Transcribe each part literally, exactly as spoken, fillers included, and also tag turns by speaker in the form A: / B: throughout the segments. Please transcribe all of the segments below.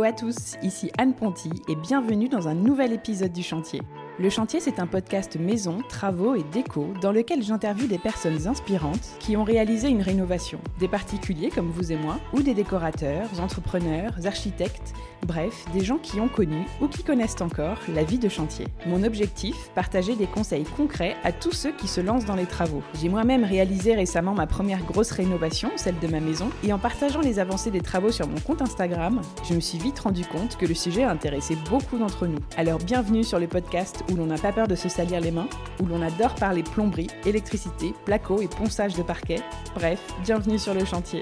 A: à tous, ici Anne Ponty et bienvenue dans un nouvel épisode du Chantier. Le Chantier, c'est un podcast maison, travaux et déco dans lequel j'interviewe des personnes inspirantes qui ont réalisé une rénovation, des particuliers comme vous et moi, ou des décorateurs, entrepreneurs, architectes, bref, des gens qui ont connu ou qui connaissent encore la vie de chantier. Mon objectif, partager des conseils concrets à tous ceux qui se lancent dans les travaux. J'ai moi-même réalisé récemment ma première grosse rénovation, celle de ma maison, et en partageant les avancées des travaux sur mon compte Instagram, je me suis vite rendu compte que le sujet intéressait beaucoup d'entre nous. Alors bienvenue sur le podcast où l'on n'a pas peur de se salir les mains, où l'on adore parler plomberie, électricité, placo et ponçage de parquet. Bref, bienvenue sur le chantier.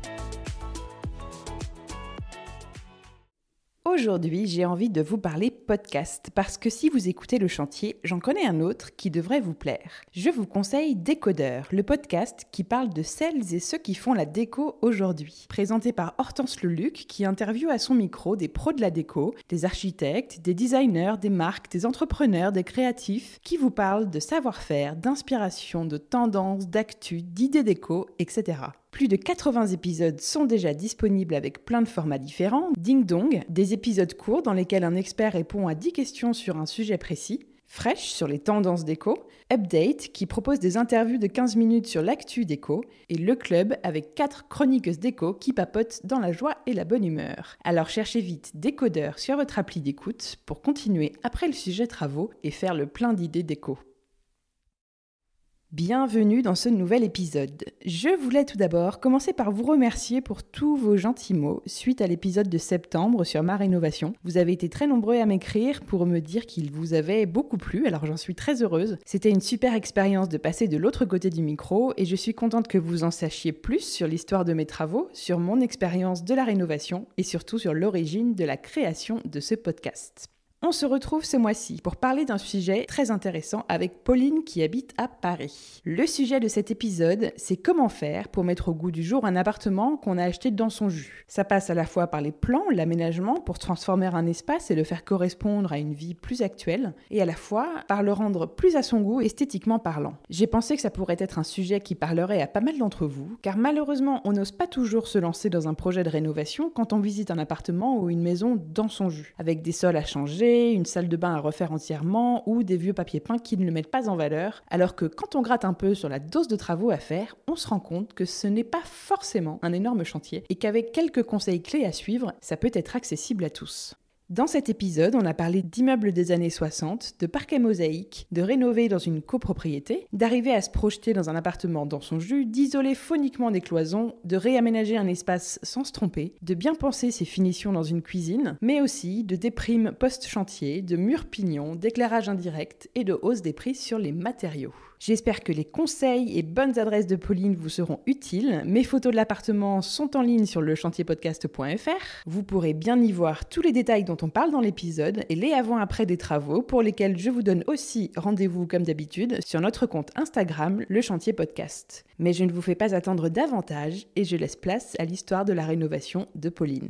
A: Aujourd'hui, j'ai envie de vous parler podcast, parce que si vous écoutez le chantier, j'en connais un autre qui devrait vous plaire. Je vous conseille Décodeur, le podcast qui parle de celles et ceux qui font la déco aujourd'hui. Présenté par Hortense Leluc, qui interviewe à son micro des pros de la déco, des architectes, des designers, des marques, des entrepreneurs, des créatifs, qui vous parlent de savoir-faire, d'inspiration, de tendances, d'actu, d'idées déco, et cetera. Plus de quatre-vingts épisodes sont déjà disponibles avec plein de formats différents. Ding Dong, des épisodes courts dans lesquels un expert répond à dix questions sur un sujet précis. Fresh sur les tendances déco. Update qui propose des interviews de quinze minutes sur l'actu déco. Et Le Club avec quatre chroniqueuses déco qui papotent dans la joie et la bonne humeur. Alors cherchez vite Décodeur sur votre appli d'écoute pour continuer après le sujet travaux et faire le plein d'idées déco. Bienvenue dans ce nouvel épisode. Je voulais tout d'abord commencer par vous remercier pour tous vos gentils mots suite à l'épisode de septembre sur ma rénovation. Vous avez été très nombreux à m'écrire pour me dire qu'il vous avait beaucoup plu, alors j'en suis très heureuse. C'était une super expérience de passer de l'autre côté du micro et je suis contente que vous en sachiez plus sur l'histoire de mes travaux, sur mon expérience de la rénovation et surtout sur l'origine de la création de ce podcast. On se retrouve ce mois-ci pour parler d'un sujet très intéressant avec Pauline qui habite à Paris. Le sujet de cet épisode, c'est comment faire pour mettre au goût du jour un appartement qu'on a acheté dans son jus. Ça passe à la fois par les plans, l'aménagement pour transformer un espace et le faire correspondre à une vie plus actuelle, et à la fois par le rendre plus à son goût esthétiquement parlant. J'ai pensé que ça pourrait être un sujet qui parlerait à pas mal d'entre vous, car malheureusement on n'ose pas toujours se lancer dans un projet de rénovation quand on visite un appartement ou une maison dans son jus, avec des sols à changer, une salle de bain à refaire entièrement ou des vieux papiers peints qui ne le mettent pas en valeur, alors que quand on gratte un peu sur la dose de travaux à faire, on se rend compte que ce n'est pas forcément un énorme chantier et qu'avec quelques conseils clés à suivre, ça peut être accessible à tous. Dans cet épisode, on a parlé d'immeubles des années soixante, de parquet mosaïque, de rénover dans une copropriété, d'arriver à se projeter dans un appartement dans son jus, d'isoler phoniquement des cloisons, de réaménager un espace sans se tromper, de bien penser ses finitions dans une cuisine, mais aussi de déprimes post-chantier, de murs pignons, d'éclairage indirect et de hausse des prix sur les matériaux. J'espère que les conseils et bonnes adresses de Pauline vous seront utiles. Mes photos de l'appartement sont en ligne sur le chantier podcast point f r. Vous pourrez bien y voir tous les détails dont on parle dans l'épisode et les avant-après des travaux pour lesquels je vous donne aussi rendez-vous comme d'habitude sur notre compte Instagram, le chantier podcast. Mais je ne vous fais pas attendre davantage et je laisse place à l'histoire de la rénovation de Pauline.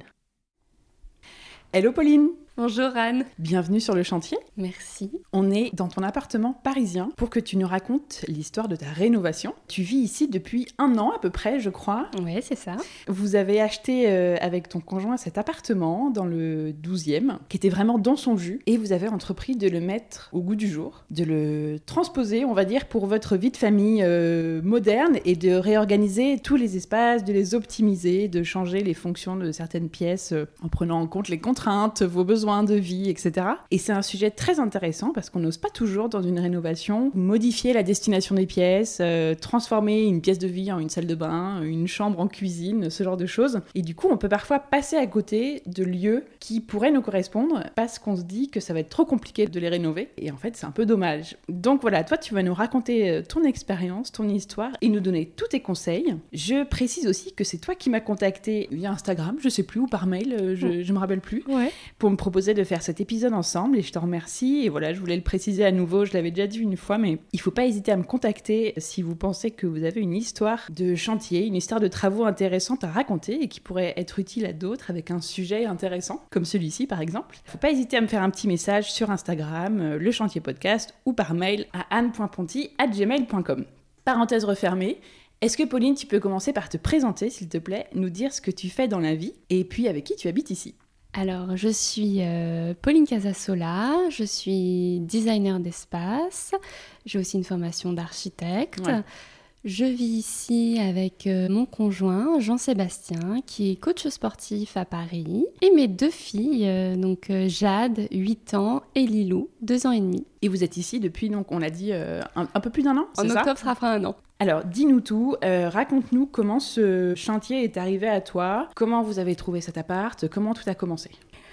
A: Hello Pauline!
B: Bonjour Anne.
A: Bienvenue sur le chantier.
B: Merci.
A: On est dans ton appartement parisien pour que tu nous racontes l'histoire de ta rénovation. Tu vis ici depuis un an à peu près, je crois.
B: Ouais, c'est ça.
A: Vous avez acheté euh, avec ton conjoint cet appartement dans le douzième, qui était vraiment dans son jus, et vous avez entrepris de le mettre au goût du jour, de le transposer, on va dire, pour votre vie de famille euh, moderne, et de réorganiser tous les espaces, de les optimiser, de changer les fonctions de certaines pièces euh, en prenant en compte les contraintes, vos besoins de vie, et cetera. Et c'est un sujet très intéressant parce qu'on n'ose pas toujours dans une rénovation modifier la destination des pièces, euh, transformer une pièce de vie en une salle de bain, une chambre en cuisine, ce genre de choses. Et du coup, on peut parfois passer à côté de lieux qui pourraient nous correspondre parce qu'on se dit que ça va être trop compliqué de les rénover. Et en fait, c'est un peu dommage. Donc voilà, toi, tu vas nous raconter ton expérience, ton histoire et nous donner tous tes conseils. Je précise aussi que c'est toi qui m'as contacté via Instagram, je sais plus, ou par mail, je, je me rappelle plus,
B: ouais.
A: pour me proposer de faire cet épisode ensemble et je te remercie. Et voilà, je voulais le préciser à nouveau, je l'avais déjà dit une fois, mais il faut pas hésiter à me contacter si vous pensez que vous avez une histoire de chantier, une histoire de travaux intéressante à raconter et qui pourrait être utile à d'autres avec un sujet intéressant, comme celui-ci par exemple. Il faut pas hésiter à me faire un petit message sur Instagram, le chantier podcast, ou par mail à anne point ponty arobase gmail point com. Parenthèse refermée. Est-ce que Pauline, tu peux commencer par te présenter, s'il te plaît, nous dire ce que tu fais dans la vie et puis avec qui tu habites ici ?
B: Alors, je suis euh, Pauline Casasola, je suis designer d'espace, j'ai aussi une formation d'architecte. Ouais. Je vis ici avec euh, mon conjoint Jean-Sébastien, qui est coach sportif à Paris, et mes deux filles, euh, donc euh, Jade, huit ans, et Lilou, deux ans et demi.
A: Et vous êtes ici depuis, donc on a dit, euh, un, un peu plus d'un an, c'est
B: ça ? En octobre,
A: ça
B: ça fera un an.
A: Alors, dis-nous tout, euh, raconte-nous comment ce chantier est arrivé à toi, comment vous avez trouvé cet appart, comment tout a commencé.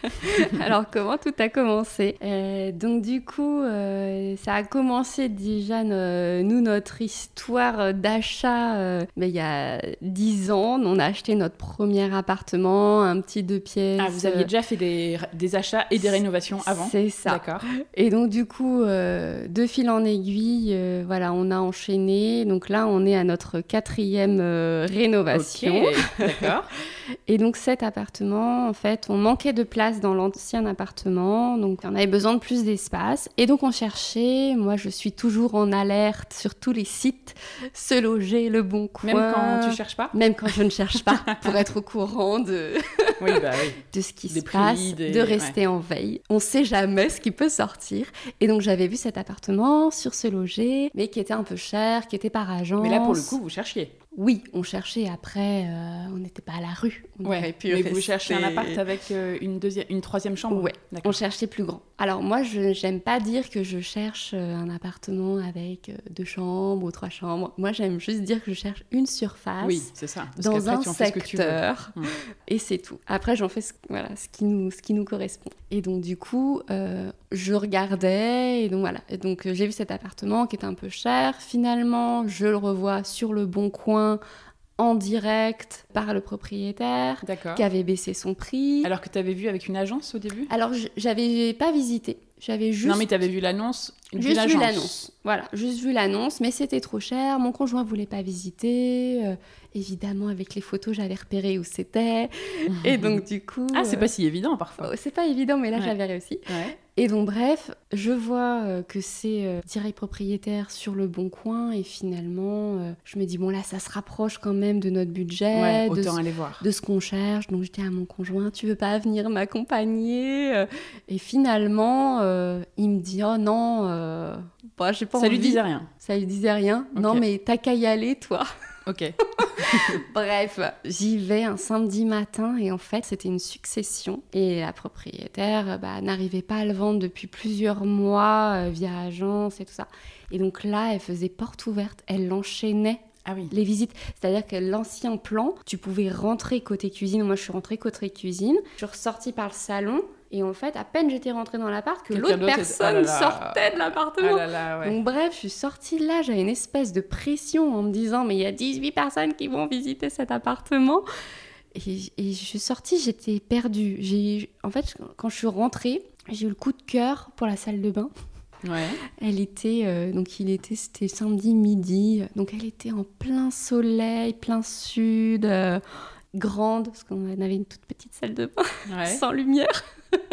B: Alors, comment tout a commencé ? euh, Donc, du coup, euh, ça a commencé déjà, euh, nous, notre histoire d'achat, euh, ben, il y a dix ans. On a acheté notre premier appartement, un petit deux pièces.
A: Ah, vous aviez déjà fait des, des achats et des rénovations avant ?
B: C'est ça.
A: D'accord.
B: Et donc, du coup, euh, de fil en aiguille, euh, voilà, on a enchaîné. Donc là, on est à notre quatrième euh, rénovation.
A: Ok, d'accord.
B: Et donc, cet appartement, en fait, on manquait de place dans l'ancien appartement, donc on avait besoin de plus d'espace. Et donc, on cherchait, moi, je suis toujours en alerte sur tous les sites, Se Loger, Le Bon Coin.
A: Même quand tu cherches pas ?
B: Même quand je ne cherche pas, pour être au courant de,
A: oui, bah, oui.
B: de ce qui
A: des
B: se
A: prix,
B: passe,
A: des...
B: de rester ouais. en veille. On ne sait jamais ce qui peut sortir. Et donc, j'avais vu cet appartement sur Se Loger, mais qui était un peu cher, qui était par agence.
A: Mais là, pour le coup, vous cherchiez ?
B: Oui, on cherchait après, euh, on n'était pas à la rue. On
A: ouais,
B: aurait pu
A: mais
B: rester...
A: vous cherchez un appart avec euh, une, deuxième, une troisième chambre ?
B: Oui, on cherchait plus grand. Alors moi, je n'aime pas dire que je cherche un appartement avec deux chambres ou trois chambres. Moi, j'aime juste dire que je cherche une surface
A: oui, c'est ça. Parce
B: dans un
A: tu en fais ce que tu veux.
B: secteur, et c'est tout. Après, j'en fais ce, voilà, ce, qui nous, ce qui nous correspond. Et donc, du coup, euh, je regardais, et donc voilà. Et donc, j'ai vu cet appartement qui était un peu cher. Finalement, je le revois sur Le Bon Coin, en direct par le propriétaire,
A: D'accord.
B: qui avait baissé son prix.
A: Alors que tu avais vu avec une agence au début ?
B: Alors, je, j'avais pas visité. J'avais juste...
A: Non, mais tu avais vu l'annonce
B: Juste
A: l'agence.
B: vu l'annonce. Voilà, juste vu l'annonce, mais c'était trop cher. Mon conjoint voulait pas visiter. Euh, évidemment, avec les photos, j'avais repéré où c'était. Et donc, du coup...
A: Ah, c'est
B: euh...
A: pas si évident, parfois.
B: Oh, c'est pas évident, mais là, ouais. j'avais réussi.
A: Ouais.
B: Et donc, bref, je vois euh, que c'est euh, direct propriétaire sur Le Bon Coin. Et finalement, euh, je me dis, bon, là, ça se rapproche quand même de notre budget.
A: Ouais,
B: de
A: autant
B: ce,
A: aller voir.
B: De ce qu'on cherche. Donc, je dis à mon conjoint, tu veux pas venir m'accompagner ? Et finalement, euh, il me dit, oh non... Euh, bah, j'ai pas
A: ça
B: envie.
A: lui disait rien.
B: Ça lui disait rien. Okay. Non, mais t'as qu'à y aller, toi.
A: Ok.
B: Bref, j'y vais un samedi matin et en fait, c'était une succession. Et la propriétaire bah, n'arrivait pas à le vendre depuis plusieurs mois euh, via agence et tout ça. Et donc là, elle faisait porte ouverte. Elle l'enchaînait.
A: Ah oui.
B: Les visites, c'est-à-dire que l'ancien plan, tu pouvais rentrer côté cuisine. Moi, je suis rentrée côté cuisine. Je suis ressortie par le salon. Et en fait, à peine j'étais rentrée dans l'appart que Quelqu'un l'autre personne est... ah là là. sortait de l'appartement.
A: Ah là là, ouais.
B: Donc bref, je suis sortie de là, j'avais une espèce de pression en me disant « mais il y a dix-huit personnes qui vont visiter cet appartement ». Et, et je suis sortie, j'étais perdue. J'ai, en fait, quand je suis rentrée, j'ai eu le coup de cœur pour la salle de bain.
A: Ouais.
B: Elle était, euh, donc il était, c'était samedi midi, donc elle était en plein soleil, plein sud, euh, grande, parce qu'on avait une toute petite salle de bain, ouais. sans lumière.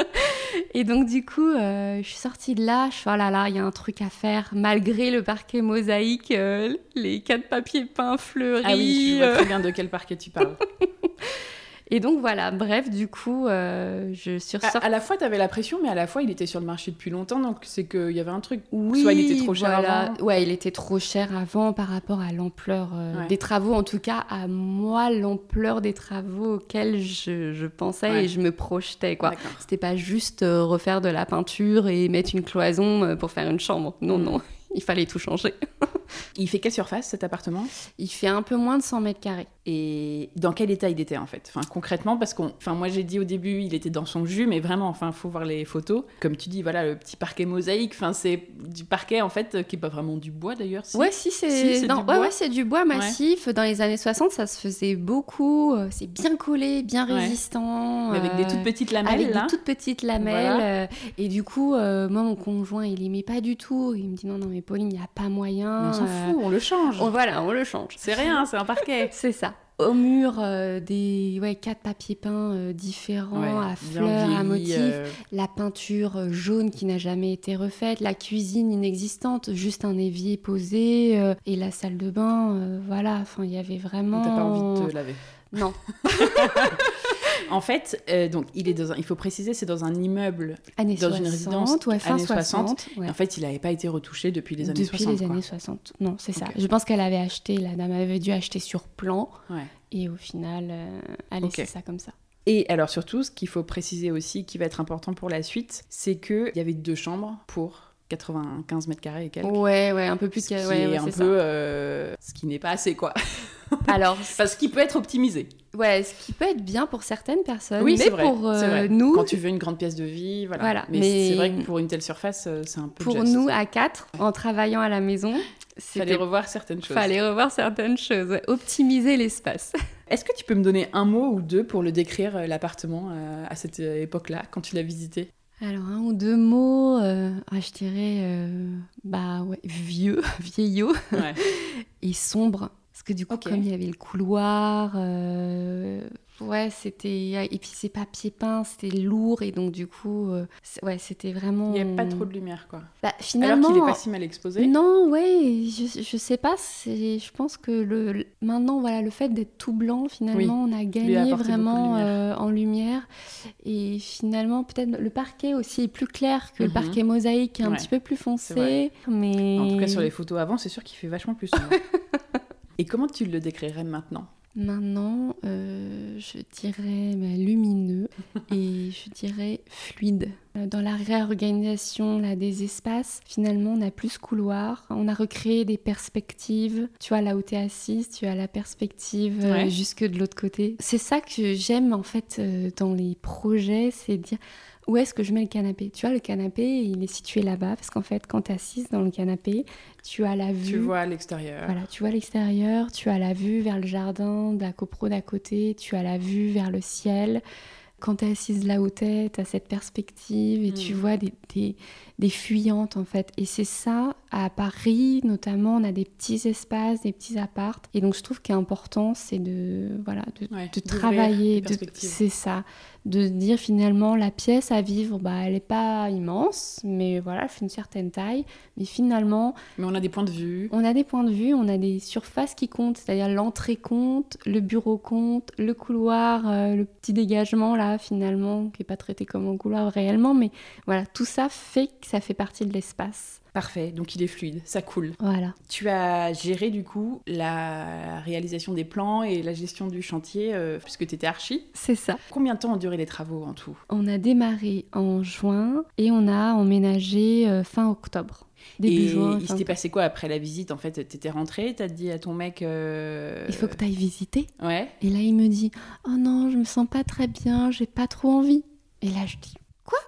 B: Et donc du coup, euh, je suis sortie de là, je suis oh là là, il y a un truc à faire, malgré le parquet mosaïque, euh, les quatre papiers peints fleuris.
A: Ah oui, je vois très bien de quel parquet tu parles.
B: Et donc voilà, bref, du coup, euh, je suis ressortie...
A: À, à la fois, tu avais la pression, mais à la fois, il était sur le marché depuis longtemps, donc c'est qu'il y avait un truc.
B: Oui,
A: soit il était trop cher
B: voilà.
A: avant.
B: Ouais, il était trop cher avant par rapport à l'ampleur euh,
A: ouais.
B: des travaux. En tout cas, à moi, l'ampleur des travaux auxquels je, je pensais ouais. et je me projetais, quoi.
A: D'accord.
B: C'était pas juste euh, refaire de la peinture et mettre une cloison euh, pour faire une chambre. Non, mmh. non, il fallait tout changer.
A: Il fait quelle surface, cet appartement ?
B: Il fait un peu moins de cent mètres carrés.
A: Et dans quel état il était, en fait ? Enfin, concrètement, parce qu'on... Enfin, moi, j'ai dit au début, il était dans son jus, mais vraiment, enfin, il faut voir les photos. Comme tu dis, voilà, le petit parquet mosaïque, enfin, c'est du parquet, en fait, qui n'est pas vraiment du bois, d'ailleurs. Si.
B: Ouais, si, c'est...
A: Si, c'est
B: non,
A: du bois.
B: Ouais, ouais, c'est du bois massif. Ouais. Dans les années soixante, ça se faisait beaucoup. C'est bien collé, bien résistant.
A: Ouais. Avec euh... des toutes petites lamelles,
B: avec
A: là.
B: Avec des toutes petites lamelles. Voilà. Et du coup, euh, moi, mon conjoint, il n'aimait pas du tout. Il me dit, non, non, mais Pauline, il n'y a pas moyen.
A: Mais on s'en fout, on le change.
B: On, voilà, on le change.
A: C'est rien, c'est un parquet.
B: C'est ça. Au mur, euh, des ouais, quatre papiers peints euh, différents, ouais, à fleurs, vieilli, à motifs. Euh... La peinture jaune qui n'a jamais été refaite. La cuisine inexistante, juste un évier posé. Euh, et la salle de bain, euh, voilà. Enfin, il y avait vraiment...
A: T'as pas envie de te laver ?
B: Non.
A: En fait, euh, donc, il, est dans un, il faut préciser, c'est dans un immeuble,
B: années
A: dans
B: soixante,
A: une résidence,
B: ouais, fin
A: années
B: soixante.
A: soixante.
B: Ouais.
A: En fait, il n'avait pas été retouché depuis les années
B: depuis
A: soixante.
B: Depuis les
A: quoi.
B: années soixante. Non, c'est ça.
A: Okay.
B: Je pense qu'elle avait acheté, la dame avait dû acheter sur plan.
A: Ouais.
B: Et au final, euh, a laissé okay. ça comme ça.
A: Et alors surtout, ce qu'il faut préciser aussi, qui va être important pour la suite, c'est qu'il y avait deux chambres pour quatre-vingt-quinze mètres carrés et quelques.
B: Ouais, ouais, un peu plus.
A: Ce qui
B: que... ouais,
A: est
B: ouais,
A: un
B: c'est
A: peu... Euh... Ce qui n'est pas assez, quoi.
B: Alors,
A: parce qu'il peut être optimisé.
B: Ouais, ce qui peut être bien pour certaines personnes,
A: oui,
B: mais
A: c'est vrai,
B: pour euh,
A: c'est vrai.
B: nous...
A: Quand tu veux une grande pièce de vie, voilà.
B: voilà
A: mais, mais c'est vrai que pour une telle surface, c'est un peu
B: Pour
A: just.
B: nous, à quatre, en travaillant à la maison...
A: Il fallait revoir certaines choses.
B: Fallait revoir certaines choses, ouais. Optimiser l'espace.
A: Est-ce que tu peux me donner un mot ou deux pour le décrire, l'appartement, euh, à cette époque-là, quand tu l'as visité ?
B: Alors, un ou deux mots, euh, ah, je dirais, euh, bah ouais, vieux, vieillot,
A: ouais.
B: et sombre. Parce que du coup, okay. comme il y avait le couloir, euh, ouais, c'était... Et puis, c'est pas pied peint, c'était lourd, et donc du coup, euh, ouais, c'était vraiment...
A: Il n'y a pas trop de lumière, quoi.
B: Bah, finalement...
A: Alors qu'il n'est pas si mal exposé.
B: Non, ouais, je, je sais pas, c'est, je pense que le, maintenant, voilà, le fait d'être tout blanc, finalement, oui. on a gagné vraiment lumière. Euh, en lumière. Et finalement, peut-être, le parquet aussi est plus clair que mm-hmm. le parquet mosaïque, qui est un ouais. petit peu plus foncé. Mais...
A: En tout cas, sur les photos avant, c'est sûr qu'il fait vachement plus sombre. Et comment tu le décrirais maintenant ?
B: Maintenant, euh, je dirais bah, lumineux et je dirais fluide. Dans la réorganisation là, des espaces, finalement, on n'a plus ce couloir. On a recréé des perspectives. Tu vois, là où tu es assise, tu as la perspective euh, ouais. jusque de l'autre côté. C'est ça que j'aime, en fait, euh, dans les projets, c'est dire... Où est-ce que je mets le canapé ? Tu vois, le canapé, il est situé là-bas, parce qu'en fait, quand tu es assise dans le canapé, tu as la vue...
A: Tu vois l'extérieur.
B: Voilà, tu vois l'extérieur, tu as la vue vers le jardin de la copro d'à côté, tu as la vue vers le ciel. Quand tu es assise là où tu es, tu as cette perspective et mmh. tu vois des, des, des fuyantes, en fait. Et c'est ça, à Paris, notamment, on a des petits espaces, des petits apparts. Et donc, je trouve qu'important, c'est de, voilà, de,
A: ouais,
B: de travailler. De, c'est ça. De dire, finalement, la pièce à vivre, bah, elle n'est pas immense, mais voilà, elle fait une certaine taille. Mais finalement...
A: Mais on a des points de vue.
B: On a des points de vue, on a des surfaces qui comptent. C'est-à-dire l'entrée compte, le bureau compte, le couloir, euh, le petit dégagement, là, finalement, qui n'est pas traité comme un couloir réellement. Mais voilà, tout ça fait que ça fait partie de l'espace.
A: Parfait, donc il est fluide, ça coule.
B: Voilà.
A: Tu as géré du coup la réalisation des plans et la gestion du chantier euh, puisque tu étais archi.
B: C'est ça.
A: Combien de temps ont duré les travaux en tout ?
B: On a démarré en juin et on a emménagé euh, fin octobre. Début
A: et
B: juin,
A: il s'était passé quoi après la visite ? En fait, t'étais rentrée, t'as dit à ton mec... Euh...
B: Il faut que t'ailles visiter.
A: Ouais.
B: Et là, il me dit « Oh non, je me sens pas très bien, j'ai pas trop envie. » Et là, je dis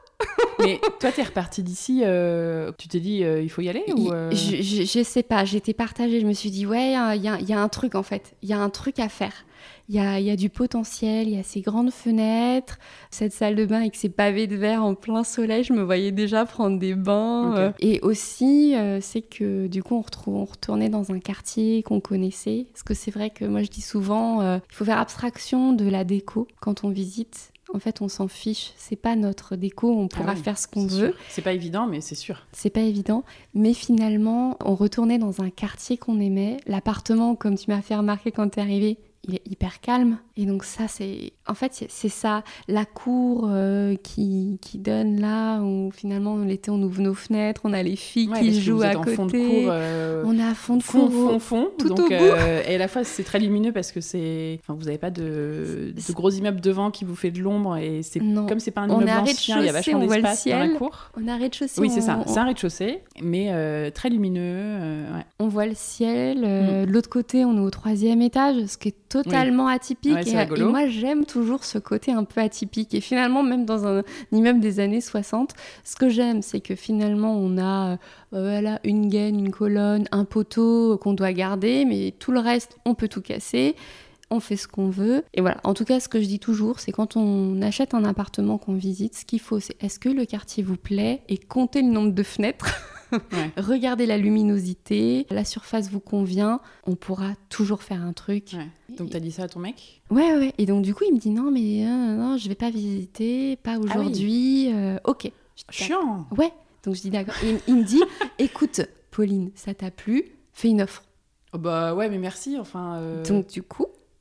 A: mais toi, t'es repartie d'ici, euh, tu t'es dit, euh, il faut y aller ou euh...
B: je, je, je sais pas, j'étais partagée, je me suis dit, ouais, il y a, y a un truc en fait, il y a un truc à faire. Il y a, y a du potentiel, il y a ces grandes fenêtres, cette salle de bain avec ses pavés de verre en plein soleil, je me voyais déjà prendre des bains. Okay. Euh, et aussi, euh, c'est que du coup, on, retrouve, on retournait dans un quartier qu'on connaissait. Parce que c'est vrai que moi, je dis souvent, euh, il faut faire abstraction de la déco quand on visite. En fait, on s'en fiche. C'est pas notre déco, on pourra ah oui, faire ce qu'on veut.
A: Sûr. C'est pas évident, mais c'est sûr.
B: C'est pas évident. Mais finalement, on retournait dans un quartier qu'on aimait. L'appartement, comme tu m'as fait remarquer quand t'es arrivée, il est hyper calme. Et donc ça, c'est... En fait, c'est, c'est ça. La cour euh, qui, qui donne là, où finalement, l'été, on ouvre nos fenêtres, on a les filles
A: ouais,
B: qui jouent à
A: en
B: côté.
A: Fond de cour, euh,
B: on est à fond de
A: fond,
B: cour.
A: Fond, fond,
B: tout
A: donc,
B: au bout.
A: Euh, et à la fois, c'est très lumineux parce que c'est... Enfin, vous n'avez pas de, de gros immeubles devant qui vous fait de l'ombre. Et c'est... comme c'est pas un immeuble ancien, il y a vachement d'espace dans la cour.
B: On a rez-de-chaussée.
A: Oui, c'est ça.
B: On...
A: C'est un rez-de-chaussée, mais euh, très lumineux. Euh, ouais.
B: On voit le ciel. Euh, mm. De l'autre côté, on est au troisième étage, ce qui est totalement oui. atypique.
A: Ouais,
B: et, et moi, j'aime toujours ce côté un peu atypique. Et finalement, même dans un, un immeuble des années soixante, ce que j'aime, c'est que finalement, on a euh, voilà, une gaine, une colonne, un poteau qu'on doit garder, mais tout le reste, on peut tout casser. On fait ce qu'on veut. Et voilà, en tout cas, ce que je dis toujours, c'est quand on achète un appartement qu'on visite, ce qu'il faut, c'est est-ce que le quartier vous plaît et comptez le nombre de fenêtres. Ouais. Regardez la luminosité, la surface vous convient, on pourra toujours faire un truc.
A: Ouais. Donc, t'as dit ça à ton mec ?
B: Ouais, ouais. Et donc, du coup, il me dit non, mais euh, non, je vais pas visiter, pas aujourd'hui. Ah oui. euh, ok.
A: Chiant.
B: Ouais. Donc, je dis d'accord. Et il me dit écoute, Pauline, ça t'a plu ? Fais une offre.
A: Oh bah ouais, mais merci. Enfin. Euh...
B: Donc, du coup,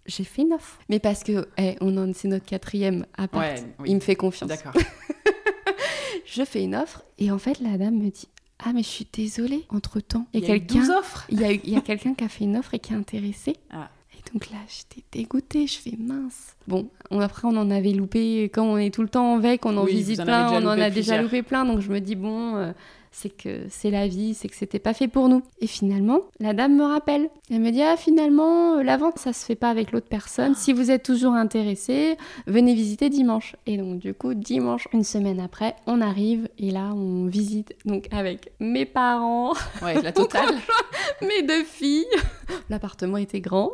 B: j'ai fait une offre. Mais parce que, hey, on en, c'est notre quatrième appart. Ouais, oui. Il me fait confiance.
A: D'accord.
B: Je fais une offre et en fait, la dame me dit « Ah, mais je suis désolée, entre-temps,
A: il y a, il y a quelqu'un... douze offres.
B: Il y a, il y a quelqu'un qui a fait une offre et qui est intéressé.
A: Ah. »
B: Et donc là, j'étais dégoûtée, je fais mince. Bon, on, après, on en avait loupé, quand on est tout le temps en veille, qu'on en oui, visite en plein, on en a déjà plusieurs. loupé plein, donc je me dis, bon... Euh, c'est que c'est la vie, c'est que c'était pas fait pour nous. Et finalement, la dame me rappelle. Elle me dit, ah finalement, la vente, ça se fait pas avec l'autre personne. Si vous êtes toujours intéressé, venez visiter dimanche. Et donc du coup, dimanche, une semaine après, on arrive et là, on visite donc avec mes parents.
A: Ouais, la totale.
B: Mes deux filles. L'appartement était grand.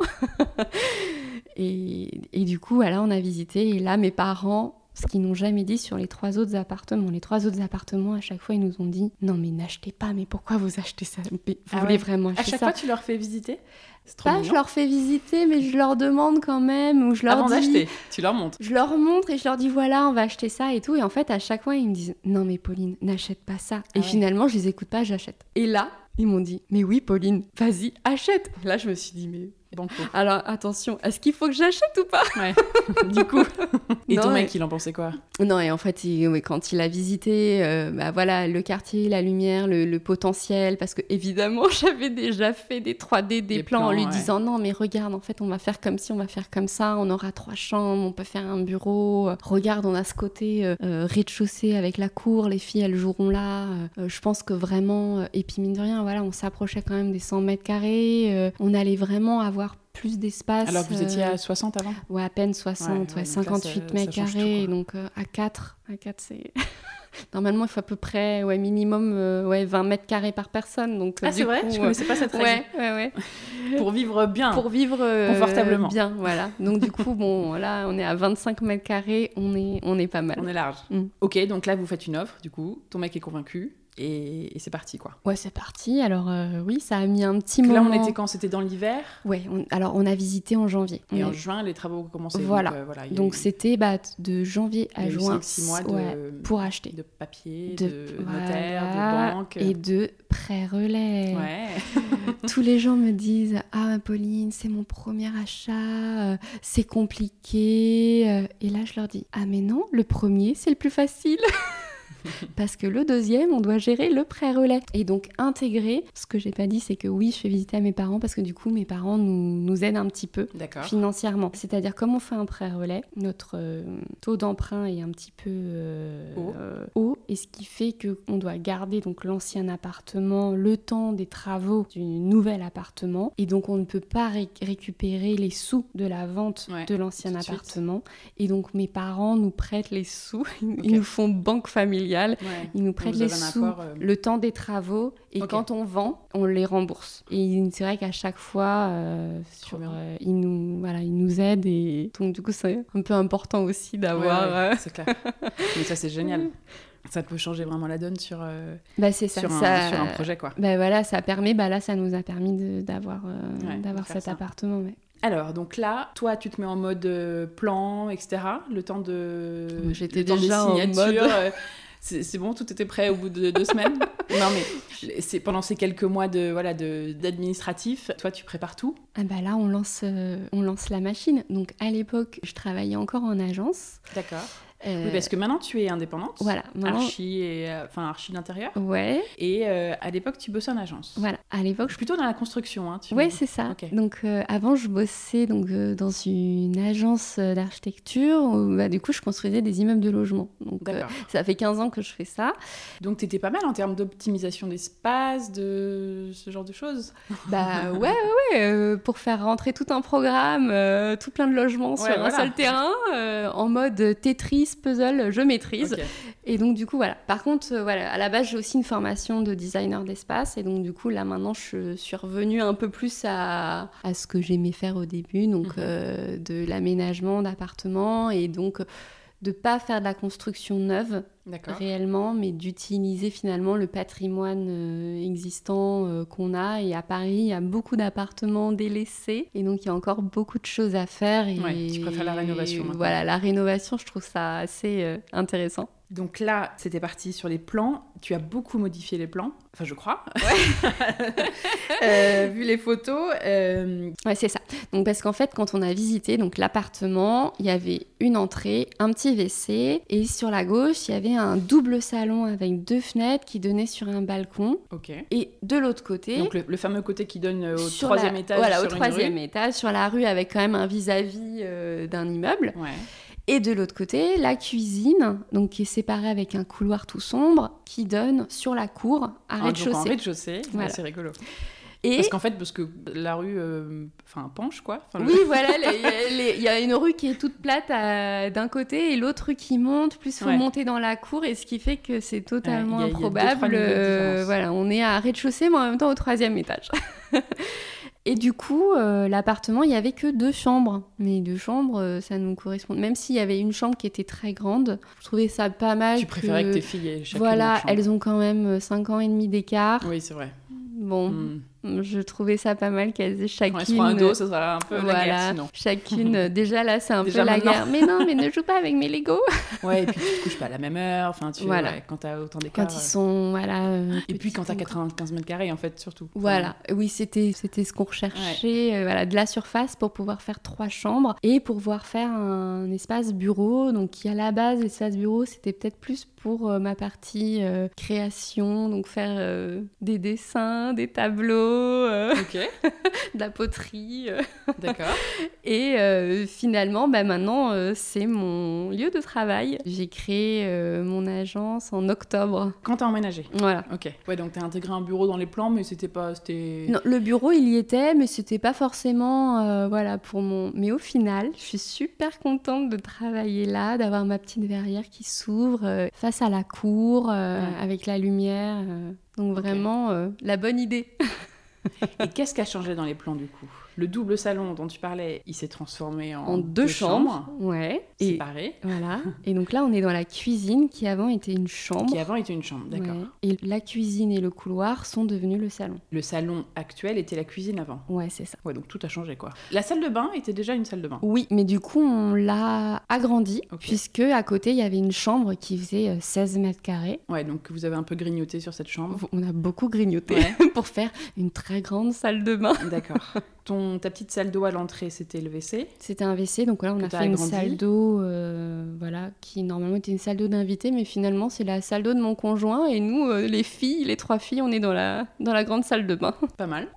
B: et, et du coup, voilà, on a visité et là, mes parents... Ce qu'ils n'ont jamais dit sur les trois autres appartements. Les trois autres appartements, à chaque fois, ils nous ont dit « Non, mais n'achetez pas, mais pourquoi vous achetez ça ? Vous ah voulez ouais. vraiment acheter ça ?»
A: À chaque ça? fois, tu leur fais visiter ?
B: C'est trop Pas, mignon. Je leur fais visiter, mais je leur demande quand même, ou je leur
A: Avant
B: dis...
A: d'acheter, tu leur montres.
B: Je leur montre et je leur dis « Voilà, on va acheter ça et tout. » Et en fait, à chaque fois, ils me disent « Non, mais Pauline, n'achète pas ça. » Et ah ouais. finalement, je les écoute pas, j'achète. Et là, ils m'ont dit « Mais oui, Pauline, vas-y, achète !» Et là, je me suis dit « Mais... » Banco. Alors attention, est-ce qu'il faut que j'achète ou pas ?
A: Ouais, du coup. Et non, ton mec,
B: et...
A: il en pensait quoi ?
B: Non, et en fait, il, oui, quand il a visité, euh, bah voilà, le quartier, la lumière, le, le potentiel, parce que évidemment, j'avais déjà fait des trois D, des, des plans, plans en lui ouais. disant non, mais regarde, en fait, on va faire comme ci, on va faire comme ça, on aura trois chambres, on peut faire un bureau. Regarde, on a ce côté euh, rez-de-chaussée avec la cour, les filles, elles joueront là. Euh, je pense que vraiment, euh, et puis mine de rien, voilà, on s'approchait quand même des cent mètres carrés, euh, on allait vraiment avoir plus d'espace.
A: Alors vous étiez à soixante avant ?
B: Ouais, à peine soixante, ouais, ouais, cinquante-huit mètres carrés, donc euh, à quatre, à quatre c'est... Normalement, il faut à peu près, ouais, minimum euh, ouais, vingt mètres carrés par personne. Donc,
A: ah, c'est vrai ?
B: coup,
A: Je ne connaissais pas cette règle.
B: Ouais, ouais, ouais.
A: Pour vivre bien.
B: Pour vivre euh,
A: confortablement.
B: Bien, voilà. Donc du coup, bon, là, on est à vingt-cinq mètres carrés, on est, on est pas mal.
A: On est large. Mm. Ok, donc là, vous faites une offre, du coup, ton mec est convaincu. Et, et c'est parti, quoi.
B: Ouais, c'est parti. Alors, euh, oui, ça a mis un petit
A: donc
B: moment.
A: Là, on était quand ? C'était dans l'hiver ?
B: Ouais, on... alors on a visité en janvier.
A: Et
B: on
A: en
B: est...
A: juin, les travaux ont commencé.
B: Voilà.
A: Donc, euh, voilà
B: donc
A: eu...
B: c'était bah, de janvier à juin.
A: cinq six mois de...
B: ouais, pour acheter.
A: De papier,
B: de,
A: de
B: voilà,
A: notaire, de banque.
B: Et de prêt relais.
A: Ouais.
B: Tous les gens me disent « Ah, Pauline, c'est mon premier achat, euh, c'est compliqué. Euh, » Et là, je leur dis « Ah, mais non, le premier, c'est le plus facile. » Parce que le deuxième, on doit gérer le prêt relais. Et donc intégrer, ce que j'ai pas dit, c'est que oui, je fais visiter à mes parents parce que du coup, mes parents nous, nous aident un petit peu
A: D'accord.
B: financièrement. C'est-à-dire, comme on fait un prêt relais, notre euh, taux d'emprunt est un petit peu euh,
A: haut.
B: Euh, haut, et ce qui fait qu'on doit garder donc l'ancien appartement le temps des travaux du nouvel appartement. Et donc, on ne peut pas ré- récupérer les sous de la vente ouais, de l'ancien appartement. Suite. Et donc, mes parents nous prêtent les sous. Ils okay. nous font banque familiale. Ouais. Ils nous prêtent les sous, apport, euh... le temps des travaux, et okay. quand on vend, on les rembourse. Et c'est vrai qu'à chaque fois, euh, sur, euh, ils, nous, voilà, ils nous aident, et donc du coup, c'est un peu important aussi d'avoir...
A: Ouais, ouais,
B: euh...
A: c'est clair. Mais ça, c'est génial. Ça peut changer vraiment la donne sur, euh,
B: bah c'est ça,
A: sur, un,
B: ça,
A: sur un projet, quoi.
B: Bah voilà, ça permet, bah là, ça nous a permis de, d'avoir, euh,
A: ouais,
B: d'avoir cet ça. appartement, ouais.
A: Alors, donc là, toi, tu te mets en mode euh, plan, et cetera. Le temps de...
B: J'étais
A: le temps
B: déjà
A: des signatures,
B: en mode...
A: euh, c'est, c'est bon, tout était prêt au bout de deux semaines. Non, mais c'est pendant ces quelques mois de, voilà, de, d'administratif, toi, tu prépares tout ?
B: Ah bah là, on lance, euh, on lance la machine. Donc, à l'époque, je travaillais encore en agence.
A: D'accord. Euh... Oui, parce que maintenant, tu es indépendante.
B: Voilà. Maintenant...
A: Archi, et, enfin, archi d'intérieur.
B: Ouais.
A: Et euh, à l'époque, tu bossais en agence.
B: Voilà. À l'époque,
A: je suis plutôt dans la construction. Hein, tu
B: ouais, c'est ça. Okay. Donc, euh, avant, je bossais donc, euh, dans une agence d'architecture où, bah, du coup, je construisais des immeubles de logement. Donc, euh, ça fait quinze ans que je fais ça.
A: Donc, t'étais pas mal en termes d'optimisation d'espace, de ce genre de choses.
B: Bah, ouais, ouais, ouais. Euh, pour faire rentrer tout un programme, euh, tout plein de logements ouais, sur voilà. un seul terrain, euh, en mode Tetris, puzzle, je maîtrise. Okay. Et donc, du coup, voilà. Par contre, euh, voilà, à la base, j'ai aussi une formation de designer d'espace. Et donc, du coup, là, maintenant, je suis revenue un peu plus à, à ce que j'aimais faire au début. Donc, mm-hmm. euh, de l'aménagement d'appartements. Et donc, de ne pas faire de la construction neuve, D'accord. réellement, mais d'utiliser finalement le patrimoine euh, existant euh, qu'on a. Et à Paris, il y a beaucoup d'appartements délaissés. Et donc, il y a encore beaucoup de choses à faire. Et,
A: ouais, tu préfères la rénovation maintenant.
B: Voilà, la rénovation, je trouve ça assez euh, intéressant.
A: Donc là, c'était parti sur les plans. Tu as beaucoup modifié les plans. Enfin, je crois. Ouais. euh, vu les photos. Euh...
B: Ouais, c'est ça. Donc, parce qu'en fait, quand on a visité donc, l'appartement, il y avait une entrée, un petit W C. Et sur la gauche, il y avait un double salon avec deux fenêtres qui donnaient sur un balcon.
A: Ok.
B: Et de l'autre côté...
A: Donc, le, le fameux côté qui donne au troisième
B: la...
A: étage.
B: Voilà,
A: sur
B: au troisième étage, sur la rue, avec quand même un vis-à-vis euh, d'un immeuble.
A: Ouais.
B: Et de l'autre côté, la cuisine, donc qui est séparée avec un couloir tout sombre, qui donne sur la cour à rez-de-chaussée.
A: Donc en rez-de-chaussée,
B: voilà.
A: Ouais, c'est rigolo.
B: Et...
A: Parce qu'en fait, parce que la rue, enfin, euh, penche, quoi. Enfin,
B: oui, le... voilà, il y a une rue qui est toute plate à, d'un côté et l'autre rue qui monte, plus il faut ouais. monter dans la cour, et ce qui fait que c'est totalement ouais, y a, improbable. Y a deux, euh, voilà, on est à rez-de-chaussée, mais en même temps au troisième étage. Et du coup, euh, l'appartement, il n'y avait que deux chambres. Mais deux chambres, euh, ça nous correspond. Même s'il y avait une chambre qui était très grande, je trouvais ça pas mal.
A: Tu
B: que...
A: préférais que tes filles aient chacune
B: Voilà,
A: une chambre.
B: Elles ont quand même cinq ans et demi d'écart.
A: Oui, c'est vrai.
B: Bon, mm. je trouvais ça pas mal qu'elles aient chacune...
A: Quand elles se font un dos, ça sera un peu
B: voilà,
A: la guerre, sinon.
B: Chacune, déjà là, c'est un
A: déjà
B: peu
A: maintenant.
B: la guerre. Mais non, mais ne joue pas avec mes Legos.
A: Ouais, et puis tu te couches pas à la même heure. Enfin, tu
B: voilà.
A: Ouais, quand t'as autant d'écart.
B: Quand ils sont, voilà... Euh,
A: et puis quand t'as quatre-vingt-quinze mètres carrés, en fait, surtout.
B: Voilà, enfin... oui, c'était, c'était ce qu'on recherchait. Ouais. Euh, voilà, de la surface pour pouvoir faire trois chambres et pour pouvoir faire un espace bureau. Donc, qui à la base, l'espace bureau, c'était peut-être plus pour euh, ma partie euh, création, donc faire euh, des dessins, des tableaux, euh,
A: okay.
B: de la poterie. Euh.
A: D'accord.
B: Et euh, finalement, bah, maintenant, euh, c'est mon lieu de travail. J'ai créé euh, mon agence en octobre.
A: Quand t'as emménagé.
B: Voilà.
A: Ok. Ouais, donc t'as intégré un bureau dans les plans, mais c'était pas... C'était...
B: Non, le bureau, il y était, mais c'était pas forcément... Euh, voilà, pour mon... Mais au final, je suis super contente de travailler là, d'avoir ma petite verrière qui s'ouvre euh, face à la cour, euh, ouais. avec la lumière. Euh, donc okay. vraiment, euh, la bonne idée.
A: Et qu'est-ce qui a changé dans les plans, du coup ? Le double salon dont tu parlais, il s'est transformé en,
B: en deux, deux chambres,
A: chambres
B: ouais,
A: séparées.
B: Et, voilà. Et donc là, on est dans la cuisine qui avant était une chambre.
A: Qui avant était une chambre, d'accord.
B: Ouais. Et la cuisine et le couloir sont devenus le salon.
A: Le salon actuel était la cuisine avant.
B: Ouais, c'est ça.
A: Ouais, donc tout a changé, quoi. La salle de bain était déjà une salle de bain.
B: Oui, mais du coup, on l'a agrandie, okay. puisque à côté, il y avait une chambre qui faisait seize mètres carrés.
A: Ouais, donc vous avez un peu grignoté sur cette chambre.
B: On a beaucoup grignoté ouais. pour faire une très grande salle de bain.
A: D'accord. Ton, ta petite salle d'eau à l'entrée, c'était le W C ?
B: C'était un W C, donc là on a fait agrandi. Une salle d'eau euh, voilà, qui normalement était une salle d'eau d'invité, mais finalement c'est la salle d'eau de mon conjoint, et nous, euh, les filles, les trois filles, on est dans la, dans la grande salle de bain.
A: Pas mal.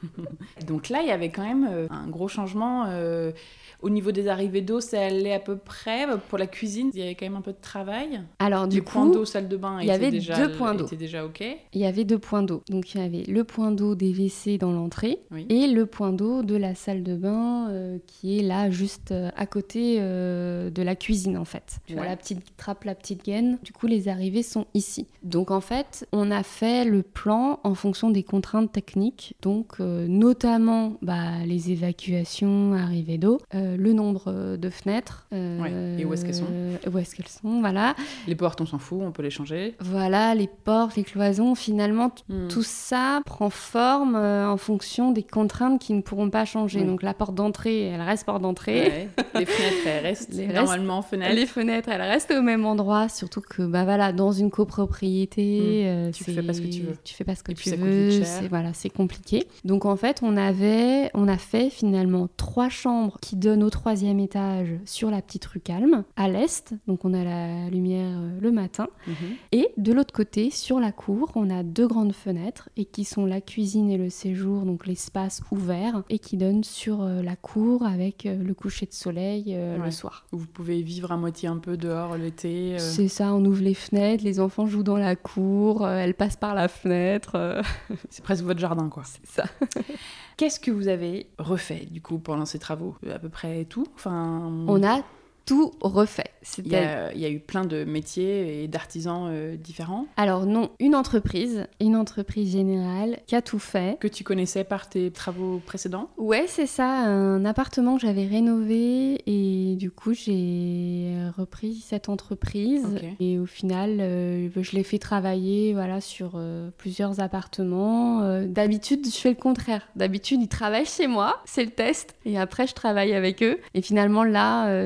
A: Donc là, il y avait quand même euh, un gros changement. Euh, au niveau des arrivées d'eau, ça allait à peu près. Pour la cuisine, il y avait quand même un peu de travail.
B: Alors du
A: Les
B: coup,
A: points d'eau, salle de bain,
B: il y avait
A: déjà,
B: deux points d'eau.
A: Était déjà OK.
B: Il y avait deux points d'eau. Donc il y avait le point d'eau des W C dans l'entrée oui. et le point d'eau de la salle de bain euh, qui est là juste euh, à côté euh, de la cuisine en fait. Tu ouais. vois la petite trappe, la petite gaine. Du coup, les arrivées sont ici. Donc en fait, on a fait le plan en fonction des contraintes techniques. Donc euh, notamment bah, les évacuations, arrivées d'eau, euh, le nombre de fenêtres.
A: Euh, ouais. Et où est-ce qu'elles sont
B: Où est-ce qu'elles sont, voilà.
A: Les portes, on s'en fout, on peut les changer.
B: Voilà, les portes, les cloisons, finalement, t- mm. tout ça prend forme euh, en fonction des contraintes qui ne pourront pas changer. Mm. Donc la porte d'entrée, elle reste porte d'entrée.
A: Ouais. Les fenêtres, elles restent les normalement restent, fenêtres.
B: Les fenêtres, elles restent au même endroit, surtout que bah, voilà, dans une copropriété,
A: mm.
B: euh,
A: tu fais pas ce que tu veux.
B: Tu fais pas ce que
A: Et
B: tu
A: puis,
B: veux,
A: ça coûte
B: c'est, voilà, c'est compliqué. Donc en fait, on, avait, on a fait finalement trois chambres qui donnent au troisième étage sur la petite rue Calme, à l'est, donc on a la lumière euh, le matin, mm-hmm. et de l'autre côté, sur la cour, on a deux grandes fenêtres, et qui sont la cuisine et le séjour, donc l'espace ouvert, et qui donnent sur euh, la cour avec euh, le coucher de soleil euh,
A: ouais.
B: le soir.
A: Vous pouvez vivre à moitié un peu dehors l'été. Euh...
B: C'est ça, on ouvre les fenêtres, les enfants jouent dans la cour, euh, elles passent par la fenêtre. Euh...
A: C'est presque votre jardin, quoi.
B: C'est ça.
A: Qu'est-ce que vous avez refait, du coup, pendant ces travaux ? À peu près tout ? Enfin...
B: On a tout refait.
A: Il y, a, il y a eu plein de métiers et d'artisans euh, différents ?
B: Alors non, une entreprise, une entreprise générale qui a tout fait.
A: Que tu connaissais par tes travaux précédents ?
B: Ouais, c'est ça, un appartement que j'avais rénové et du coup j'ai repris cette entreprise okay. et au final euh, je l'ai fait travailler voilà, sur euh, plusieurs appartements. Euh, d'habitude je fais le contraire, d'habitude ils travaillent chez moi, c'est le test et après je travaille avec eux et finalement là euh, j'ai découvert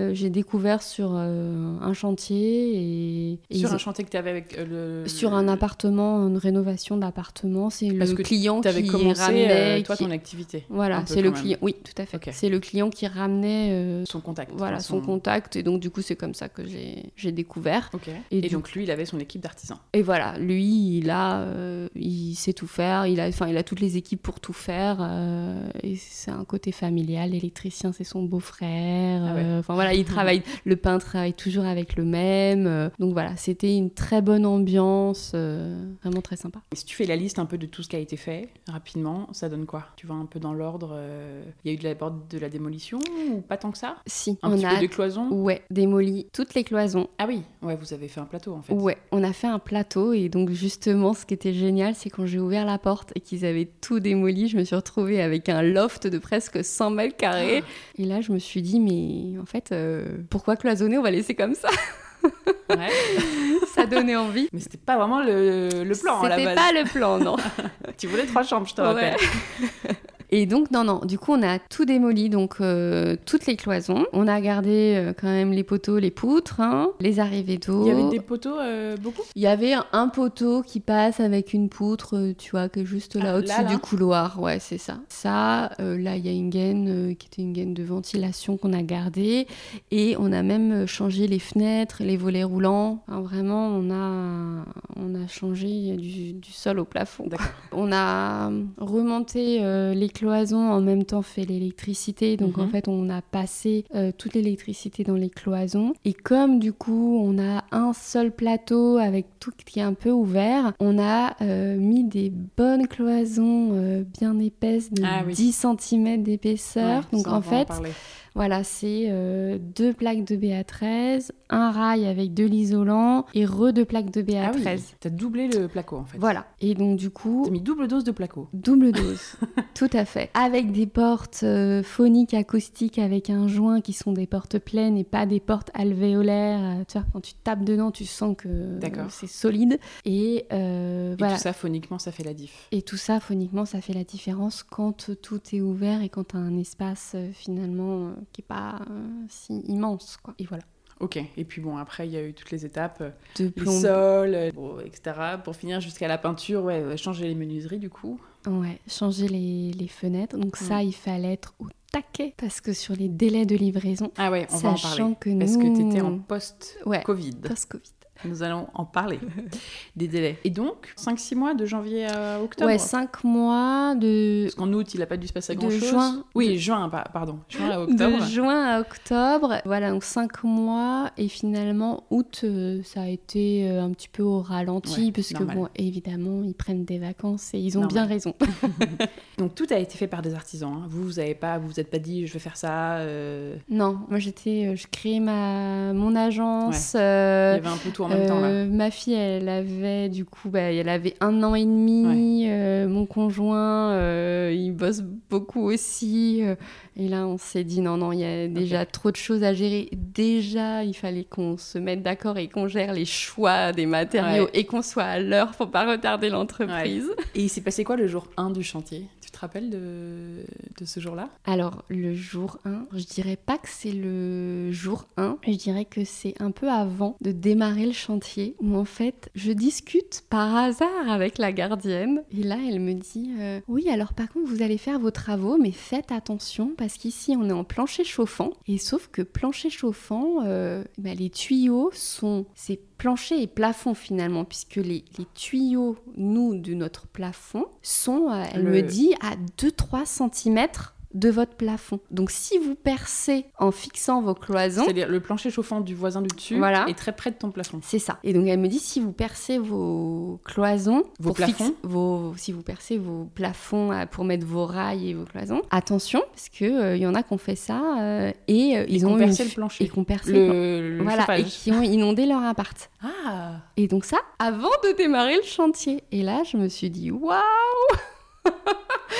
B: découvert sur euh, un chantier. Et, et
A: sur
B: ils...
A: un chantier que tu avais avec euh, le...
B: Sur un appartement, une rénovation d'appartement. C'est
A: Parce
B: le
A: que
B: client
A: qui
B: commencé, ramenait...
A: Euh, toi,
B: qui...
A: ton activité.
B: Voilà, c'est le client. Oui, tout à fait. Okay. C'est le client qui ramenait... Euh...
A: Son contact.
B: Voilà, son... son contact. Et donc, du coup, c'est comme ça que j'ai, j'ai découvert.
A: Okay. Et, et du... donc, lui, il avait son équipe d'artisans.
B: Et voilà, lui, il a... Euh, il sait tout faire. Il a, enfin, il a toutes les équipes pour tout faire. Euh, et c'est un côté familial. L'électricien, c'est son beau-frère. Ah ouais. euh, enfin, voilà, il travaille... le peintre travaille toujours avec le même. Euh, donc, voilà, c'était une très bonne ambiance. Euh, vraiment très sympa.
A: Et si tu fais la liste un peu de tout ce qui a été fait, rapidement, ça donne quoi? Tu vas un peu dans l'ordre. Euh... Il y a eu de la, de la démolition ou pas tant que ça?
B: Si.
A: Un
B: on
A: petit
B: a...
A: peu de cloisons?
B: Ouais, démoli toutes les cloisons.
A: Ah oui, ouais, vous avez fait un plateau en fait.
B: Ouais, on a fait un plateau et donc justement, ce qui était génial, c'est quand j'ai ouvert la porte et qu'ils avaient tout démoli, je me suis retrouvée avec un loft de presque cent mètres carrés. Et là, je me suis dit, mais en fait, euh, pourquoi cloisonner? On va laisser comme ça.
A: Ouais.
B: Ça donnait envie.
A: Mais c'était pas vraiment le, le plan à la base.
B: C'était pas le plan, non.
A: Tu voulais trois chambres, je te rappelle.
B: Ouais. Et donc, non, non, du coup, on a tout démoli, donc euh, toutes les cloisons. On a gardé euh, quand même les poteaux, les poutres, hein, les arrivées d'eau.
A: Il y avait des poteaux, euh, beaucoup?
B: Il y avait un, un poteau qui passe avec une poutre, euh, tu vois, qui est juste là, ah, au-dessus là, là. du couloir. Ouais, c'est ça. Ça, euh, là, il y a une gaine euh, qui était une gaine de ventilation qu'on a gardée. Et on a même changé les fenêtres, les volets roulants. Enfin, vraiment, on a, on a changé du, du sol au plafond.
A: D'accord.
B: On a remonté euh, les cloisons, en même temps fait l'électricité, donc mm-hmm. en fait on a passé euh, toute l'électricité dans les cloisons, et comme du coup on a un seul plateau avec tout qui est un peu ouvert, on a euh, mis des bonnes cloisons euh, bien épaisses de ah, oui. dix centimètres d'épaisseur, ouais, donc en fait en voilà, c'est euh, deux plaques de B A treize, un rail avec de l'isolant et re deux plaques de B A treize.
A: Ah oui, t'as doublé le placo en fait.
B: Voilà, et donc du coup...
A: T'as mis double dose de placo.
B: Double dose, tout à fait. Avec des portes euh, phoniques acoustiques avec un joint qui sont des portes pleines et pas des portes alvéolaires. Euh, tu vois, quand tu tapes dedans, tu sens que euh, c'est solide. Et, euh,
A: et
B: voilà.
A: tout ça, phoniquement, ça fait la diff.
B: Et tout ça, phoniquement, ça fait la différence quand tout est ouvert et quand t'as un espace euh, finalement... Euh, qui n'est pas euh, si immense, quoi. Et voilà.
A: Ok, et puis bon, après, il y a eu toutes les étapes,
B: de
A: les
B: plomb...
A: sols, bon, et cetera. Pour finir jusqu'à la peinture, ouais, changer les menuiseries, du coup.
B: Ouais, changer les, les fenêtres. Donc mmh. ça, il fallait être au taquet, parce que sur les délais de livraison...
A: Ah ouais, on va en parler.
B: Que
A: parce
B: nous...
A: que t'étais en post-Covid.
B: Ouais, post-Covid.
A: Nous allons en parler, des délais. Et donc, cinq six mois de janvier à octobre?
B: Ouais, cinq mois de...
A: Parce qu'en août, il n'a pas dû se passer grand-chose.
B: De juin...
A: Oui,
B: de...
A: juin, pardon. Juin à octobre.
B: De juin à octobre. Voilà, donc cinq mois. Et finalement, août, euh, ça a été euh, un petit peu au ralenti, ouais, parce normal. Que, bon, évidemment, ils prennent des vacances et ils ont normal. Bien raison.
A: Donc, tout a été fait par des artisans. Hein. Vous, vous avez pas, vous vous êtes pas dit, je vais faire ça euh...
B: Non, moi, j'étais... Euh, je créais ma... mon agence.
A: Ouais.
B: Euh,
A: il y avait un peu tout en même temps, là.
B: Euh, ma fille, elle avait du coup, bah, elle avait un an et demi. Ouais. Euh, mon conjoint, euh, il bosse beaucoup aussi. Euh, et là, on s'est dit non, non, il y a déjà okay. trop de choses à gérer. Déjà, il fallait qu'on se mette d'accord et qu'on gère les choix des matériaux ouais. et qu'on soit à l'heure pour pas retarder l'entreprise.
A: Ouais. Et il s'est passé quoi le jour un du chantier ? Tu te rappelles de, de ce jour-là ?
B: Alors, le jour un, je dirais pas que c'est le jour un, je dirais que c'est un peu avant de démarrer le chantier, où en fait, je discute par hasard avec la gardienne, et là, elle me dit euh, « Oui, alors par contre, vous allez faire vos travaux, mais faites attention, parce qu'ici, on est en plancher chauffant, et sauf que plancher chauffant, euh, bah, les tuyaux sont... c'est plancher et plafond finalement, puisque les, les tuyaux, nous, de notre plafond, sont, euh, elle le... me dit, à deux à trois centimètres de votre plafond. Donc si vous percez en fixant vos cloisons...
A: C'est-à-dire le plancher chauffant du voisin du dessus voilà. est très près de ton plafond.
B: C'est ça. Et donc elle me dit, si vous percez vos cloisons...
A: Vos plafonds
B: fixe, vos, Si vous percez vos plafonds pour mettre vos rails et vos cloisons, attention, parce qu'il euh, y en a qui ont fait ça euh, et euh, ils ont
A: percé
B: une...
A: le plancher.
B: Et qui ont percé
A: le, le
B: voilà,
A: chauffage.
B: Et qui ont inondé leur appart.
A: Ah.
B: Et donc ça, avant de démarrer le chantier. Et là, je me suis dit, waouh.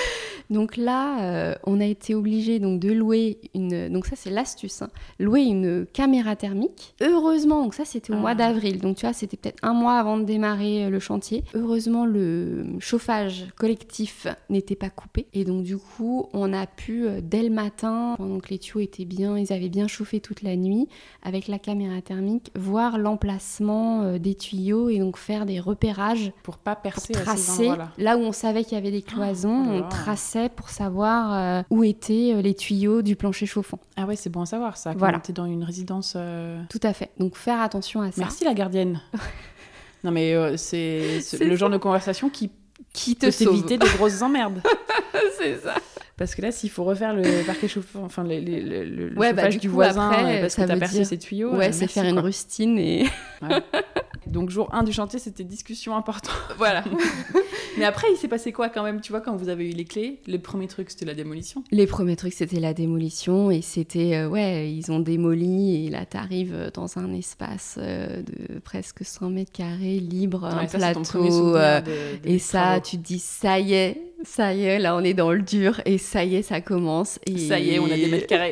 B: Donc là, euh, on a été obligé donc de louer une. Donc ça, c'est l'astuce. Hein, louer une caméra thermique. Heureusement, donc ça, c'était au ah. mois d'avril. Donc tu vois, c'était peut-être un mois avant de démarrer le chantier. Heureusement, le chauffage collectif n'était pas coupé. Et donc du coup, on a pu dès le matin, pendant que les tuyaux étaient bien, ils avaient bien chauffé toute la nuit, avec la caméra thermique, voir l'emplacement des tuyaux et donc faire des repérages
A: pour pas percer
B: pour tracer
A: à ces endroits-là.
B: Là où on savait qu'il y avait des cloisons,
A: oh
B: on traçait pour savoir euh, où étaient euh, les tuyaux du plancher chauffant.
A: Ah ouais, c'est bon à savoir ça, quand
B: voilà.
A: t'es dans une résidence... Euh...
B: Tout à fait, donc faire attention à ça.
A: Merci la gardienne. Non mais euh, c'est, c'est, c'est le ça. genre de conversation qui,
B: qui te
A: peut
B: sauve.
A: T'éviter de grosses emmerdes.
B: C'est ça.
A: Parce que là, s'il faut refaire le parquet chauffant, enfin le, le, le, le
B: ouais,
A: chauffage
B: bah, du,
A: du
B: coup,
A: voisin,
B: après,
A: parce
B: ça
A: que t'as
B: veut
A: percé
B: dire...
A: ses tuyaux.
B: Ouais,
A: euh,
B: c'est
A: merci,
B: faire
A: quoi.
B: une rustine et...
A: Ouais. Donc jour un du chantier, c'était discussion importante.
B: Voilà.
A: Mais après, il s'est passé quoi quand même? Tu vois, quand vous avez eu les clés, les premiers trucs, c'était la démolition.
B: Les premiers trucs, c'était la démolition. Et c'était, euh, ouais, ils ont démoli. Et là, t'arrives dans un espace euh, de presque cent mètres carrés, libre, ouais, un ça, plateau. Euh, de, de et ça, travaux. Tu te dis, ça y est, ça y est, là, on est dans le dur. Et ça y est, ça commence. Et...
A: Ça y est, on a des mètres carrés.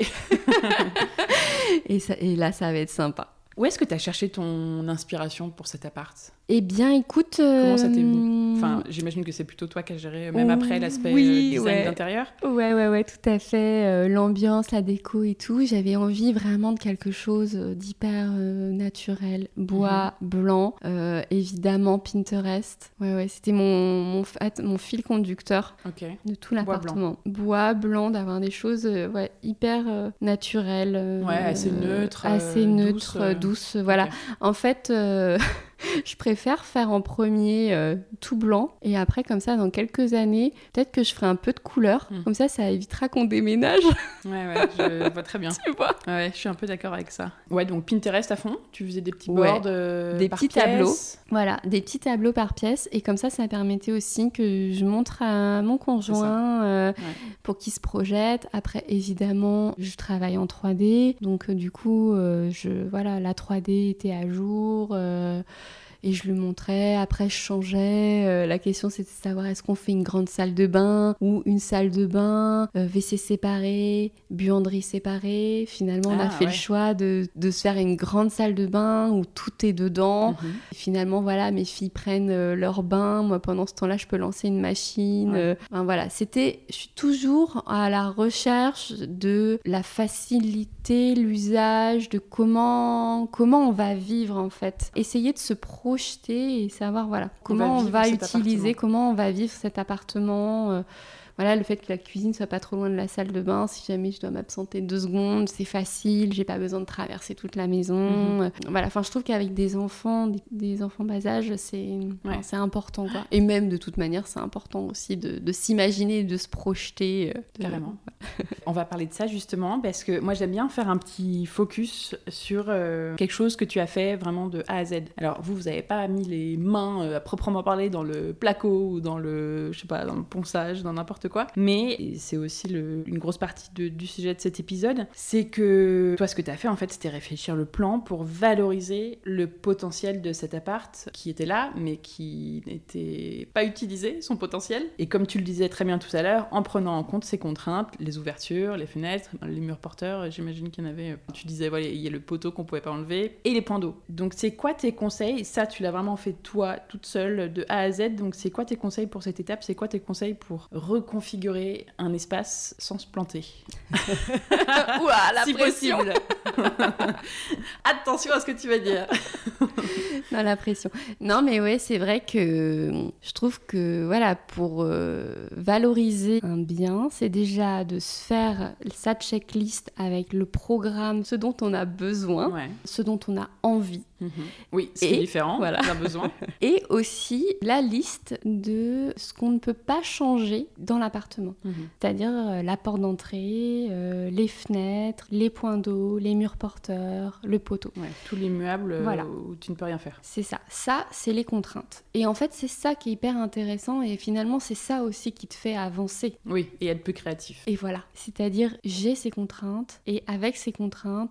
B: et, ça, et là, ça va être sympa.
A: Où est-ce que tu as cherché ton inspiration pour cet appart?
B: Eh bien, écoute... Euh...
A: Comment ça t'est venu? Enfin, j'imagine que c'est plutôt toi qui as géré, même après, l'aspect
B: oui,
A: euh, design
B: ouais.
A: d'intérieur.
B: Ouais, ouais, ouais, tout à fait. Euh, l'ambiance, la déco et tout. J'avais envie vraiment de quelque chose d'hyper euh, naturel. Bois, mm-hmm. blanc, euh, évidemment Pinterest. Ouais, ouais, c'était mon, mon, mon fil conducteur
A: okay.
B: de tout l'appartement. Bois blanc, Bois, blanc d'avoir des choses euh, ouais, hyper euh, naturelles. Euh,
A: ouais, assez neutres.
B: Assez
A: euh,
B: neutres,
A: douces.
B: douces. Euh... Voilà. Okay. En fait... Euh... je préfère faire en premier euh, tout blanc et après comme ça dans quelques années peut-être que je ferai un peu de couleur mmh. comme ça ça évitera qu'on déménage.
A: Ouais ouais, je vois très bien.
B: Tu vois.
A: Ouais, je suis un peu d'accord avec ça. Ouais, donc Pinterest à fond, tu faisais des petits
B: ouais.
A: boards euh,
B: des
A: par
B: petits
A: pièce.
B: tableaux. Voilà, des petits tableaux par pièce et comme ça ça permettait aussi que je montre à mon conjoint euh, ouais. pour qu'il se projette. Après évidemment, je travaille en trois D donc euh, du coup euh, je voilà, la trois D était à jour euh, et je lui montrais, après je changeais. Euh, la question c'était de savoir est-ce qu'on fait une grande salle de bain ou une salle de bain, euh, W C séparée, buanderie séparée. Finalement on ah, a fait ouais. le choix de, de se faire une grande salle de bain où tout est dedans. Mm-hmm. Et finalement voilà, mes filles prennent euh, leur bain, moi pendant ce temps-là je peux lancer une machine. Ouais. Euh, enfin, voilà, c'était, je suis toujours à la recherche de la facilité, l'usage, de comment, comment on va vivre en fait. Essayer de se projeter et savoir voilà comment on va, on va utiliser, comment on va vivre cet appartement. Euh, voilà, le fait que la cuisine soit pas trop loin de la salle de bain, si jamais je dois m'absenter deux secondes, c'est facile, j'ai pas besoin de traverser toute la maison. Mm-hmm. Voilà, enfin je trouve qu'avec des enfants, des, des enfants bas âge, c'est, ouais. enfin, c'est important quoi. Et même de toute manière, c'est important aussi de, de s'imaginer, de se projeter. Euh, de...
A: Carrément. On va parler de ça justement parce que moi j'aime bien faire un petit focus sur euh, quelque chose que tu as fait vraiment de A à Z. Alors vous, vous avez pas mis les mains euh, à proprement parler dans le placo ou dans le, je sais pas, dans le ponçage, dans n'importe quoi, mais c'est aussi le, une grosse partie de, du sujet de cet épisode, c'est que toi ce que tu as fait en fait c'était réfléchir le plan pour valoriser le potentiel de cet appart qui était là mais qui n'était pas utilisé, son potentiel, et comme tu le disais très bien tout à l'heure, en prenant en compte ses contraintes, les ouvertures, les fenêtres, les murs porteurs, j'imagine qu'il y en avait, tu disais voilà, il y a le poteau qu'on pouvait pas enlever, et les points d'eau. Donc c'est quoi tes conseils? Ça tu l'as vraiment fait toi, toute seule, de A à Z, donc c'est quoi tes conseils pour cette étape? C'est quoi tes conseils pour reconfigurer un espace sans se planter?
B: Ouah, la
A: si
B: pression.
A: Possible. Attention à ce que tu vas dire.
B: Non, la pression. Non, mais ouais, c'est vrai que je trouve que voilà, pour euh, valoriser un bien, c'est déjà de se faire sa checklist avec le programme, ce dont on a besoin, ouais. ce dont on a envie.
A: Mmh. Oui, c'est et, différent, voilà. On a besoin.
B: Et aussi la liste de ce qu'on ne peut pas changer dans l'appartement. Mmh. C'est-à-dire euh, la porte d'entrée, euh, les fenêtres, les points d'eau, les murs porteurs, le poteau.
A: Ouais, tous les meubles euh,
B: voilà.
A: où tu ne peux rien faire.
B: C'est ça. Ça, c'est les contraintes. Et en fait, c'est ça qui est hyper intéressant et finalement, c'est ça aussi qui te fait avancer.
A: Oui, et être plus créatif.
B: Et voilà. C'est-à-dire, j'ai ces contraintes et avec ces contraintes,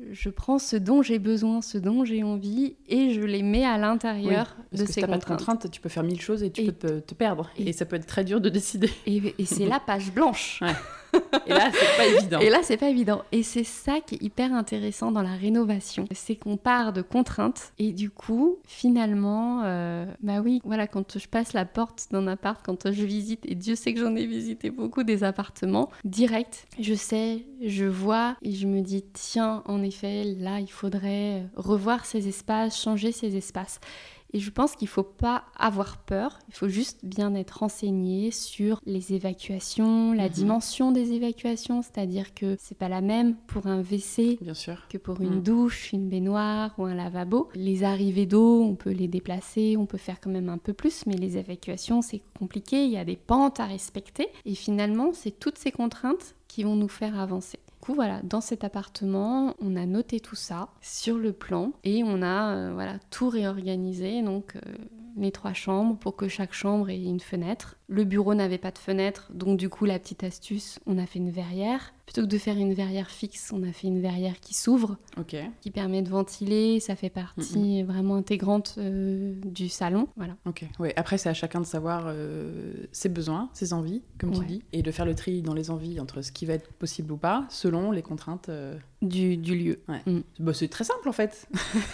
B: je prends ce dont j'ai besoin, ce dont j'ai envie, et je les mets à l'intérieur
A: oui,
B: de
A: que
B: ces
A: si t'as
B: contraintes.
A: pas de contraintes, tu peux faire mille choses et tu
B: et,
A: peux te, te perdre. Et,
B: et
A: ça peut être très dur de décider.
B: Et, et c'est la page blanche.
A: Ouais. Et là, c'est pas évident.
B: Et là, c'est pas évident. Et c'est ça qui est hyper intéressant dans la rénovation. C'est qu'on part de contraintes. Et du coup, finalement, euh, bah oui, voilà, quand je passe la porte d'un appart, quand je visite, et Dieu sait que j'en ai visité beaucoup des appartements, direct, je sais, je vois, et je me dis, tiens, en effet, là, il faudrait revoir ces espaces, changer ces espaces. Et je pense qu'il ne faut pas avoir peur, il faut juste bien être renseigné sur les évacuations, la mmh. dimension des évacuations, c'est-à-dire que c'est pas la même pour un W C
A: bien sûr.
B: que pour une mmh. douche, une baignoire ou un lavabo. Les arrivées d'eau, on peut les déplacer, on peut faire quand même un peu plus, mais les évacuations, c'est compliqué, il y a des pentes à respecter. Et finalement, c'est toutes ces contraintes qui vont nous faire avancer. Du coup, voilà, dans cet appartement, on a noté tout ça sur le plan et on a euh, voilà, tout réorganisé, donc euh, les trois chambres pour que chaque chambre ait une fenêtre. Le bureau n'avait pas de fenêtre, donc du coup, la petite astuce, on a fait une verrière. Plutôt que de faire une verrière fixe, on a fait une verrière qui s'ouvre,
A: okay.
B: qui permet de ventiler, ça fait partie mm-hmm. vraiment intégrante euh, du salon. Voilà.
A: Ok, ouais. Après, c'est à chacun de savoir euh, ses besoins, ses envies, comme
B: ouais.
A: tu dis, et de faire le tri dans les envies entre ce qui va être possible ou pas, selon les contraintes euh...
B: du, du lieu.
A: Ouais. Mm. Bah, c'est très simple en fait.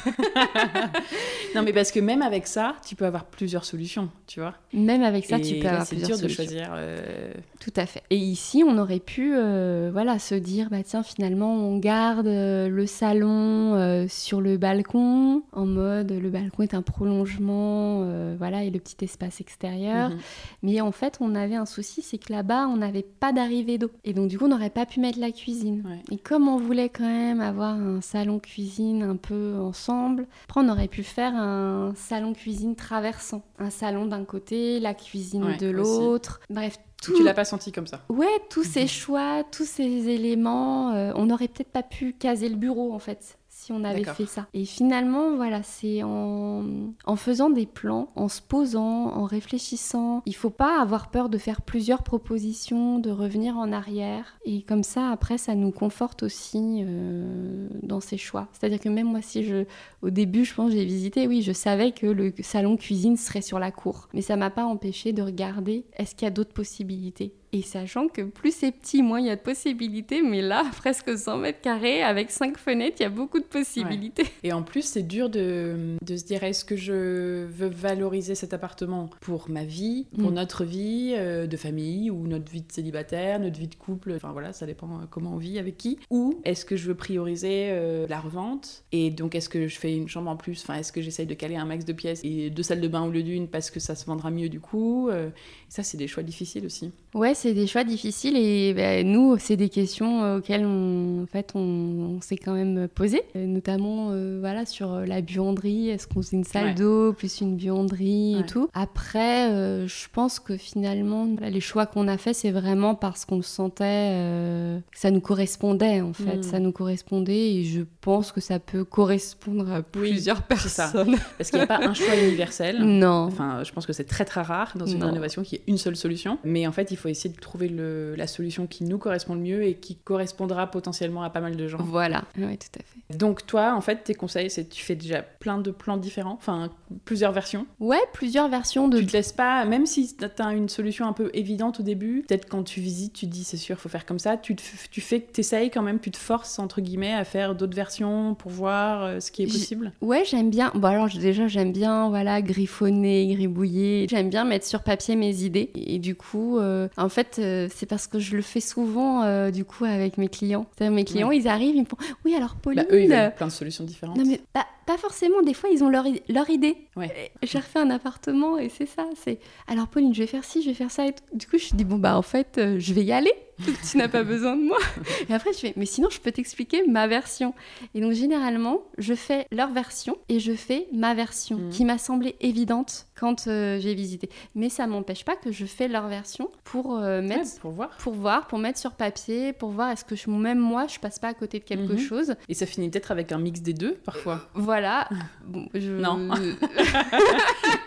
A: Non, mais parce que même avec ça, tu peux avoir plusieurs solutions, tu vois.
B: Même avec ça,
A: et
B: tu peux
A: là,
B: avoir
A: c'est
B: plusieurs
A: dur
B: solutions.
A: de choisir. Euh...
B: Tout à fait. Et ici, on aurait pu euh, voilà, se dire, bah tiens, finalement, on garde euh, le salon euh, sur le balcon, en mode, le balcon est un prolongement, euh, voilà, et le petit espace extérieur. Mm-hmm. Mais en fait, on avait un souci, c'est que là-bas, on n'avait pas d'arrivée d'eau. Et donc, du coup, on n'aurait pas pu mettre la cuisine. Ouais. Et comme on voulait quand même avoir un salon-cuisine un peu ensemble, après, on aurait pu faire un salon-cuisine traversant. Un salon d'un côté, la cuisine ouais, de l'autre. Aussi. Bref, tout...
A: Tu l'as pas senti comme ça?
B: Ouais, tous ces choix, tous ces éléments, euh, on n'aurait peut-être pas pu caser le bureau en fait, si on avait D'accord. fait ça. Et finalement, voilà, c'est en, en faisant des plans, en se posant, en réfléchissant. Il faut pas avoir peur de faire plusieurs propositions, de revenir en arrière. Et comme ça, après, ça nous conforte aussi euh, dans ces choix. C'est-à-dire que même moi, si je... Au début, je pense, j'ai visité, oui, je savais que le salon cuisine serait sur la cour. Mais ça m'a pas empêché de regarder, est-ce qu'il y a d'autres possibilités ? Et sachant que plus c'est petit, moins il y a de possibilités, mais là, presque cent mètres carrés, avec cinq fenêtres, il y a beaucoup de possibilités.
A: Ouais. Et en plus, c'est dur de, de se dire, est-ce que je veux valoriser cet appartement pour ma vie, pour mmh. notre vie euh, de famille, ou notre vie de célibataire, notre vie de couple, enfin voilà, ça dépend comment on vit, avec qui, ou est-ce que je veux prioriser euh, la revente, et donc est-ce que je fais une chambre en plus, enfin est-ce que j'essaye de caler un max de pièces, et deux salles de bain au lieu d'une, parce que ça se vendra mieux du coup, euh, ça c'est des choix difficiles aussi.
B: Ouais, c'est des choix difficiles et bah, nous, c'est des questions auxquelles on, en fait, on, on s'est quand même posé, notamment euh, voilà, sur la buanderie, est-ce qu'on fait une salle ouais. d'eau plus une buanderie ouais. et tout. Après, euh, je pense que finalement, voilà, les choix qu'on a faits, c'est vraiment parce qu'on le sentait, euh, que ça nous correspondait en fait, mmh. ça nous correspondait et je pense que ça peut correspondre à plusieurs oui, personnes.
A: C'est ça. Parce qu'il n'y a pas un choix universel.
B: Non.
A: Enfin, je pense que c'est très très rare dans une non. rénovation qu'il y ait une seule solution, mais en fait, il faut essayer de trouver le, la solution qui nous correspond le mieux et qui correspondra potentiellement à pas mal de gens.
B: Voilà, oui, tout à fait.
A: Donc toi, en fait, tes conseils, c'est que tu fais déjà plein de plans différents, enfin, plusieurs versions.
B: Ouais, plusieurs versions de...
A: Tu te laisses pas, même si t'as une solution un peu évidente au début, peut-être quand tu visites, tu te dis, c'est sûr, faut faire comme ça, tu, te, tu fais que t'essayes quand même, tu te forces, entre guillemets, à faire d'autres versions pour voir euh, ce qui est possible.
B: J'... Ouais, j'aime bien, bon alors déjà, j'aime bien, voilà, griffonner, gribouiller, j'aime bien mettre sur papier mes idées, et, et du coup, euh, en fait, euh, c'est parce que je le fais souvent, euh, du coup, avec mes clients. C'est-à-dire, mes clients, ouais. ils arrivent, ils me font « Oui, alors Pauline... »
A: Bah, eux, ils veulent plein de solutions différentes.
B: Non, mais bah, pas forcément. Des fois, ils ont leur, leur idée.
A: Ouais.
B: J'ai refait un appartement et c'est ça. C'est alors, Pauline, je vais faire ci, je vais faire ça. Et du coup, je dis « Bon, bah, en fait, euh, je vais y aller. Tu n'as pas besoin de moi. » Et après, je fais « Mais sinon, je peux t'expliquer ma version. » Et donc, généralement, je fais leur version et je fais ma version mmh. qui m'a semblé évidente quand euh, j'ai visité. Mais ça ne m'empêche pas que je fais leur version pour euh, mettre...
A: Ouais, pour voir.
B: Pour voir, pour mettre sur papier, pour voir est-ce que je, même moi, je passe pas à côté de quelque mmh. chose.
A: Et ça finit peut-être avec un mix des deux, parfois.
B: Voilà. Bon, je...
A: Non.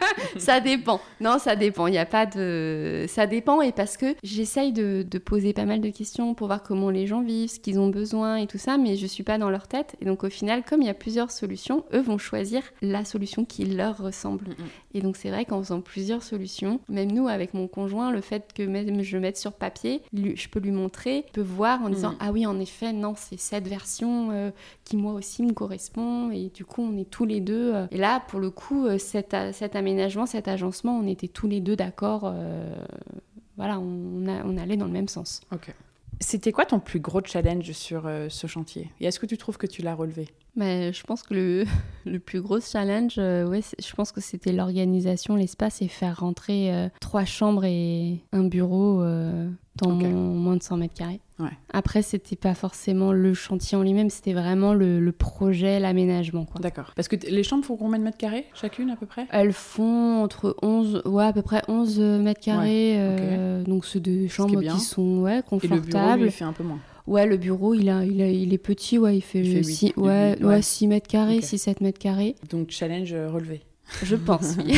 B: Ça dépend. Non, ça dépend. Il n'y a pas de... Ça dépend et parce que j'essaye de, de poser pas mal de questions pour voir comment les gens vivent, ce qu'ils ont besoin et tout ça, mais je ne suis pas dans leur tête. Et donc au final, comme il y a plusieurs solutions, eux vont choisir la solution qui leur ressemble. Mm-hmm. Et donc c'est vrai qu'en faisant plusieurs solutions, même nous avec mon conjoint, le fait que même je mette sur papier, lui, je peux lui montrer, il peut voir en disant mm. ah oui en effet non c'est cette version euh, qui moi aussi me correspond et du coup on est tous les deux euh... et là pour le coup euh, cet, cet aménagement, cet agencement, on était tous les deux d'accord, euh... voilà on, a, on allait dans le même sens.
A: Ok. C'était quoi ton plus gros challenge sur euh, ce chantier et est-ce que tu trouves que tu l'as relevé?
B: Mais je pense que le, le plus gros challenge, euh, ouais, je pense que c'était l'organisation, l'espace et faire rentrer euh, trois chambres et un bureau euh, dans okay. mon, moins de cent mètres carrés.
A: Ouais.
B: Après, c'était pas forcément le chantier en lui-même, c'était vraiment le, le projet, l'aménagement. Quoi.
A: D'accord. Parce que t- les chambres font combien de mètres carrés chacune à peu près?
B: Elles font entre onze, ouais, à peu près onze mètres carrés. Ouais. Euh, okay. Donc, c'est des chambres qui sont ouais, confortables.
A: Et le bureau, lui, fait un peu moins.
B: Ouais, le bureau, il, a, il, a, il est petit, ouais, il fait, il fait six, huit, ouais, ouais. Ouais, six mètres carrés, okay. six sept mètres carrés.
A: Donc, challenge relevé.
B: Je pense, oui.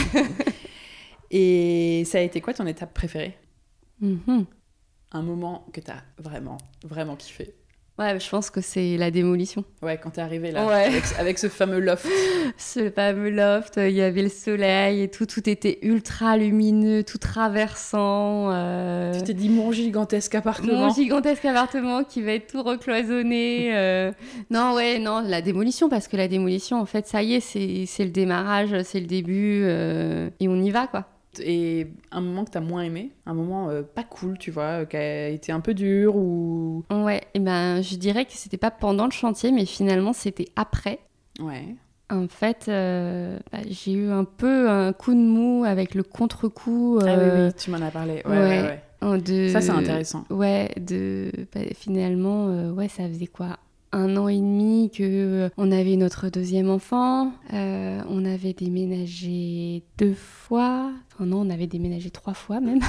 A: Et ça a été quoi ton étape préférée?
B: mm-hmm.
A: Un moment que t'as vraiment, vraiment kiffé?
B: Ouais, je pense que c'est la démolition.
A: Ouais, quand t'es arrivée là,
B: ouais.
A: avec, avec ce fameux loft.
B: Ce fameux loft, il y avait le soleil et tout, tout était ultra lumineux, tout traversant. Euh...
A: Tu t'es dit mon gigantesque appartement.
B: Mon gigantesque appartement qui va être tout recloisonné. Euh... Non, ouais, non, la démolition, parce que la démolition, en fait, ça y est, c'est, c'est le démarrage, c'est le début, euh... et on y va, quoi.
A: Et un moment que t'as moins aimé, un moment euh, pas cool, tu vois, euh, qui a été un peu dur ou...
B: Ouais, et ben je dirais que c'était pas pendant le chantier, mais finalement c'était après.
A: Ouais.
B: En fait, euh, bah, j'ai eu un peu un coup de mou avec le contre-coup. Euh...
A: Ah oui, oui, tu m'en as parlé. Ouais, ouais, ouais.
B: ouais. De...
A: Ça, c'est intéressant.
B: Ouais, de... Bah, finalement, euh, ouais, ça faisait quoi ? Un an et demi que euh, on avait notre deuxième enfant, euh, on avait déménagé deux fois, enfin non, on avait déménagé trois fois même.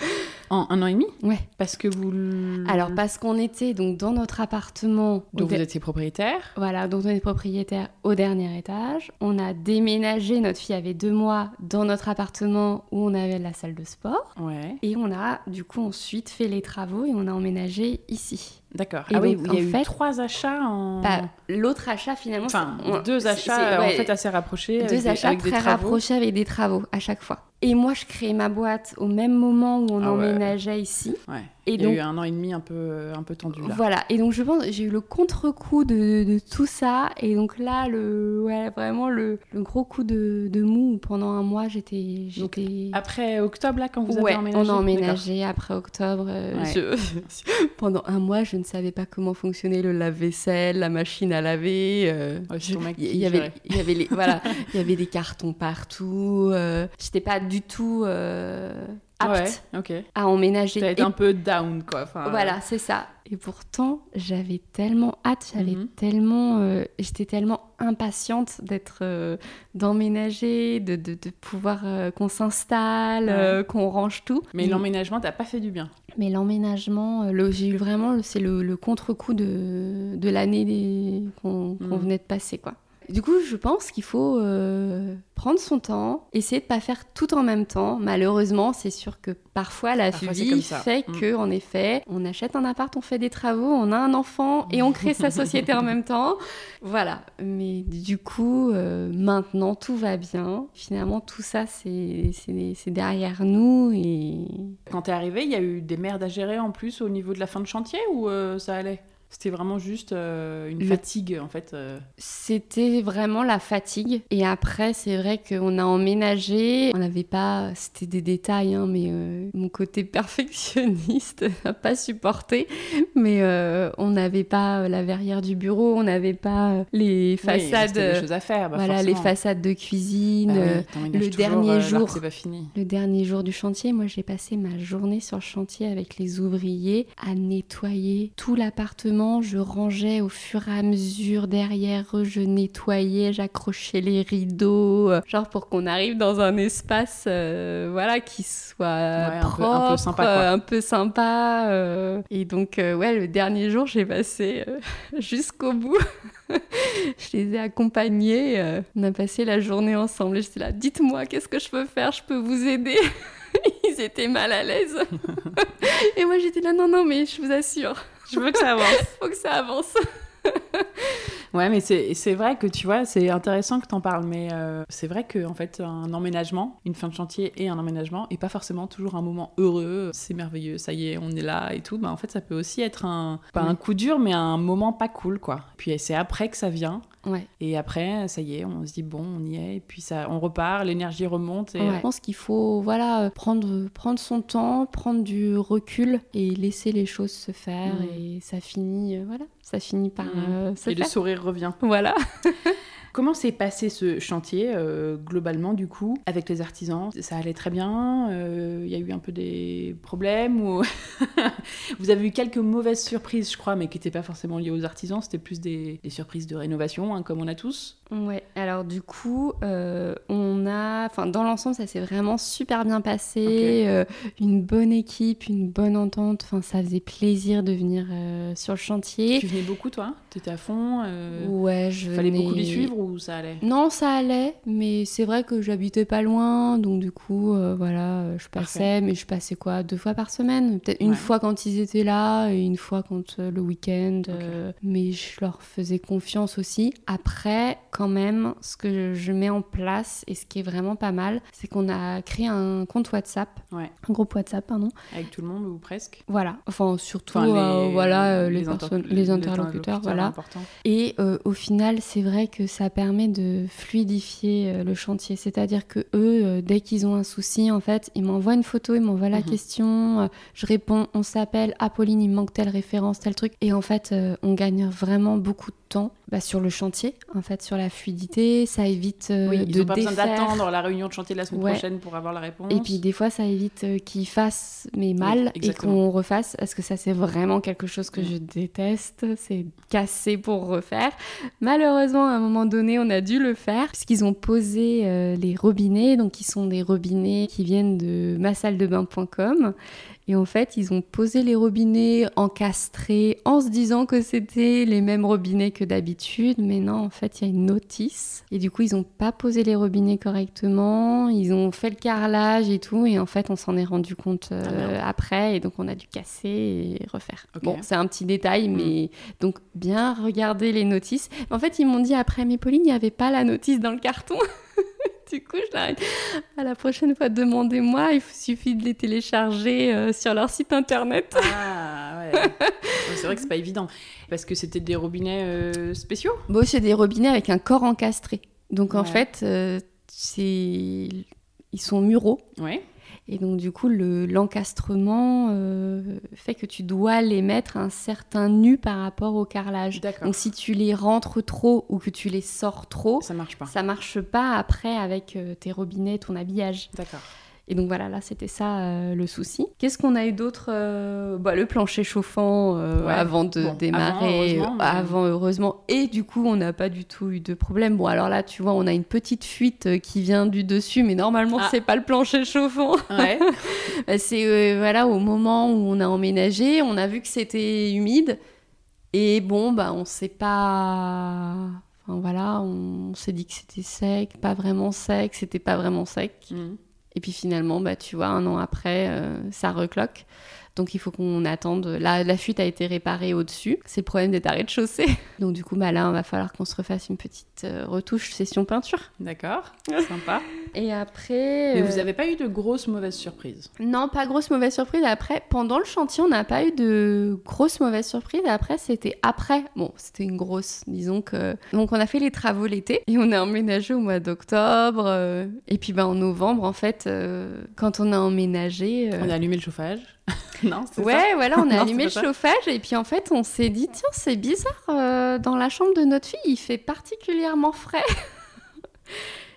A: En un an et demi ?
B: Ouais.
A: Parce que vous...
B: Alors, parce qu'on était donc dans notre appartement...
A: Donc, vous dé... étiez propriétaire ?
B: Voilà, donc on est propriétaire au dernier étage. On a déménagé, notre fille avait deux mois, dans notre appartement où on avait la salle de sport.
A: Ouais.
B: Et on a, du coup, ensuite fait les travaux et on a emménagé ici.
A: D'accord.
B: Et
A: ah
B: donc,
A: oui, il y a eu
B: fait,
A: trois achats en...
B: Bah, l'autre achat, finalement...
A: Enfin,
B: on...
A: deux achats, c'est, c'est, ouais, en fait, assez rapprochés.
B: Deux
A: avec des,
B: achats
A: avec
B: très
A: des travaux.
B: rapprochés avec des travaux, à chaque fois. Et moi, je créais ma boîte au même moment où on ah emménageait
A: ouais.
B: ici.
A: Ouais.
B: Et
A: il
B: donc,
A: y a eu un an et demi un peu, un peu tendu, là.
B: Voilà. Et donc, je pense j'ai eu le contre-coup de, de tout ça. Et donc là, le, ouais, vraiment le, le gros coup de, de mou où pendant un mois, j'étais... j'étais...
A: Donc, après octobre, là, quand vous
B: ouais,
A: avez emménagé?
B: on a emménagé après octobre. Euh, ouais. je... pendant un mois, je ne savais pas comment fonctionnait le lave-vaisselle, la machine à laver. Euh,
A: ouais, je...
B: Il y avait, il y avait les, voilà, il y avait des cartons partout. Euh, j'étais pas du tout... Euh... apte
A: ouais, okay.
B: à emménager.
A: T'as été et... un peu down, quoi. Enfin,
B: voilà, euh... c'est ça. Et pourtant, j'avais tellement hâte, j'avais mm-hmm. tellement, euh, j'étais tellement impatiente d'être, euh, d'emménager, de, de, de pouvoir euh, qu'on s'installe, ouais. euh, qu'on range tout.
A: Mais et... l'emménagement, t'as pas fait du bien.
B: Mais l'emménagement, euh, le, j'ai eu vraiment, c'est le, le contre-coup de, de l'année des... qu'on, mm. qu'on venait de passer, quoi. Du coup, je pense qu'il faut euh, prendre son temps, essayer de pas faire tout en même temps. Malheureusement, c'est sûr que parfois la parfois, vie fait mmh. que, en effet, on achète un appart, on fait des travaux, on a un enfant et on crée sa société en même temps. Voilà. Mais du coup, euh, maintenant, tout va bien. Finalement, tout ça, c'est, c'est, c'est derrière nous. Et...
A: Quand t'es arrivée, il y a eu des merdes à gérer en plus au niveau de la fin de chantier ou euh, ça allait ? C'était vraiment juste euh, une fatigue, en fait. Euh...
B: C'était vraiment la fatigue. Et après, c'est vrai qu'on a emménagé. On n'avait pas... C'était des détails, hein, mais euh, mon côté perfectionniste n'a pas supporté. Mais euh, on n'avait pas la verrière du bureau, on n'avait pas les façades...
A: Oui, il des choses à faire, bah,
B: voilà,
A: forcément.
B: Les façades de cuisine.
A: Bah oui,
B: le dernier
A: euh,
B: jour...
A: c'est pas fini.
B: Le dernier jour du chantier, moi, j'ai passé ma journée sur le chantier avec les ouvriers à nettoyer tout l'appartement, appartement, je rangeais au fur et à mesure derrière eux, je nettoyais, j'accrochais les rideaux, euh, genre pour qu'on arrive dans un espace euh, voilà, qui soit
A: ouais,
B: propre,
A: un peu, un peu sympa, quoi.
B: Euh, un peu sympa. Euh, et donc, euh, ouais, le dernier jour, j'ai passé euh, jusqu'au bout. Je les ai accompagnés, euh, on a passé la journée ensemble et j'étais là, dites-moi, qu'est-ce que je peux faire, je peux vous aider. Ils étaient mal à l'aise. Et moi j'étais là, non, non, mais je vous assure,
A: je veux que ça avance.
B: Faut que ça avance.
A: Ouais, mais c'est, c'est vrai que tu vois, c'est intéressant que t'en parles, mais euh, c'est vrai qu'en fait, un emménagement, une fin de chantier et un emménagement, est pas forcément toujours un moment heureux, c'est merveilleux, ça y est, on est là et tout. Bah, en fait, ça peut aussi être un, pas oui. un coup dur, mais un moment pas cool, quoi. Puis c'est après que ça vient.
B: Ouais.
A: Et après, ça y est, on se dit bon, on y est, et puis ça, on repart, l'énergie remonte. Et...
B: Ouais. Je pense qu'il faut voilà, prendre, prendre son temps, prendre du recul et laisser les choses se faire. Mmh. Et ça finit, euh, voilà, ça finit par mmh. euh, se
A: et
B: faire.
A: Le sourire revient.
B: Voilà.
A: Comment s'est passé ce chantier, euh, globalement, du coup, avec les artisans ? Ça allait très bien ? Il euh, y a eu un peu des problèmes ou... Vous avez eu quelques mauvaises surprises, je crois, mais qui n'étaient pas forcément liées aux artisans. C'était plus des, des surprises de rénovation, hein, comme on a tous.
B: Ouais, alors du coup, euh, on a... Enfin, dans l'ensemble, ça s'est vraiment super bien passé. Okay. Euh, une bonne équipe, une bonne entente. Enfin, ça faisait plaisir de venir euh, sur le chantier.
A: Tu venais beaucoup, toi ? T'étais à fond euh...
B: Ouais, je
A: Fallait
B: venais...
A: beaucoup les suivre ou ça allait ?
B: Non, ça allait, mais c'est vrai que j'habitais pas loin, donc du coup, euh, voilà, je passais, Parfait. mais je passais quoi, deux fois par semaine ? Peut-être une ouais. fois quand ils étaient là et une fois quand euh, le week-end, okay. euh, mais je leur faisais confiance aussi. Après, quand même, ce que je mets en place et ce qui est vraiment pas mal, c'est qu'on a créé un compte WhatsApp,
A: ouais.
B: un groupe WhatsApp, pardon.
A: Avec tout le monde ou presque ?
B: Voilà, enfin surtout
A: enfin, les,
B: euh, voilà, les,
A: les,
B: personnes,
A: inter-
B: les interlocuteurs, voilà.
A: Important.
B: Et euh, au final, c'est vrai que ça permet de fluidifier euh, le chantier, c'est-à-dire que eux, euh, dès qu'ils ont un souci, en fait, ils m'envoient une photo, ils m'envoient la mmh. question, euh, je réponds, on s'appelle, ah Pauline, il me manque telle référence, tel truc, et en fait, euh, on gagne vraiment beaucoup de temps bah, sur le chantier, en fait, sur la fluidité, ça évite euh,
A: oui,
B: de
A: ils n'ont pas
B: défaire.
A: besoin d'attendre la réunion de chantier de la semaine
B: ouais.
A: prochaine pour avoir la réponse.
B: Et puis des fois, ça évite euh, qu'ils fassent mais mal oui, et qu'on refasse, parce que ça, c'est vraiment quelque chose que mmh. je déteste, c'est casser pour refaire. Malheureusement, à un moment donné, on a dû le faire, puisqu'ils ont posé euh, les robinets, donc qui sont des robinets qui viennent de ma salle de bain point com. Et en fait, ils ont posé les robinets encastrés en se disant que c'était les mêmes robinets que d'habitude. Mais non, en fait, il y a une notice. Et du coup, ils n'ont pas posé les robinets correctement. Ils ont fait le carrelage et tout. Et en fait, on s'en est rendu compte euh, ah après. Et donc, on a dû casser et refaire. Okay. Bon, c'est un petit détail, mais mmh. donc, bien regarder les notices. En fait, ils m'ont dit après, mais Pauline, il n'y avait pas la notice dans le carton. Du coup, je l'arrête. À la prochaine fois, demandez-moi. Il suffit de les télécharger euh, sur leur site internet.
A: Ah, ouais. C'est vrai que c'est pas évident. Parce que c'était des robinets euh, spéciaux ?
B: Bon, c'est des robinets avec un corps encastré. Donc, ouais. en fait, euh, c'est... ils sont muraux.
A: Ouais.
B: Et donc, du coup, le, l'encastrement euh, fait que tu dois les mettre à un certain nu par rapport au carrelage.
A: D'accord.
B: Donc, si tu les rentres trop ou que tu les sors trop,
A: ça marche pas.
B: Ça marche pas après avec euh, tes robinets, ton habillage.
A: D'accord.
B: Et donc voilà, là, c'était ça euh, le souci. Qu'est-ce qu'on a eu d'autre euh, bah, le plancher chauffant euh, ouais. avant de bon, démarrer. Avant heureusement, mais... avant, heureusement. Et du coup, on n'a pas du tout eu de problème. Bon, alors là, tu vois, on a une petite fuite qui vient du dessus, mais normalement, ah. c'est pas le plancher chauffant.
A: Ouais.
B: bah, c'est euh, voilà, au moment où on a emménagé, on a vu que c'était humide. Et bon, bah, on sait pas... Enfin, voilà, on s'est dit que c'était sec, pas vraiment sec, c'était pas vraiment sec. Mmh. Et puis finalement, bah, tu vois, un an après, euh, ça recloque. Donc il faut qu'on attende. La, la fuite a été réparée au-dessus. C'est le problème des rez-de-chaussée. Donc du coup, bah, là, il va falloir qu'on se refasse une petite euh, retouche session peinture.
A: D'accord, sympa.
B: Et après...
A: Mais
B: euh...
A: vous n'avez pas eu de grosses mauvaises surprises ?
B: Non, pas grosse mauvaise surprise. Après, pendant le chantier, on n'a pas eu de grosses mauvaises surprises. Après, c'était après. Bon, c'était une grosse, disons que... Donc on a fait les travaux l'été et on a emménagé au mois d'octobre. Euh... Et puis bah, en novembre, en fait, euh, quand on a emménagé... Euh...
A: On a allumé le chauffage. Non, c'est
B: ouais,
A: ça.
B: voilà, on a
A: non,
B: allumé le
A: ça.
B: chauffage et puis en fait, on s'est dit, tiens, c'est bizarre, euh, dans la chambre de notre fille, il fait particulièrement frais.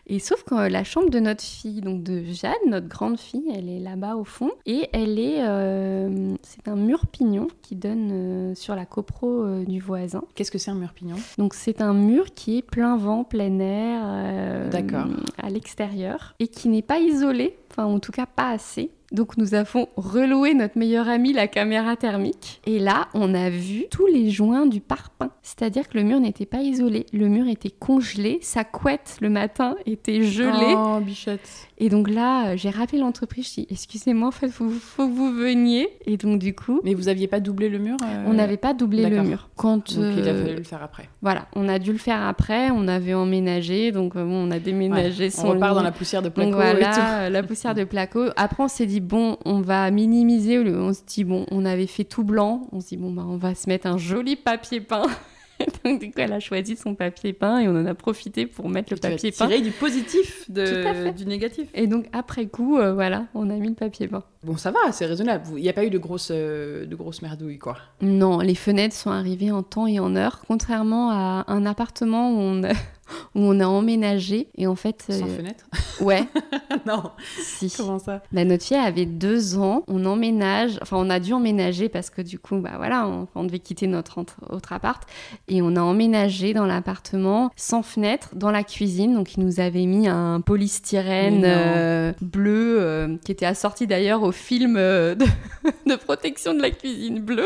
B: Et sauf que la chambre de notre fille, donc de Jeanne, notre grande fille, elle est là-bas au fond. Et elle est... Euh, c'est un mur pignon qui donne euh, sur la copro euh, du voisin.
A: Qu'est-ce que c'est un mur pignon ?
B: Donc c'est un mur qui est plein vent, plein air, euh,
A: D'accord.
B: à l'extérieur. Et qui n'est pas isolé, enfin en tout cas pas assez. Donc nous avons reloué notre meilleure amie, la caméra thermique. Et là, on a vu tous les joints du parpaing. C'est-à-dire que le mur n'était pas isolé, le mur était congelé, sa couette le matin était gelée.
A: Oh, bichette.
B: Et donc là, j'ai rappelé l'entreprise, je dis « Excusez-moi, en fait, il faut, faut que vous veniez. » Et donc du coup...
A: Mais vous aviez pas doublé le mur euh...
B: On n'avait pas doublé
A: D'accord.
B: le mur. Quand,
A: donc euh... il a fallu le faire après.
B: Voilà, on a dû le faire après, on avait emménagé, donc bon, on a déménagé
A: ouais,
B: son
A: on repart
B: lit.
A: Dans la poussière de placo
B: donc, voilà,
A: et tout.
B: La poussière de placo. Après, on s'est dit, bon, on va minimiser. On se dit, bon, on avait fait tout blanc. On se dit, bon, bah, on va se mettre un joli papier peint. Donc, du coup, elle a choisi son papier peint et on en a profité pour mettre le
A: et
B: papier
A: tu
B: peint.
A: Tu as tiré du positif de... du négatif.
B: Et donc, après coup, euh, voilà, on a mis le papier peint.
A: Bon, ça va, c'est raisonnable. Il n'y a pas eu de grosses, euh, de grosses merdouilles, quoi.
B: Non, les fenêtres sont arrivées en temps et en heure, contrairement à un appartement où on a, où on a emménagé. Et en fait,
A: Sans
B: euh...
A: fenêtre.
B: Ouais.
A: Non.
B: Si.
A: Comment ça ?
B: Bah, notre fille avait deux ans. On emménage. Enfin, on a dû emménager parce que du coup, bah voilà, on, on devait quitter notre autre appart. Et on a emménagé dans l'appartement sans fenêtre, dans la cuisine. Donc, ils nous avaient mis un polystyrène euh, bleu euh, qui était assorti d'ailleurs au film euh, de, de protection de la cuisine bleue.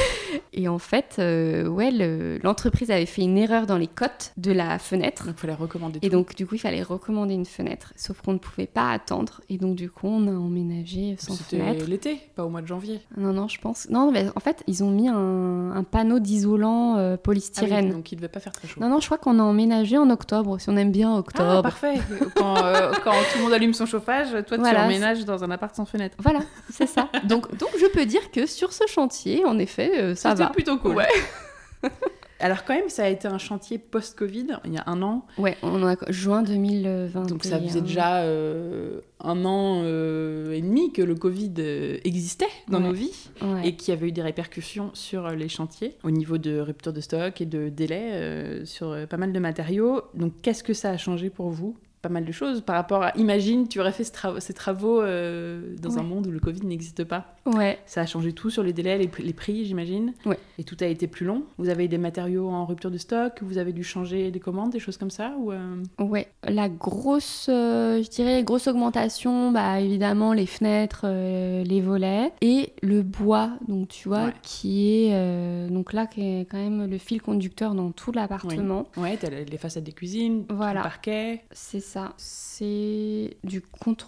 B: Et en fait, euh, ouais, le, l'entreprise avait fait une erreur dans les cotes de la fenêtre.
A: Donc, il fallait recommander tout.
B: Et donc, du coup, il fallait recommander une fenêtre. Sauf qu'on ne pouvait pas attendre. Et donc, du coup, on a emménagé sans
A: C'était
B: fenêtre.
A: C'était l'été, pas au mois de janvier.
B: Non, non, je pense... Non, mais en fait, ils ont mis un, un panneau d'isolant euh, polystyrène.
A: Ah oui, donc, il ne devait pas faire très chaud.
B: Non, non, je crois qu'on a emménagé en octobre, si on aime bien octobre.
A: Ah, parfait. Quand, euh, quand tout le monde allume son chauffage, toi, voilà, tu emménages dans un appart sans fenêtre.
B: Voilà, c'est ça. donc, donc, je peux dire que sur ce chantier, en effet, euh, ça
A: C'était
B: va.
A: C'était plutôt cool.
B: Ouais.
A: Alors quand même, ça a été un chantier post-Covid, il y a un an.
B: Ouais, on a juin deux mille vingt.
A: Donc ça faisait déjà euh, un an euh, et demi que le Covid euh, existait dans
B: ouais.
A: nos vies
B: ouais.
A: et qu'il y avait eu des répercussions sur les chantiers au niveau de rupture de stock et de délai euh, sur euh, pas mal de matériaux. Donc qu'est-ce que ça a changé pour vous ? Pas mal de choses par rapport à... Imagine, tu aurais fait ce tra- ces travaux euh, dans ouais. un monde où le Covid n'existe pas.
B: Ouais.
A: Ça a changé tout sur les délais, les, les prix, j'imagine.
B: Ouais.
A: Et tout a été plus long. Vous avez des matériaux en rupture de stock, vous avez dû changer des commandes, des choses comme ça ou euh...
B: Ouais. La grosse, euh, je dirais, grosse augmentation, bah, évidemment, les fenêtres, euh, les volets et le bois, donc tu vois, ouais. qui est... Euh, donc là, qui est quand même le fil conducteur dans tout l'appartement.
A: Oui. Ouais, t'as les façades des cuisines,
B: voilà.
A: le parquet.
B: C'est ça. C'est du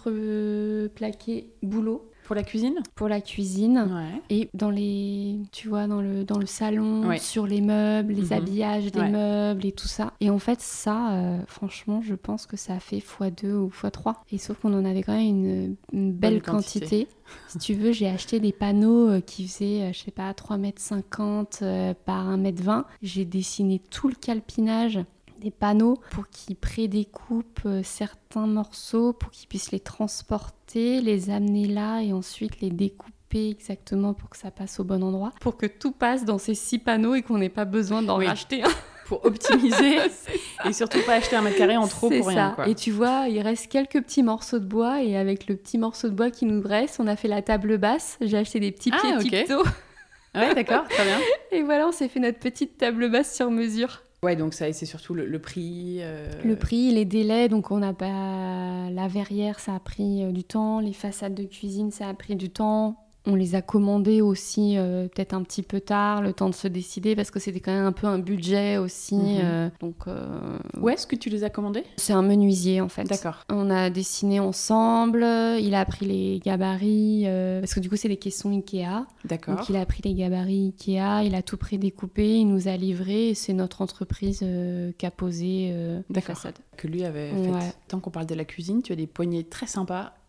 B: contreplaqué bouleau.
A: Pour la cuisine ?
B: Pour la cuisine.
A: Ouais.
B: Et dans les, tu vois, dans le, dans le salon,
A: ouais.
B: sur les meubles, les
A: mmh.
B: habillages des
A: ouais.
B: meubles et tout ça. Et en fait, ça, euh, franchement, je pense que ça a fait fois deux ou fois trois. Et sauf qu'on en avait quand même une, une belle
A: Bonne
B: quantité.
A: quantité.
B: Si tu veux, j'ai acheté des panneaux euh, qui faisaient, euh, je sais pas, trois mètres cinquante euh, par un mètre vingt. J'ai dessiné tout le calpinage des panneaux pour qu'ils prédécoupent euh, certains morceaux, pour qu'ils puissent les transporter, les amener là et ensuite les découper exactement pour que ça passe au bon endroit, pour que tout passe dans ces six panneaux et qu'on n'ait pas besoin d'en oui. racheter un.
A: Pour optimiser et surtout pas acheter un mètre carré en trop
B: c'est
A: pour
B: ça.
A: rien. Quoi.
B: Et tu vois, il reste quelques petits morceaux de bois et avec le petit morceau de bois qui nous reste, on a fait la table basse. J'ai acheté des petits pieds
A: ah, okay.
B: Tipto.
A: Ouais, d'accord, très bien.
B: Et voilà, on s'est fait notre petite table basse sur mesure.
A: Ouais, donc ça, c'est surtout le, le prix. Euh...
B: Le prix, les délais. Donc, on n'a pas. La verrière, ça a pris euh, du temps. Les façades de cuisine, ça a pris du temps. On les a commandés aussi euh, peut-être un petit peu tard, le temps de se décider, parce que c'était quand même un peu un budget aussi. Mm-hmm. Euh, donc, euh...
A: Où est-ce que tu les as commandés ?
B: C'est un menuisier, en fait.
A: D'accord.
B: On a dessiné ensemble. Il a pris les gabarits, euh, parce que du coup, c'est des caissons Ikea.
A: D'accord.
B: Donc, il a pris les gabarits Ikea, il a tout prédécoupé, il nous a livré. Et c'est notre entreprise euh, qui a posé euh, la façade.
A: Que lui avait fait.
B: Ouais.
A: Tant qu'on parle de la cuisine, tu as des poignées très sympas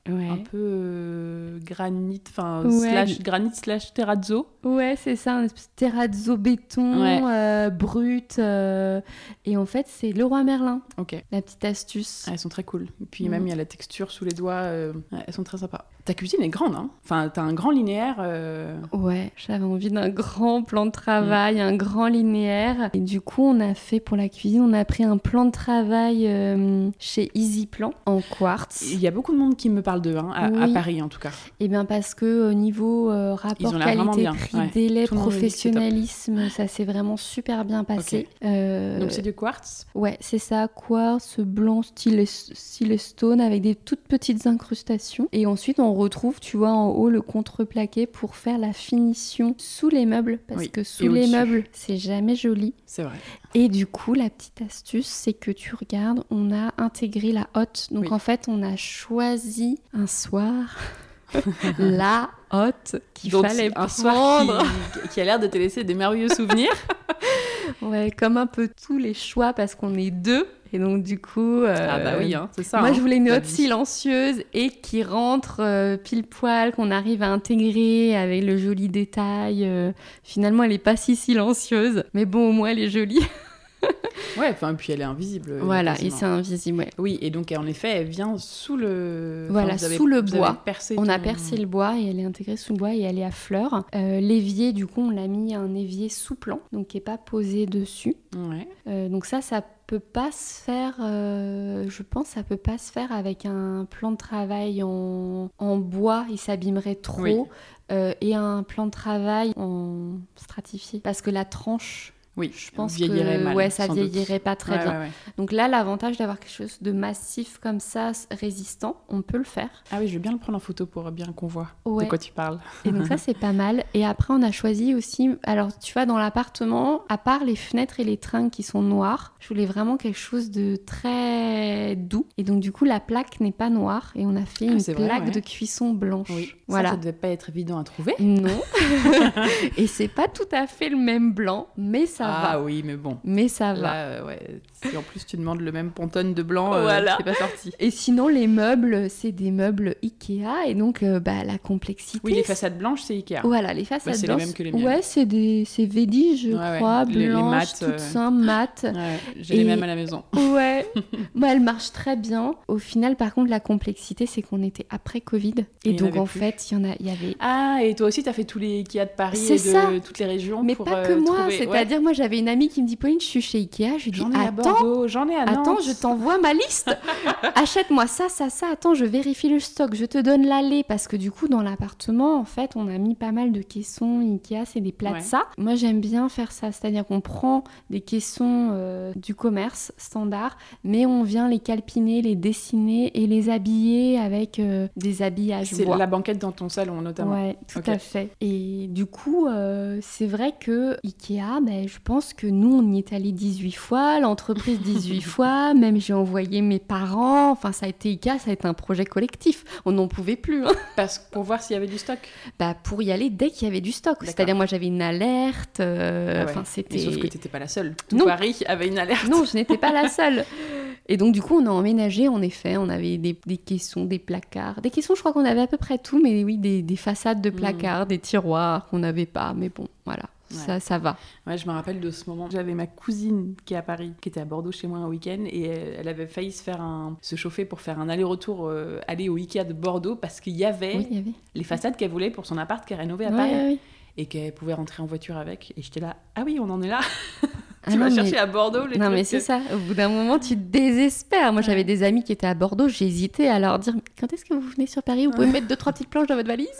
B: Ouais.
A: Un peu euh, granit, enfin
B: Ouais.
A: slash granit slash terrazzo.
B: Ouais, c'est ça, un espèce de terrazzo béton
A: Ouais.
B: euh, brut. euh, et en fait, c'est Leroy Merlin,
A: Ok.
B: la petite astuce.
A: Ah, elles sont très cool. Et puis
B: Mm.
A: même, il y a la texture sous les doigts. euh, ouais, elles sont très sympas. Ta cuisine est grande, hein. Enfin, t'as un grand linéaire. euh,
B: Ouais, j'avais envie d'un grand plan de travail, un grand linéaire. Et du coup, on a fait pour la cuisine, on a pris un plan de travail euh, chez EasyPlan en quartz.
A: Il y a beaucoup de monde qui me parle d'eux, hein, à, à
B: Oui.
A: Paris en tout cas.
B: Et bien parce que au niveau euh,
A: Ils ont
B: rapport
A: l'air vraiment bien,
B: qualité-prix,
A: ouais.
B: délai,
A: Tout le monde me dit que c'est top.
B: professionnalisme, ça s'est vraiment super bien passé.
A: Ok.
B: Euh,
A: Donc c'est du quartz.
B: Ouais, c'est ça, quartz blanc style, style stone avec des toutes petites incrustations. Et ensuite, on retrouve, tu vois, en haut le contreplaqué pour faire la finition sous les meubles. Parce
A: Oui,
B: que
A: et
B: sous les
A: au-dessus.
B: meubles, c'est jamais joli.
A: C'est vrai.
B: Et du coup, la petite astuce, c'est que tu regardes, on a intégré la hotte. Donc
A: Oui.
B: en fait, on a choisi un soir la hotte qu'il
A: Donc,
B: fallait
A: un
B: prendre.
A: soir qui, qui a l'air de te laisser des merveilleux souvenirs.
B: Ouais, comme un peu tous les choix parce qu'on est deux. Et donc du coup... euh,
A: Ah bah oui, hein, c'est ça.
B: Moi,
A: hein,
B: je voulais une
A: la
B: hotte
A: vie.
B: silencieuse et qui rentre euh, pile poil, qu'on arrive à intégrer avec le joli détail. euh. Finalement, elle est pas si silencieuse, mais bon, au moins, elle est jolie.
A: Ouais, enfin, puis elle est invisible.
B: Voilà,
A: quasiment.
B: et c'est invisible, ouais.
A: Oui, et donc en effet, elle vient sous le.
B: Voilà,
A: enfin, vous avez-
B: sous le
A: vous
B: bois.
A: avez percé
B: On a
A: ton-
B: percé le bois et elle est intégrée sous le bois et elle est à fleurs. Euh, l'évier, du coup, on l'a mis un évier sous plan, donc qui n'est pas posé dessus.
A: Ouais.
B: Euh, donc ça, ça peut pas se faire, euh, je pense, ça peut pas se faire avec un plan de travail en, en bois, il s'abîmerait trop,
A: Oui.
B: euh, et un plan de travail en stratifié, parce que la tranche,
A: Oui,
B: je pense
A: vieillirait
B: que
A: mal,
B: ouais, ça
A: sans doute.
B: vieillirait pas très
A: Ouais,
B: bien.
A: ouais, ouais.
B: Donc là, l'avantage d'avoir quelque chose de massif comme ça, résistant, on peut le faire.
A: Ah oui, je vais bien le prendre en photo pour bien qu'on voit
B: Ouais.
A: de quoi tu parles.
B: Et donc ça, c'est pas mal. Et après, on a choisi aussi... Alors, tu vois, dans l'appartement, à part les fenêtres et les trinques qui sont noires, je voulais vraiment quelque chose de très doux. Et donc, du coup, la plaque n'est pas noire. Et on a fait
A: Ah,
B: une
A: c'est vrai,
B: plaque
A: ouais.
B: de cuisson blanche.
A: Oui,
B: Voilà.
A: ça, ça devait pas être évident à trouver.
B: Non. Et c'est pas tout à fait le même blanc, mais ça
A: ah
B: va.
A: oui, mais bon.
B: Mais ça va.
A: Là, euh, ouais, si en plus tu demandes le même pantone de blanc, euh,
B: Voilà.
A: c'est pas sorti.
B: Et sinon, les meubles, c'est des meubles Ikea. Et donc, euh, bah, la complexité...
A: Oui, les façades blanches, c'est Ikea.
B: Voilà, les façades
A: Bah, c'est les
B: blanches.
A: mêmes que les miennes.
B: Ouais, c'est des c'est Vedi, je
A: Ouais, ouais.
B: crois,
A: Les- les
B: blanches,
A: mattes,
B: toutes
A: euh.
B: simples, mates.
A: Ouais, j'ai
B: Et-
A: les mêmes à la maison.
B: Ouais, moi elle marche très bien. Au final, par contre, la complexité, c'est qu'on était après Covid. Et
A: Il y en
B: donc,
A: avait
B: en
A: plus.
B: fait, il y en a, il y avait.
A: Ah, et toi aussi, t'as fait tous les Ikea de Paris
B: C'est
A: et de
B: ça.
A: toutes les régions
B: Mais
A: pour
B: pas
A: euh,
B: que moi,
A: trouver-
B: c'est-à-dire,
A: Ouais.
B: moi j'avais une amie qui me dit Pauline, je suis chez Ikea. Je lui dis
A: J'en ai à
B: Attends,
A: Bordeaux, j'en ai à Nantes.
B: attends, je t'envoie ma liste. Achète-moi ça, ça, ça. Attends, je vérifie le stock. Je te donne l'allée. Parce que du coup, dans l'appartement, en fait, on a mis pas mal de caissons Ikea, c'est des plats de
A: Ouais.
B: ça. Moi, j'aime bien faire ça. C'est-à-dire qu'on prend des caissons euh, du commerce standard, mais on vient les calpiner, les dessiner et les habiller avec euh, des habillages
A: C'est
B: bois.
A: la banquette dans ton salon, notamment.
B: Ouais, tout
A: Ok.
B: à fait. Et du coup, euh, c'est vrai que Ikea, ben, je pense que nous, on y est allé dix-huit fois, l'entreprise dix-huit fois, même j'ai envoyé mes parents. Enfin, ça a été Ikea, ça a été un projet collectif. On n'en pouvait plus. Hein.
A: Parce que pour voir s'il y avait du stock.
B: Bah, pour y aller dès qu'il y avait du stock.
A: D'accord.
B: C'est-à-dire, moi, j'avais une alerte. euh,
A: Ah ouais.
B: Enfin,
A: Mais
B: c'était.
A: sauf que t'étais pas la seule. Tout
B: Non.
A: Paris avait une alerte.
B: Non, je n'étais pas la seule. Et donc, du coup, on a emménagé, en effet. On avait des, des caissons, des placards. Des caissons, je crois qu'on avait à peu près tout, mais oui, des, des façades de placards, des tiroirs qu'on n'avait pas. Mais bon, voilà,
A: Ouais.
B: ça, ça va.
A: Ouais, je me rappelle de ce moment. J'avais ma cousine qui est à Paris, qui était à Bordeaux chez moi un week-end, et elle, elle avait failli se faire un, se chauffer pour faire un aller-retour, euh, aller au Ikea de Bordeaux, parce qu'il y avait
B: Oui, il y avait.
A: les façades qu'elle voulait pour son appart qu'elle rénovait à
B: Ouais,
A: Paris,
B: ouais, ouais.
A: et qu'elle pouvait rentrer en voiture avec. Et j'étais là, ah oui, on en est là.
B: Ah
A: tu
B: non,
A: vas
B: mais-
A: chercher à Bordeaux les
B: Non,
A: trucs
B: mais c'est
A: que-
B: ça. Au bout d'un moment, tu te désespères. Moi, j'avais des amis qui étaient à Bordeaux. J'hésitais à leur dire quand est-ce que vous venez sur Paris? Vous pouvez mettre deux, trois petites planches dans votre valise?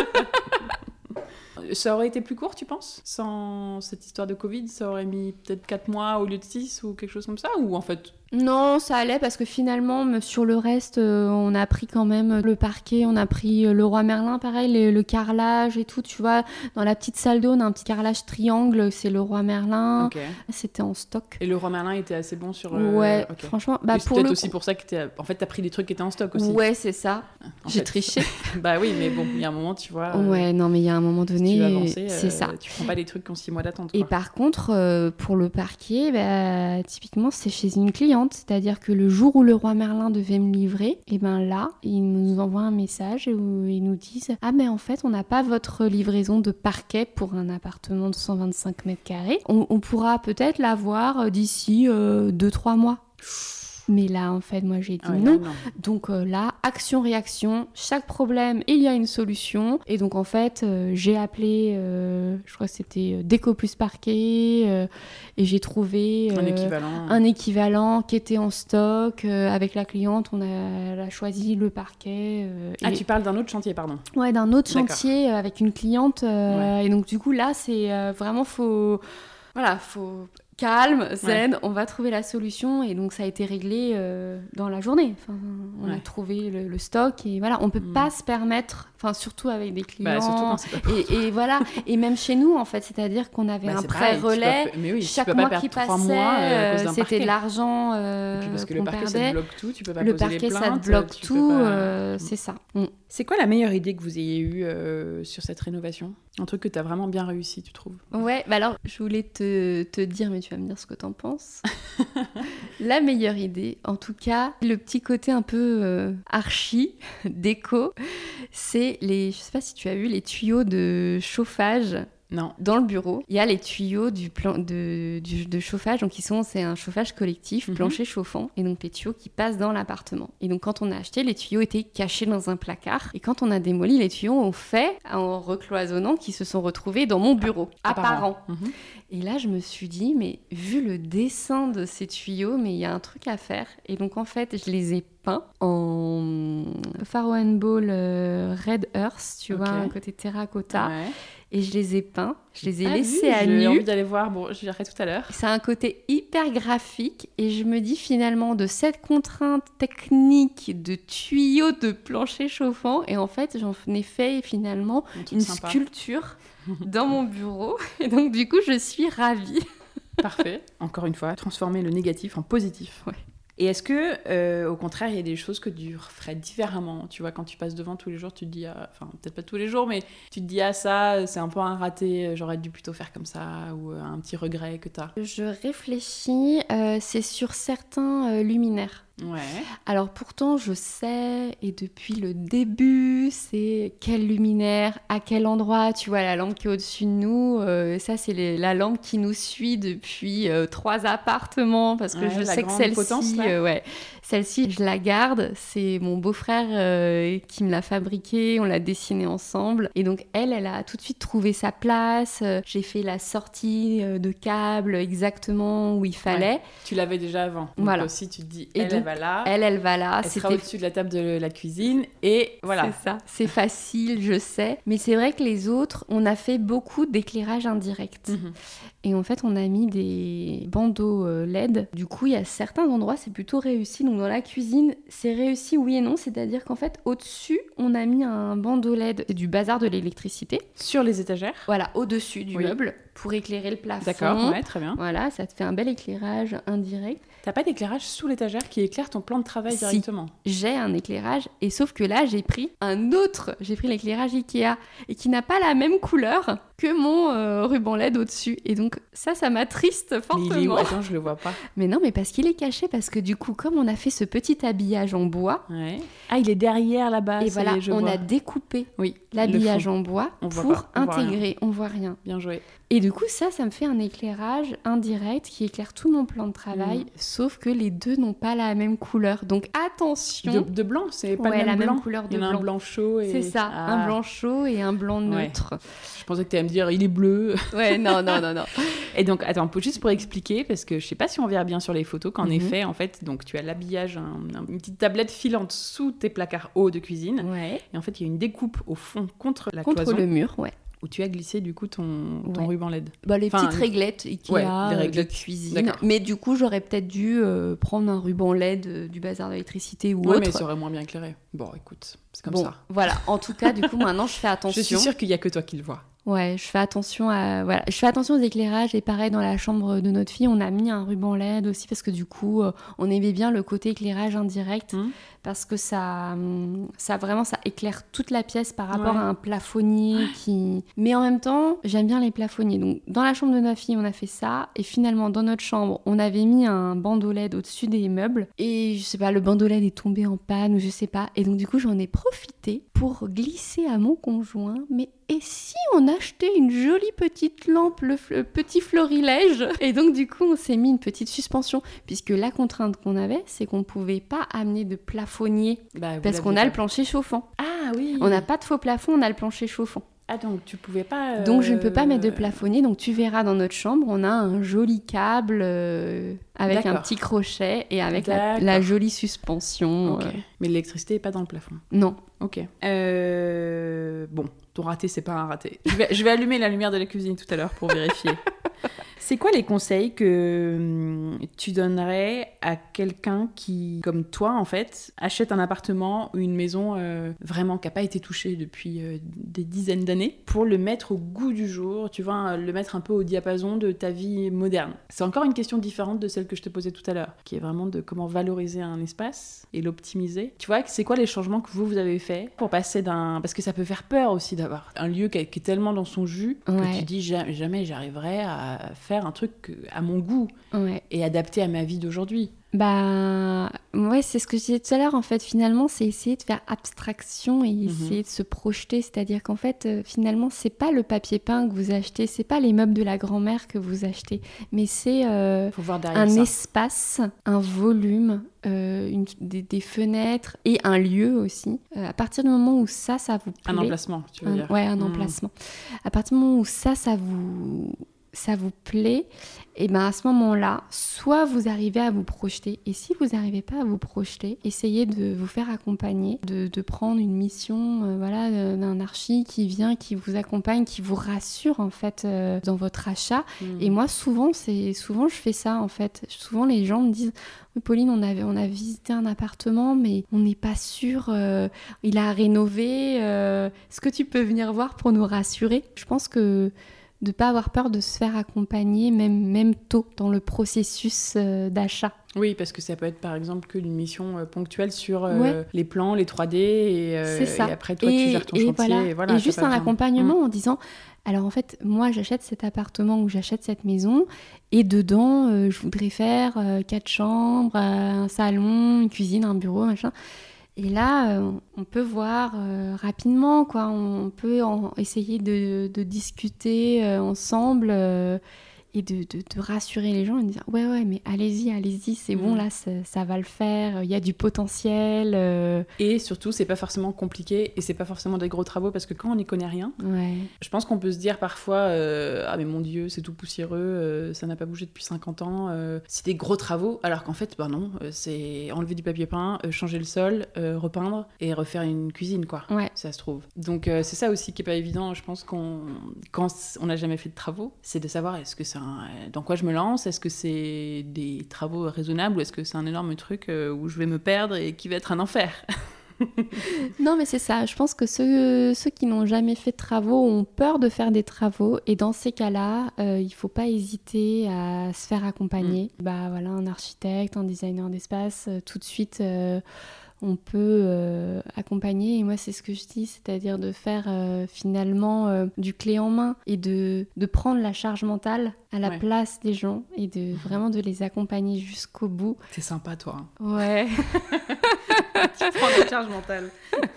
A: Ça aurait été plus court, tu penses? Sans cette histoire de Covid, ça aurait mis peut-être quatre mois au lieu de six ou quelque chose comme ça? Ou en fait...
B: Non, ça allait parce que finalement, me- sur le reste, euh, on a pris quand même le parquet, on a pris euh, Leroy Merlin, pareil, le, le carrelage et tout. Tu vois, dans la petite salle d'eau, on a un petit carrelage triangle, c'est Leroy Merlin.
A: Ok.
B: C'était en stock.
A: Et le Roi Merlin était assez bon sur... euh,
B: Ouais,
A: ok.
B: franchement, bah
A: Et c'est
B: pour
A: peut-être
B: le
A: aussi
B: coup-
A: pour ça que t'es... En fait, t'as pris des trucs qui étaient en stock aussi.
B: Ouais, c'est ça.
A: en
B: J'ai
A: fait.
B: triché.
A: Bah oui, mais bon, il y a un moment, tu vois... euh,
B: Ouais, non, mais il y a un moment
A: si
B: donné,
A: tu veux avancer,
B: c'est
A: euh,
B: ça.
A: tu prends pas des trucs qui ont six mois d'attente.
B: Et
A: quoi.
B: par contre, euh, pour le parquet, bah, typiquement, c'est chez une cliente. clientes, c'est-à-dire que le jour où le roi Merlin devait me livrer, et ben là, ils nous envoient un message où ils nous disent « Ah mais en fait, on n'a pas votre livraison de parquet pour un appartement de cent vingt-cinq mètres carrés. On, on pourra peut-être l'avoir d'ici euh, deux trois mois. » Mais là, en fait, moi, j'ai dit ouais, non. non. Donc euh, là, action-réaction, chaque problème, il y a une solution. Et donc, en fait, euh, j'ai appelé, euh, je crois que c'était euh, Déco Plus Parquet, euh, et j'ai trouvé euh,
A: un, équivalent.
B: un équivalent qui était en stock. Euh, avec la cliente, on a, elle a choisi le parquet. Euh,
A: ah,
B: et...
A: tu parles d'un autre chantier, pardon.
B: Ouais, d'un autre D'accord. chantier euh, avec une cliente. Euh, ouais. Et donc, du coup, là, c'est euh, vraiment, faut... Voilà, faut... calme, zen, ouais. on va trouver la solution et donc ça a été réglé euh, dans la journée. Enfin, on ouais. a trouvé le, le stock et voilà, on peut mmh. pas se permettre, enfin surtout avec des clients.
A: Bah, surtout quand c'est pas pour
B: et, et voilà, et même chez nous en fait, c'est-à-dire qu'on avait bah, un prêt-relais.
A: Peux, mais oui,
B: chaque mois qui passait, mois, euh, c'était parquet. De l'argent euh,
A: et puis parce que le parquet
B: perdait.
A: Ça te bloque tout, tu peux pas
B: le
A: poser
B: parquet,
A: les plaintes.
B: Le parquet ça te bloque tout,
A: pas...
B: euh, mmh. c'est ça. Mmh.
A: C'est quoi la meilleure idée que vous ayez eue euh, sur cette rénovation ? Un truc que tu as vraiment bien réussi, tu trouves ?
B: Ouais, bah alors je voulais te, te dire, mais tu vas me dire ce que t'en penses. La meilleure idée, en tout cas, le petit côté un peu euh, archi, déco, c'est les, je sais pas si tu as vu, les tuyaux de chauffage.
A: Non.
B: Dans le bureau, il y a les tuyaux du plan de, du, de chauffage, donc ils sont, c'est un chauffage collectif, mm-hmm. plancher chauffant, et donc les tuyaux qui passent dans l'appartement. Et donc quand on a acheté, les tuyaux étaient cachés dans un placard, et quand on a démoli, les tuyaux ont fait, en recloisonnant, qui se sont retrouvés dans mon bureau, ah, apparent. Mm-hmm. Et là, je me suis dit, mais vu le dessin de ces tuyaux, mais il y a un truc à faire. Et donc en fait, je les ai peints en Faro and Ball euh, Red Earth, tu okay. vois, un côté terracotta. Ouais. Et je les ai peints, je les ai ah, laissés
A: oui,
B: à nu.
A: J'ai envie d'aller voir, bon, je verrai tout à l'heure.
B: C'est un côté hyper graphique et je me dis finalement de cette contrainte technique de tuyaux de plancher chauffant, et en fait j'en ai fait finalement une sympa. Sculpture dans mon bureau et donc du coup je suis ravie.
A: Parfait, encore une fois, transformer le négatif en positif.
B: Ouais.
A: Et est-ce que, euh, au contraire, il y a des choses que tu ferais différemment ? Tu vois, quand tu passes devant tous les jours, tu te dis, ah, enfin, peut-être pas tous les jours, mais tu te dis, ah, ça, c'est un peu un raté, j'aurais dû plutôt faire comme ça, ou un petit regret que t'as.
B: Je réfléchis, euh, c'est sur certains euh, luminaires.
A: Ouais.
B: Alors pourtant, je sais, et depuis le début, c'est quel luminaire, à quel endroit, tu vois, la lampe qui est au-dessus de nous, euh, ça c'est les, la lampe qui nous suit depuis euh, trois appartements, parce que ouais, je sais que celle-ci, euh, ouais, celle-ci, je la garde, c'est mon beau-frère euh, qui me l'a fabriquée, on l'a dessinée ensemble, et donc elle, elle a tout de suite trouvé sa place, euh, j'ai fait la sortie euh, de câble exactement où il fallait.
A: Ouais. Tu l'avais déjà avant, donc
B: voilà.
A: Aussi tu te dis, elle, donc, elle va là,
B: elle, elle va là,
A: elle
B: c'était...
A: sera au-dessus de la table de la cuisine, et voilà.
B: C'est ça, c'est facile, je sais, mais c'est vrai que les autres, on a fait beaucoup d'éclairage indirect. Mm-hmm. Et en fait, on a mis des bandeaux L E D. Du coup, il y a certains endroits, c'est plutôt réussi. Donc, dans la cuisine, c'est réussi oui et non. C'est-à-dire qu'en fait, au-dessus, on a mis un bandeau L E D. C'est du bazar de l'électricité.
A: Sur les étagères ?
B: Voilà, au-dessus du oui. meuble, pour éclairer le plafond.
A: D'accord, ouais, très bien.
B: Voilà, ça te fait un bel éclairage indirect.
A: T'as pas d'éclairage sous l'étagère qui éclaire ton plan de travail
B: si,
A: directement ?
B: J'ai un éclairage, et sauf que là, j'ai pris un autre. J'ai pris l'éclairage Ikea, et qui n'a pas la même couleur que mon euh, ruban L E D au-dessus. Et donc, ça, ça m'attriste fortement.
A: Mais il est où ? Attends, je le vois pas.
B: Mais non, mais parce qu'il est caché, parce que du coup, comme on a fait ce petit habillage en bois...
A: Ouais. Ah, il est derrière là-bas.
B: Et voilà,
A: est,
B: on
A: vois.
B: a découpé
A: oui,
B: l'habillage en bois
A: on
B: pour
A: on
B: intégrer. On voit rien.
A: Bien joué.
B: Et du coup, ça, ça me fait un éclairage indirect qui éclaire tout mon plan de travail, mmh. sauf que les deux n'ont pas la même couleur. Donc attention.
A: De, de blanc, c'est pas
B: ouais,
A: le même
B: la
A: blanc.
B: même couleur de
A: il y en a
B: blanc.
A: un blanc chaud et...
B: C'est ça, ah. un blanc chaud et un blanc neutre.
A: Ouais. Je pensais que tu allais me dire, il est bleu.
B: Ouais, non, non, non, non.
A: Et donc, attends, juste pour expliquer, parce que je sais pas si on verra bien sur les photos, qu'en mm-hmm. effet, en fait, donc tu as l'habillage, un, un, une petite tablette filante sous tes placards hauts de cuisine.
B: Ouais.
A: Et en fait, il y a une découpe au fond contre la
B: contre
A: cloison.
B: Contre le mur, ouais.
A: Où tu as glissé du coup ton, ton
B: ouais.
A: ruban L E D.
B: Bah, les enfin, petites réglettes Ikea
A: ouais, les réglettes
B: de cuisine. D'accord. Mais du coup, j'aurais peut-être dû euh, prendre un ruban L E D euh, du bazar de l'électricité ou
A: ouais,
B: autre.
A: Mais ça aurait moins bien éclairé. Bon, écoute, c'est comme
B: bon,
A: ça.
B: Voilà, en tout cas, du coup, maintenant, je fais attention.
A: Je suis sûre qu'il n'y a que toi qui le vois.
B: Ouais, je fais attention à voilà, je fais attention aux éclairages et pareil dans la chambre de notre fille, on a mis un ruban L E D aussi parce que du coup, euh, on aimait bien le côté éclairage indirect mmh. parce que ça ça vraiment ça éclaire toute la pièce par rapport ouais. à un plafonnier qui mais en même temps, j'aime bien les plafonniers. Donc dans la chambre de notre fille, on a fait ça et finalement dans notre chambre, on avait mis un bandeau L E D au-dessus des meubles et je sais pas, le bandeau L E D est tombé en panne ou je sais pas et donc du coup, j'en ai profité pour glisser à mon conjoint mais et si on achetait une jolie petite lampe, le, f- le petit florilège? Et donc, du coup, on s'est mis une petite suspension, puisque la contrainte qu'on avait, c'est qu'on ne pouvait pas amener de plafonnier, bah, parce qu'on a fait. Le plancher chauffant.
A: Ah oui.
B: On n'a pas de faux plafond, on a le plancher chauffant.
A: Ah, donc tu pouvais pas... Euh...
B: Donc, je ne peux pas mettre de plafonnier. Donc, tu verras dans notre chambre, on a un joli câble euh, avec D'accord. un petit crochet et avec la, la jolie suspension.
A: Okay. Euh... Mais l'électricité n'est pas dans le plafond?
B: Non.
A: Ok. Euh... Bon, ton raté, c'est pas un raté. Je vais, je vais allumer la lumière de la cuisine tout à l'heure pour vérifier. C'est quoi les conseils que tu donnerais à quelqu'un qui, comme toi en fait, achète un appartement ou une maison euh, vraiment qui n'a pas été touchée depuis euh, des dizaines d'années pour le mettre au goût du jour, tu vois, le mettre un peu au diapason de ta vie moderne? C'est encore une question différente de celle que je te posais tout à l'heure, qui est vraiment de comment valoriser un espace et l'optimiser. Tu vois, c'est quoi les changements que vous, vous avez faits pour passer d'un... Parce que ça peut faire peur aussi d'avoir un lieu qui est, qui est tellement dans son jus ouais. que tu dis jamais, jamais j'arriverai à faire un truc à mon goût ouais. et adapté à ma vie d'aujourd'hui.
B: Bah ouais, c'est ce que je disais tout à l'heure en fait, finalement c'est essayer de faire abstraction et mm-hmm. essayer de se projeter, c'est-à-dire qu'en fait euh, finalement c'est pas le papier peint que vous achetez, c'est pas les meubles de la grand-mère que vous achetez, mais c'est euh, un ça. espace, un volume, euh, une, des, des fenêtres et un lieu aussi. Euh, à partir du moment où ça, ça vous plaît...
A: Un emplacement, tu veux
B: un,
A: dire.
B: Ouais, un
A: mm.
B: emplacement. À partir du moment où ça, ça vous... ça vous plaît, et ben à ce moment-là, soit vous arrivez à vous projeter, et si vous n'arrivez pas à vous projeter, essayez de vous faire accompagner, de, de prendre une mission euh, voilà, d'un archi qui vient, qui vous accompagne, qui vous rassure en fait euh, dans votre achat. Mmh. Et moi, souvent, c'est, souvent, je fais ça en fait. Souvent, les gens me disent « Oui, Pauline, on, avait, on a visité un appartement, mais on n'est pas sûr, euh, il a rénové, euh, est-ce que tu peux venir voir pour nous rassurer ?» Je pense que de ne pas avoir peur de se faire accompagner, même, même tôt dans le processus euh, d'achat.
A: Oui, parce que ça peut être par exemple qu'une mission euh, ponctuelle sur euh, ouais. les plans, les trois D, et, euh,
B: C'est ça.
A: et après toi
B: et,
A: tu gères ton
B: et
A: chantier.
B: Voilà.
A: Et, voilà,
B: et juste un accompagnement
A: mmh.
B: en disant, alors en fait, moi j'achète cet appartement ou j'achète cette maison, et dedans euh, je voudrais faire euh, quatre chambres, euh, un salon, une cuisine, un bureau, machin. Et là, euh, on peut voir euh, rapidement, quoi. On peut en, essayer de, de discuter euh, ensemble euh, et de, de, de rassurer les gens et de dire « Ouais, ouais, mais allez-y, allez-y, c'est mmh. bon, là, ça, ça va le faire, il y a du potentiel. Euh... »
A: Et surtout, c'est pas forcément compliqué et c'est pas forcément des gros travaux parce que quand on n'y connaît rien,
B: ouais.
A: je pense qu'on peut se dire parfois euh, « Ah, mais mon Dieu, c'est tout poussiéreux, euh, ça n'a pas bougé depuis cinquante ans, euh, c'est des gros travaux. » Alors qu'en fait, ben non, euh, c'est enlever du papier peint, euh, changer le sol, euh, repeindre et refaire une cuisine, quoi.
B: Ouais.
A: Ça se trouve. Donc, euh, c'est ça aussi qui est pas évident, je pense, qu'on... quand on n'a jamais fait de travaux, c'est de savoir est-ce que c'est un... dans quoi je me lance, est-ce que c'est des travaux raisonnables ou est-ce que c'est un énorme truc euh, où je vais me perdre et qui va être un enfer.
B: Non, mais c'est ça. Je pense que ceux, ceux qui n'ont jamais fait de travaux ont peur de faire des travaux. Et dans ces cas-là, euh, il ne faut pas hésiter à se faire accompagner. Mmh. Bah, voilà, un architecte, un designer d'espace, euh, tout de suite... Euh, on peut euh, accompagner, et moi c'est ce que je dis, c'est-à-dire de faire euh, finalement euh, du clé en main et de, de prendre la charge mentale à la ouais. place des gens et de vraiment de les accompagner jusqu'au bout.
A: C'est sympa toi. Hein.
B: Ouais.
A: Tu prends la charge mentale.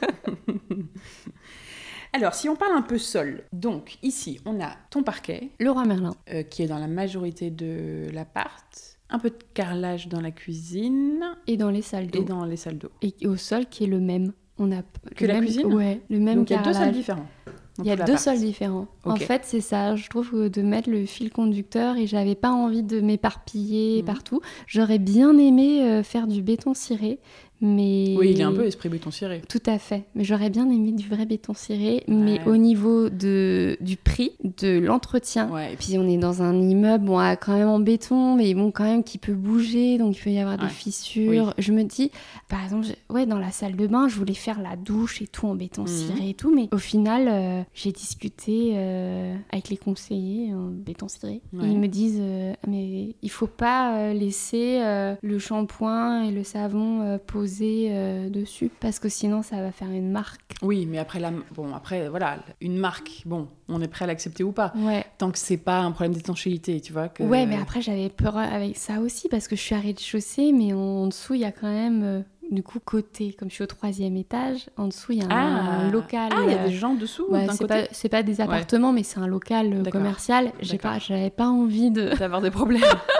A: Alors, si on parle un peu sol, donc ici on a ton parquet.
B: Leroy Merlin.
A: Euh, qui est dans la majorité de l'appart. Un peu de carrelage dans la cuisine.
B: Et dans les salles d'eau.
A: Et dans les salles d'eau.
B: Et au sol qui est le même. On a
A: que la
B: même,
A: cuisine.
B: Ouais, le même
A: donc
B: carrelage.
A: Il y a deux sols différents.
B: Il y a deux sols différents. Okay. En fait, c'est ça. Je trouve que de mettre le fil conducteur et j'avais pas envie de m'éparpiller mmh. partout. J'aurais bien aimé euh, faire du béton ciré, Mais...
A: Oui, il est un peu esprit béton ciré.
B: Tout à fait. Mais j'aurais bien aimé du vrai béton ciré. Ouais. Mais au niveau de, du prix, de l'entretien, ouais. Et puis on est dans un immeuble, bon, quand même en béton, mais bon, quand même qui peut bouger, donc il peut y avoir ouais. des fissures. Oui. Je me dis, par exemple, je, ouais, dans la salle de bain, je voulais faire la douche et tout en béton mmh. ciré et tout, mais au final, euh, j'ai discuté euh, avec les conseillers en béton ciré. Ouais. Et ils me disent, euh, mais il faut pas euh, laisser euh, le shampoing et le savon euh, poser Euh, dessus parce que sinon ça va faire une marque.
A: Oui, mais après la bon après voilà, une marque, bon, on est prêt à l'accepter ou pas.
B: Ouais.
A: Tant que c'est pas un problème d'étanchéité, tu vois que...
B: Ouais, mais après j'avais peur avec ça aussi parce que je suis à rez-de-chaussée, mais en, en dessous il y a quand même euh, du coup côté, comme je suis au troisième étage, en dessous il y a
A: ah.
B: un, un local.
A: Ah, il y a des gens dessous
B: ouais,
A: d'un
B: c'est
A: côté.
B: pas c'est pas des appartements, ouais. mais c'est un local D'accord. commercial. J'ai
A: D'accord.
B: pas, j'avais pas envie de
A: d'avoir des problèmes.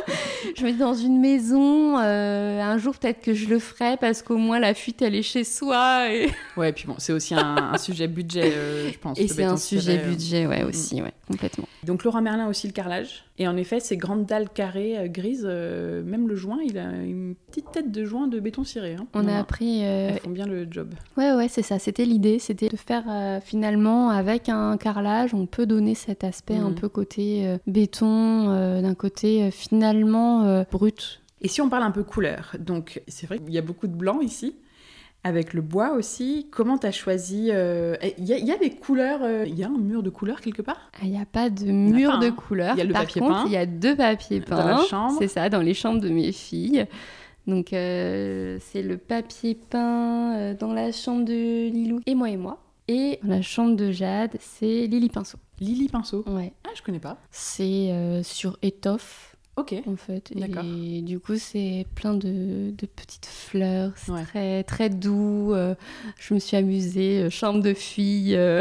B: Je me dis dans une maison, euh, un jour peut-être que je le ferai parce qu'au moins la fuite elle est chez soi. Et...
A: Ouais, puis bon, c'est aussi un, un sujet budget, euh, je pense.
B: Et c'est un sujet euh... budget, ouais, aussi, ouais, complètement.
A: Donc Leroy Merlin a aussi le carrelage. Et en effet, ces grandes dalles carrées euh, grises, euh, même le joint, il a une petite tête de joint de béton ciré. Hein.
B: On non, a appris. Euh...
A: Elles font bien le job.
B: Ouais, ouais, c'est ça. C'était l'idée, c'était de faire euh, finalement avec un carrelage, on peut donner cet aspect mmh. un peu côté euh, béton, euh, d'un côté euh, finalement euh, brut.
A: Et si on parle un peu couleur, donc c'est vrai qu'il y a beaucoup de blanc ici. Avec le bois aussi, comment t'as choisi euh... Il y, y a des couleurs, il euh... y a un mur de couleurs quelque part ?
B: Il n'y a pas de mur pas, de hein. couleurs.
A: Il y a le
B: Par
A: papier
B: contre,
A: peint.
B: Il y a deux papiers peints.
A: Dans la chambre.
B: C'est ça, dans les chambres de mes filles. Donc euh, c'est le papier peint euh, dans la chambre de Lilou et moi et moi. Et dans la chambre de Jade, c'est Lily Pinceau.
A: Lily Pinceau ?
B: Ouais.
A: Ah, je connais pas.
B: C'est euh, sur étoffe.
A: Ok.
B: En fait.
A: D'accord.
B: Et du coup, c'est plein de, de petites fleurs. C'est
A: ouais.
B: très, très doux. Euh, je me suis amusée. Euh, chambre de fille. Euh...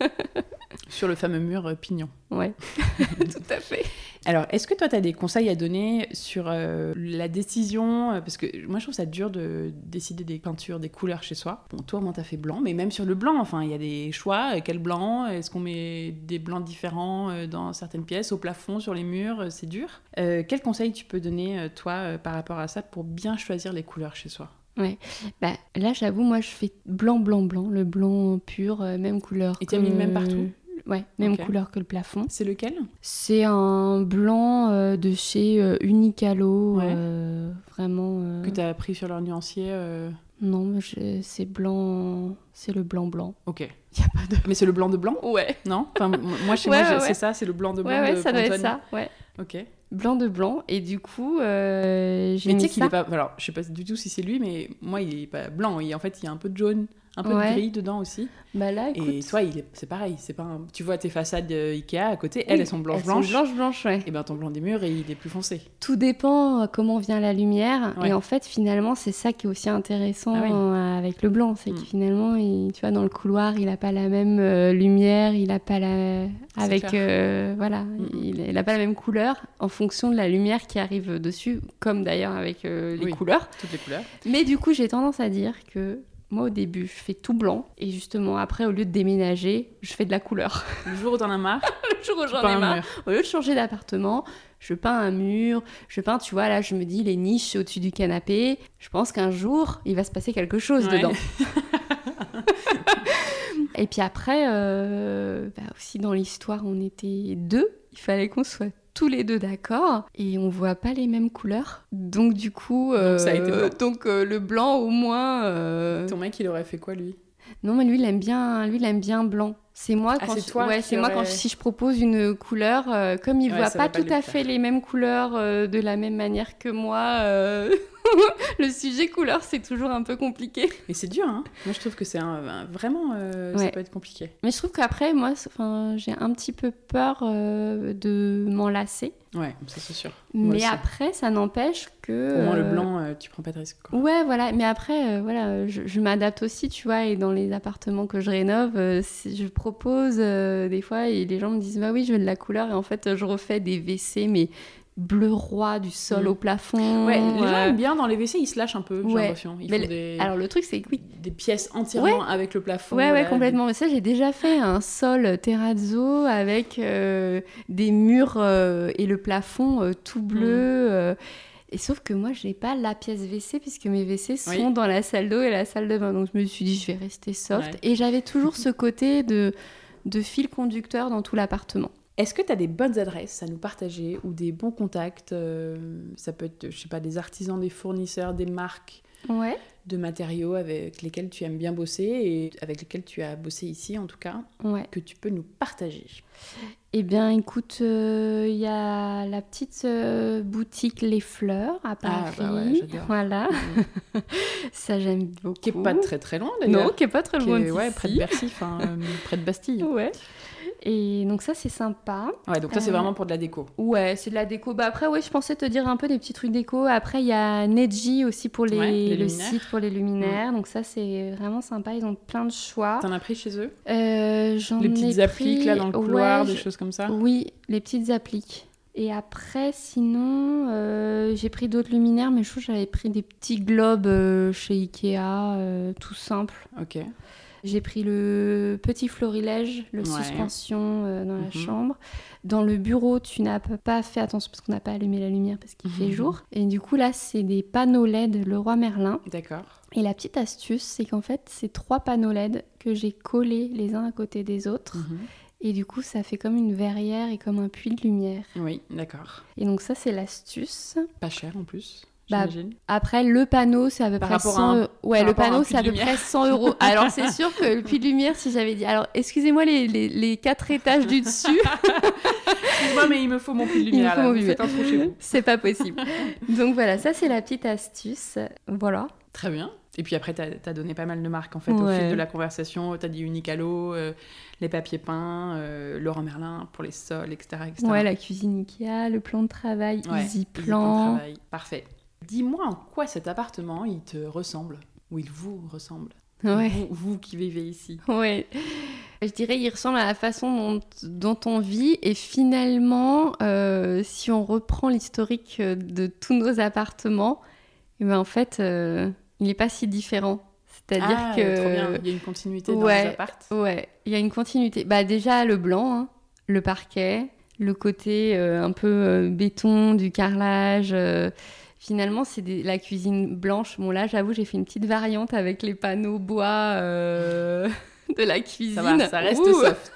A: Sur le fameux mur euh, pignon.
B: Ouais, tout à fait.
A: Alors, est-ce que toi, tu as des conseils à donner sur euh, la décision ? Parce que moi, je trouve ça dur de décider des peintures, des couleurs chez soi. Bon, toi, au moins, tu as fait blanc, mais même sur le blanc, enfin, il y a des choix. Quel blanc ? Est-ce qu'on met des blancs différents euh, dans certaines pièces, au plafond, sur les murs ? C'est dur. Euh, quel conseil tu peux donner, euh, toi, euh, par rapport à ça, pour bien choisir les couleurs chez soi ?
B: Ouais, bah, là, j'avoue, moi, je fais blanc, blanc, blanc, le blanc pur, euh, même couleur.
A: Et tu as mis le même partout ?
B: Ouais, même
A: okay.
B: couleur que le plafond.
A: C'est lequel ?
B: C'est un blanc euh, de chez euh, Unicalo, ouais. euh, vraiment... Euh...
A: Que tu as pris sur leur nuancier euh...
B: Non, je... c'est blanc... C'est le blanc-blanc.
A: Ok.
B: Y a pas de...
A: Mais c'est le blanc de blanc ?
B: Ouais.
A: Non ? Enfin, moi, chez
B: ouais,
A: moi,
B: ouais,
A: c'est
B: ouais.
A: ça, c'est le blanc de blanc
B: ouais,
A: de
B: ouais, ça
A: Pantone.
B: doit être ça, ouais.
A: Ok.
B: Blanc de blanc, et du coup, euh, j'ai
A: mais
B: mis
A: tu sais qu'il
B: ça.
A: est pas... Alors, je sais pas du tout si c'est lui, mais moi, il est pas blanc. Il... En fait, il y a un peu de jaune, un peu
B: ouais.
A: de gris dedans aussi.
B: Bah là, écoute...
A: Et toi, il est... c'est pareil. C'est pas un... Tu vois tes façades euh, Ikea à côté, oui, elles, elles sont blanches-blanches.
B: Elles sont blanches-blanches, ouais.
A: Et bien, ton blanc des murs, il est plus foncé.
B: Tout dépend comment vient la lumière. Ouais. Et en fait, finalement, c'est ça qui est aussi intéressant ah oui. avec le blanc. C'est mm. que finalement, il... tu vois, dans le couloir, il a pas la même euh, lumière, il a pas la... Avec... Euh, voilà, mm. il... il a pas la même couleur en fonction de la lumière qui arrive dessus, comme d'ailleurs avec euh, les
A: oui,
B: couleurs.
A: Toutes les couleurs.
B: Mais du coup, j'ai tendance à dire que moi, au début, je fais tout blanc. Et justement, après, au lieu de déménager, je fais de la couleur.
A: Le jour où t'en as marre,
B: le jour où j'en ai marre, au lieu de changer d'appartement, je peins un mur. Je peins, tu vois, là, je me dis, les niches au-dessus du canapé. Je pense qu'un jour, il va se passer quelque chose ouais. dedans. Et puis après, euh, bah aussi dans l'histoire, on était deux. Il fallait qu'on soit tous les deux d'accord et on voit pas les mêmes couleurs. Donc du coup, euh,
A: donc, ça a été blanc.
B: donc euh, le blanc au moins. Euh...
A: Ton mec, il aurait fait quoi lui ?
B: Non, mais lui, il aime bien, lui, il aime bien blanc. C'est moi
A: ah,
B: quand
A: c'est
B: je...
A: toi
B: ouais, c'est
A: aurait...
B: moi quand je... si je propose une couleur, euh, comme il ouais, voit pas tout à fait faire. les mêmes couleurs euh, de la même manière que moi. Euh... Le sujet couleur, c'est toujours un peu compliqué.
A: Et c'est dur, hein. Moi, je trouve que c'est un, un, vraiment, euh, ouais. ça peut être compliqué.
B: Mais je trouve qu'après, moi, j'ai un petit peu peur euh, de m'en lasser.
A: Ouais, ça c'est sûr.
B: Moi Mais aussi. Après, ça n'empêche que...
A: Au moins, le blanc, euh, tu prends pas de risque, quoi.
B: Ouais, voilà. Mais après, euh, voilà, je, je m'adapte aussi, tu vois. Et dans les appartements que je rénove, euh, je propose euh, des fois, et les gens me disent, bah oui, je veux de la couleur. Et en fait, je refais des W C, mais... bleu roi du sol mmh. au plafond.
A: Ouais, les gens aiment bien dans les W C, ils se lâchent un peu, j'ai
B: ouais.
A: l'impression. Ils
B: mais
A: font
B: le...
A: des...
B: Alors le truc, c'est que oui.
A: Des pièces entièrement
B: ouais.
A: avec le plafond.
B: Ouais, ouais,
A: là,
B: complètement.
A: des...
B: Mais ça, j'ai déjà fait un sol terrazzo avec euh, des murs euh, et le plafond euh, tout bleu. Mmh. Euh... Et sauf que moi, je n'ai pas la pièce W C puisque mes W C sont
A: oui.
B: dans la salle d'eau et la salle de bain. Donc je me suis dit, je vais rester soft.
A: Ouais.
B: Et j'avais toujours ce côté de, de fil conducteur dans tout l'appartement.
A: Est-ce que tu as des bonnes adresses à nous partager ou des bons contacts euh, ça peut être, je sais pas, des artisans, des fournisseurs, des marques
B: Ouais.
A: de matériaux avec lesquels tu aimes bien bosser et avec lesquels tu as bossé ici en tout cas,
B: Ouais.
A: que tu peux nous partager?
B: Eh bien, écoute, il euh, y a la petite euh, boutique Les Fleurs à Paris.
A: Ah, bah ouais, j'adore.
B: Voilà. Mmh. Ça, j'aime beaucoup.
A: Qui est pas très très loin d'ailleurs.
B: Non, qui est pas très loin
A: Qui est,
B: d'ici.
A: ouais, près de Bercy, enfin euh, près de Bastille.
B: Ouais. Et donc ça, c'est sympa.
A: Ouais, donc ça, c'est
B: Euh,
A: vraiment pour de la déco.
B: Ouais, c'est de la déco. Bah après, ouais, je pensais te dire un peu des petits trucs déco. Après, il y a Neji aussi pour les,
A: Ouais, les
B: le
A: luminaires.
B: site pour les luminaires. Donc ça, c'est vraiment sympa. Ils ont plein de choix.
A: T'en as pris chez eux?
B: Euh, j'en
A: Les petites
B: ai
A: appliques
B: pris...
A: là dans le couloir,
B: ouais,
A: des
B: je-
A: choses comme ça?
B: Oui, les petites appliques. Et après, sinon, euh, j'ai pris d'autres luminaires, mais je trouve que j'avais pris des petits globes euh, chez Ikea, euh, tout simple.
A: Ok.
B: J'ai pris le petit florilège, le
A: Ouais.
B: suspension euh, dans la
A: Mhm.
B: chambre. Dans le bureau, tu n'as pas fait attention parce qu'on n'a pas allumé la lumière parce qu'il fait
A: Mhm.
B: jour. Et du coup, là, c'est des panneaux L E D Leroy Merlin.
A: D'accord.
B: Et la petite astuce, c'est qu'en fait, c'est trois panneaux L E D que j'ai collés les uns à côté des autres.
A: Mhm.
B: Et du coup, ça fait comme une verrière et comme un puits de lumière.
A: Oui, d'accord.
B: Et donc ça, c'est l'astuce.
A: Pas cher en plus,
B: Bah,
A: j'imagine.
B: Après, le panneau, c'est à peu
A: Par
B: près
A: rapport à
B: cent
A: un-
B: euros. Ouais,
A: par
B: le
A: rapport à un
B: panneau,
A: puits
B: c'est à
A: de
B: peu
A: lumière.
B: près cent euros. Alors, c'est sûr que le puits de lumière, si j'avais dit... Alors, excusez-moi les, les, les quatre étages du dessus,
A: Excuse-moi, mais il me faut mon puits de
B: Il me
A: lumière.
B: faut
A: là.
B: mon
A: Vous
B: puits.
A: faites un trou chez vous.
B: c'est pas possible. Donc voilà, ça, c'est la petite astuce. Voilà.
A: Très bien. Et puis après, t'as as donné pas mal de marques en fait au
B: Ouais.
A: fil de la conversation. T'as dit Unicalo, euh, les papiers peints, euh, Leroy Merlin pour les sols, et cetera, et cetera.
B: Ouais, la cuisine Ikea, le plan de travail,
A: Ouais,
B: Easy
A: Easy Plan de
B: Plan.
A: travail. Parfait. Dis-moi en quoi cet appartement, il te ressemble? Ou il vous ressemble?
B: Ouais.
A: Vous, vous qui vivez ici.
B: Ouais. Je dirais il ressemble à la façon dont, dont on vit. Et finalement, euh, si on reprend l'historique de tous nos appartements, eh ben en fait, euh, il n'est pas si différent. C'est-à-dire
A: Ah,
B: que...
A: trop bien. Il y a une continuité dans
B: Ouais.
A: les apparts.
B: Ouais, il y a une continuité. Bah déjà, le blanc, hein, le parquet, le côté euh, un peu euh, béton, du carrelage... euh, Finalement, c'est des- la cuisine blanche. Bon, là, j'avoue, j'ai fait une petite variante avec les panneaux bois euh, de la cuisine.
A: Ça va, ça reste
B: Ouh.
A: soft.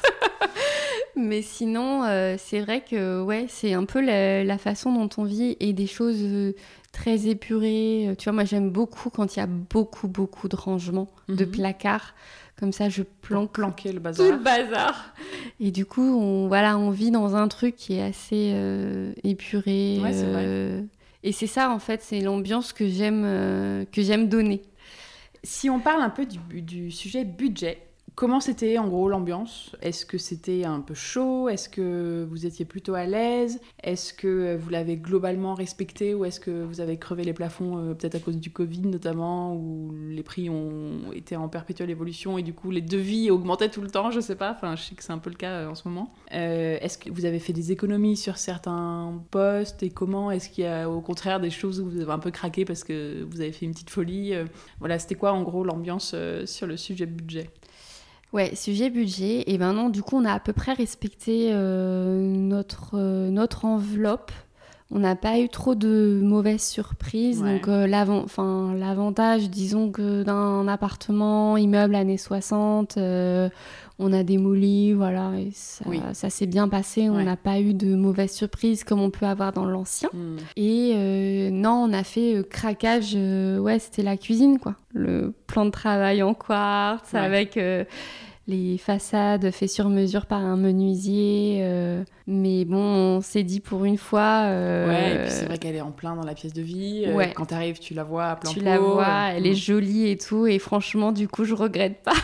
B: Mais sinon, euh, c'est vrai que ouais, c'est un peu la, la façon dont on vit et des choses euh, très épurées. Tu vois, moi, j'aime beaucoup quand il y a beaucoup, beaucoup de rangements, de
A: Mhm.
B: placards. Comme ça, je planque
A: Planquer le
B: tout
A: bazar.
B: le bazar. Et du coup, on, voilà, on vit dans un truc qui est assez euh, épuré.
A: Ouais, c'est
B: euh, Et c'est ça, en fait, c'est l'ambiance que j'aime euh, que j'aime donner.
A: Si on parle un peu du, bu- du sujet budget, comment c'était en gros l'ambiance? Est-ce que c'était un peu chaud? Est-ce que vous étiez plutôt à l'aise? Est-ce que vous l'avez globalement respecté ou est-ce que vous avez crevé les plafonds euh, peut-être à cause du Covid notamment, où les prix ont été en perpétuelle évolution et du coup les devis augmentaient tout le temps, je sais pas, enfin je sais que c'est un peu le cas euh, en ce moment. Euh, est-ce que vous avez fait des économies sur certains postes et comment? Est-ce qu'il y a au contraire des choses où vous avez un peu craqué parce que vous avez fait une petite folie? euh, Voilà, c'était quoi en gros l'ambiance euh, sur le sujet budget?
B: Ouais, sujet budget. Et ben non, du coup, on a à peu près respecté euh, notre, euh, notre enveloppe. On n'a pas eu trop de mauvaises surprises.
A: Ouais.
B: Donc, euh, l'avan- enfin, l'avantage, disons que d'un appartement, immeuble années soixante, euh, on a démoli, voilà, et ça,
A: Oui.
B: ça s'est bien passé. On
A: Ouais.
B: n'a pas eu de mauvaises surprises comme on peut avoir dans l'ancien.
A: Hmm.
B: Et euh, non, on a fait euh, craquage, euh, ouais, c'était la cuisine, quoi. Le plan de travail en quartz,
A: Ouais.
B: avec euh, les façades faites sur mesure par un menuisier. euh, mais bon, on s'est dit pour une fois... euh,
A: Ouais, et puis c'est vrai qu'elle est en plein dans la pièce de vie. euh,
B: Ouais.
A: Quand t'arrives, tu la vois à plein
B: tu
A: pot.
B: la vois,
A: euh,
B: elle
A: hmm.
B: est jolie et tout. Et franchement, du coup, je regrette pas.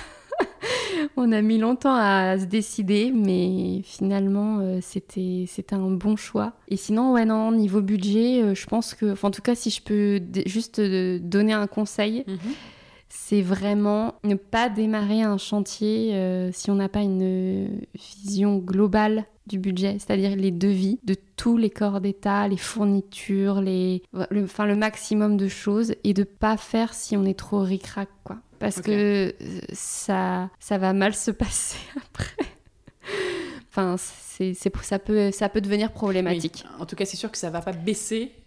B: On a mis longtemps à se décider, mais finalement, euh, c'était, c'était un bon choix. Et sinon, ouais, non, niveau budget, euh, je pense que... Enfin, en tout cas, si je peux d- juste euh, donner un conseil,
A: Mhm.
B: c'est vraiment ne pas démarrer un chantier euh, si on n'a pas une euh, vision globale du budget, c'est-à-dire les devis de tous les corps d'État, les fournitures, les... Le, enfin, le maximum de choses, et de pas faire si on est trop ric-rac, quoi. Parce
A: Ok.
B: que euh, ça, ça va mal se passer après. Enfin, c'est, c'est, ça, peut, ça peut devenir problématique.
A: Oui. En tout cas, c'est sûr que ça va pas baisser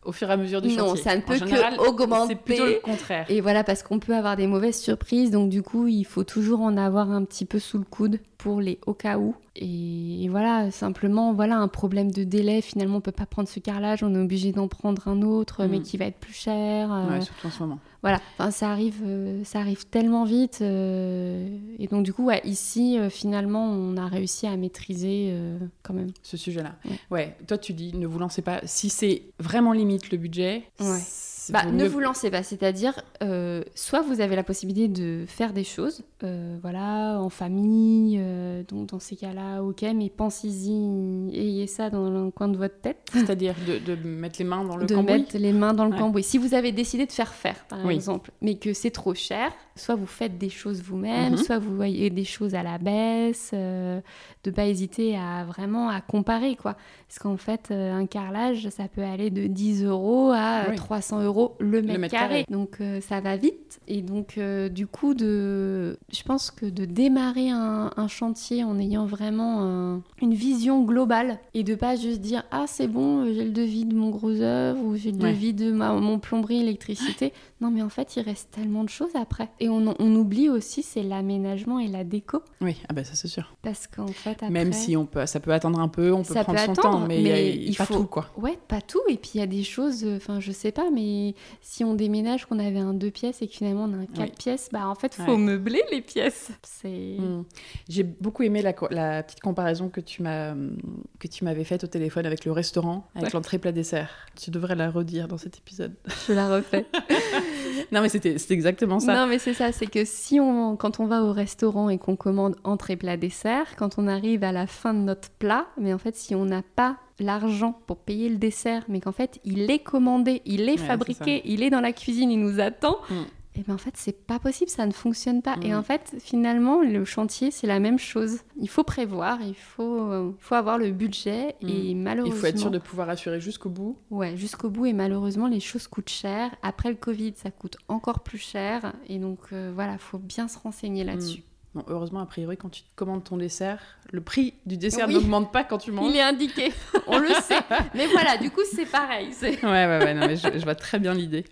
A: au fur et à mesure du chantier.
B: Non, ça ne peut
A: général,
B: qu'augmenter.
A: C'est plutôt le contraire.
B: Et voilà, parce qu'on peut avoir des mauvaises surprises, donc du coup, il faut toujours en avoir un petit peu sous le coude pour les au cas où. Et voilà, simplement, voilà, un problème de délai. Finalement, on peut pas prendre ce carrelage, on est obligé d'en prendre un autre, mmh. mais qui va être plus cher. Euh...
A: Ouais, surtout en ce moment.
B: Voilà, enfin, ça arrive, euh, ça arrive tellement vite. Euh... Et donc, du coup, ouais, ici, euh, finalement, on a réussi à maîtriser euh, quand même.
A: Ce sujet-là.
B: Ouais.
A: ouais. Toi, tu dis, ne vous lancez pas. Si c'est vraiment limite le budget...
B: Ouais. Bah, ne mieux... vous lancez pas, c'est-à-dire euh, soit vous avez la possibilité de faire des choses, euh, voilà, en famille, euh, donc dans ces cas-là, ok, mais pensez-y, ayez ça dans le coin de votre tête.
A: C'est-à-dire de, de mettre les mains dans le
B: de
A: cambouis.
B: De mettre les mains dans le
A: ouais.
B: cambouis. Si vous avez décidé de faire faire, par
A: oui.
B: exemple, mais que c'est trop cher, soit vous faites des choses vous-même,
A: mm-hmm.
B: soit vous voyez des choses à la baisse, euh, de pas hésiter à vraiment à comparer, quoi. Parce qu'en fait, euh, un carrelage, ça peut aller de dix euros à oui. trois cents euros le mètre, le mètre carré. carré. Donc euh, ça va vite. Et donc euh, du coup, de... je pense que de démarrer un, un chantier en ayant vraiment un... une vision globale et de pas juste dire « Ah, c'est bon, j'ai le devis de mon gros œuvre » ou « J'ai le ouais. devis de ma... mon plomberie, électricité ». Non, mais en fait, il reste tellement de choses après. Et on, on oublie aussi, c'est l'aménagement et la déco.
A: Oui, ah bah ça c'est sûr.
B: Parce qu'en fait, après...
A: Même si on peut, ça peut attendre un peu, on peut
B: ça
A: prendre
B: peut
A: son
B: attendre,
A: temps, mais,
B: mais
A: il y a,
B: il
A: pas
B: faut...
A: tout, quoi.
B: Ouais, pas tout. Et puis, il y a des choses, enfin, je sais pas, mais si on déménage, qu'on avait un deux pièces et que finalement, on a un quatre oui. pièces, bah en fait, il faut ouais. meubler les pièces. C'est...
A: Mmh. J'ai beaucoup aimé la, la petite comparaison que tu, m'as, que tu m'avais faite au téléphone avec le restaurant, avec ouais. l'entrée plat dessert. Tu devrais la redire dans cet épisode.
B: Je la refais.
A: Non, mais c'était, c'était exactement ça.
B: Non, mais c'est ça, c'est que si on, quand on va au restaurant et qu'on commande entrée, plat, dessert, quand on arrive à la fin de notre plat, mais en fait, si on n'a pas l'argent pour payer le dessert, mais qu'en fait, il est commandé, il est ouais, fabriqué, il est dans la cuisine, il nous attend... Mm. Et bien en fait, c'est pas possible, ça ne fonctionne pas. Mmh. Et en fait, finalement, le chantier, c'est la même chose. Il faut prévoir, il faut, euh, faut avoir le budget mmh. et malheureusement...
A: Il faut être sûr de pouvoir assurer jusqu'au bout.
B: Ouais, jusqu'au bout. Et malheureusement, les choses coûtent cher. Après le Covid, ça coûte encore plus cher. Et donc, euh, voilà, il faut bien se renseigner là-dessus.
A: Mmh. Bon, heureusement, a priori, quand tu commandes ton dessert, le prix du dessert
B: oui.
A: n'augmente pas quand tu manges.
B: Il est indiqué, on le sait. Mais voilà, du coup, c'est pareil. C'est...
A: Ouais, ouais, ouais, non, mais je, je vois très bien l'idée.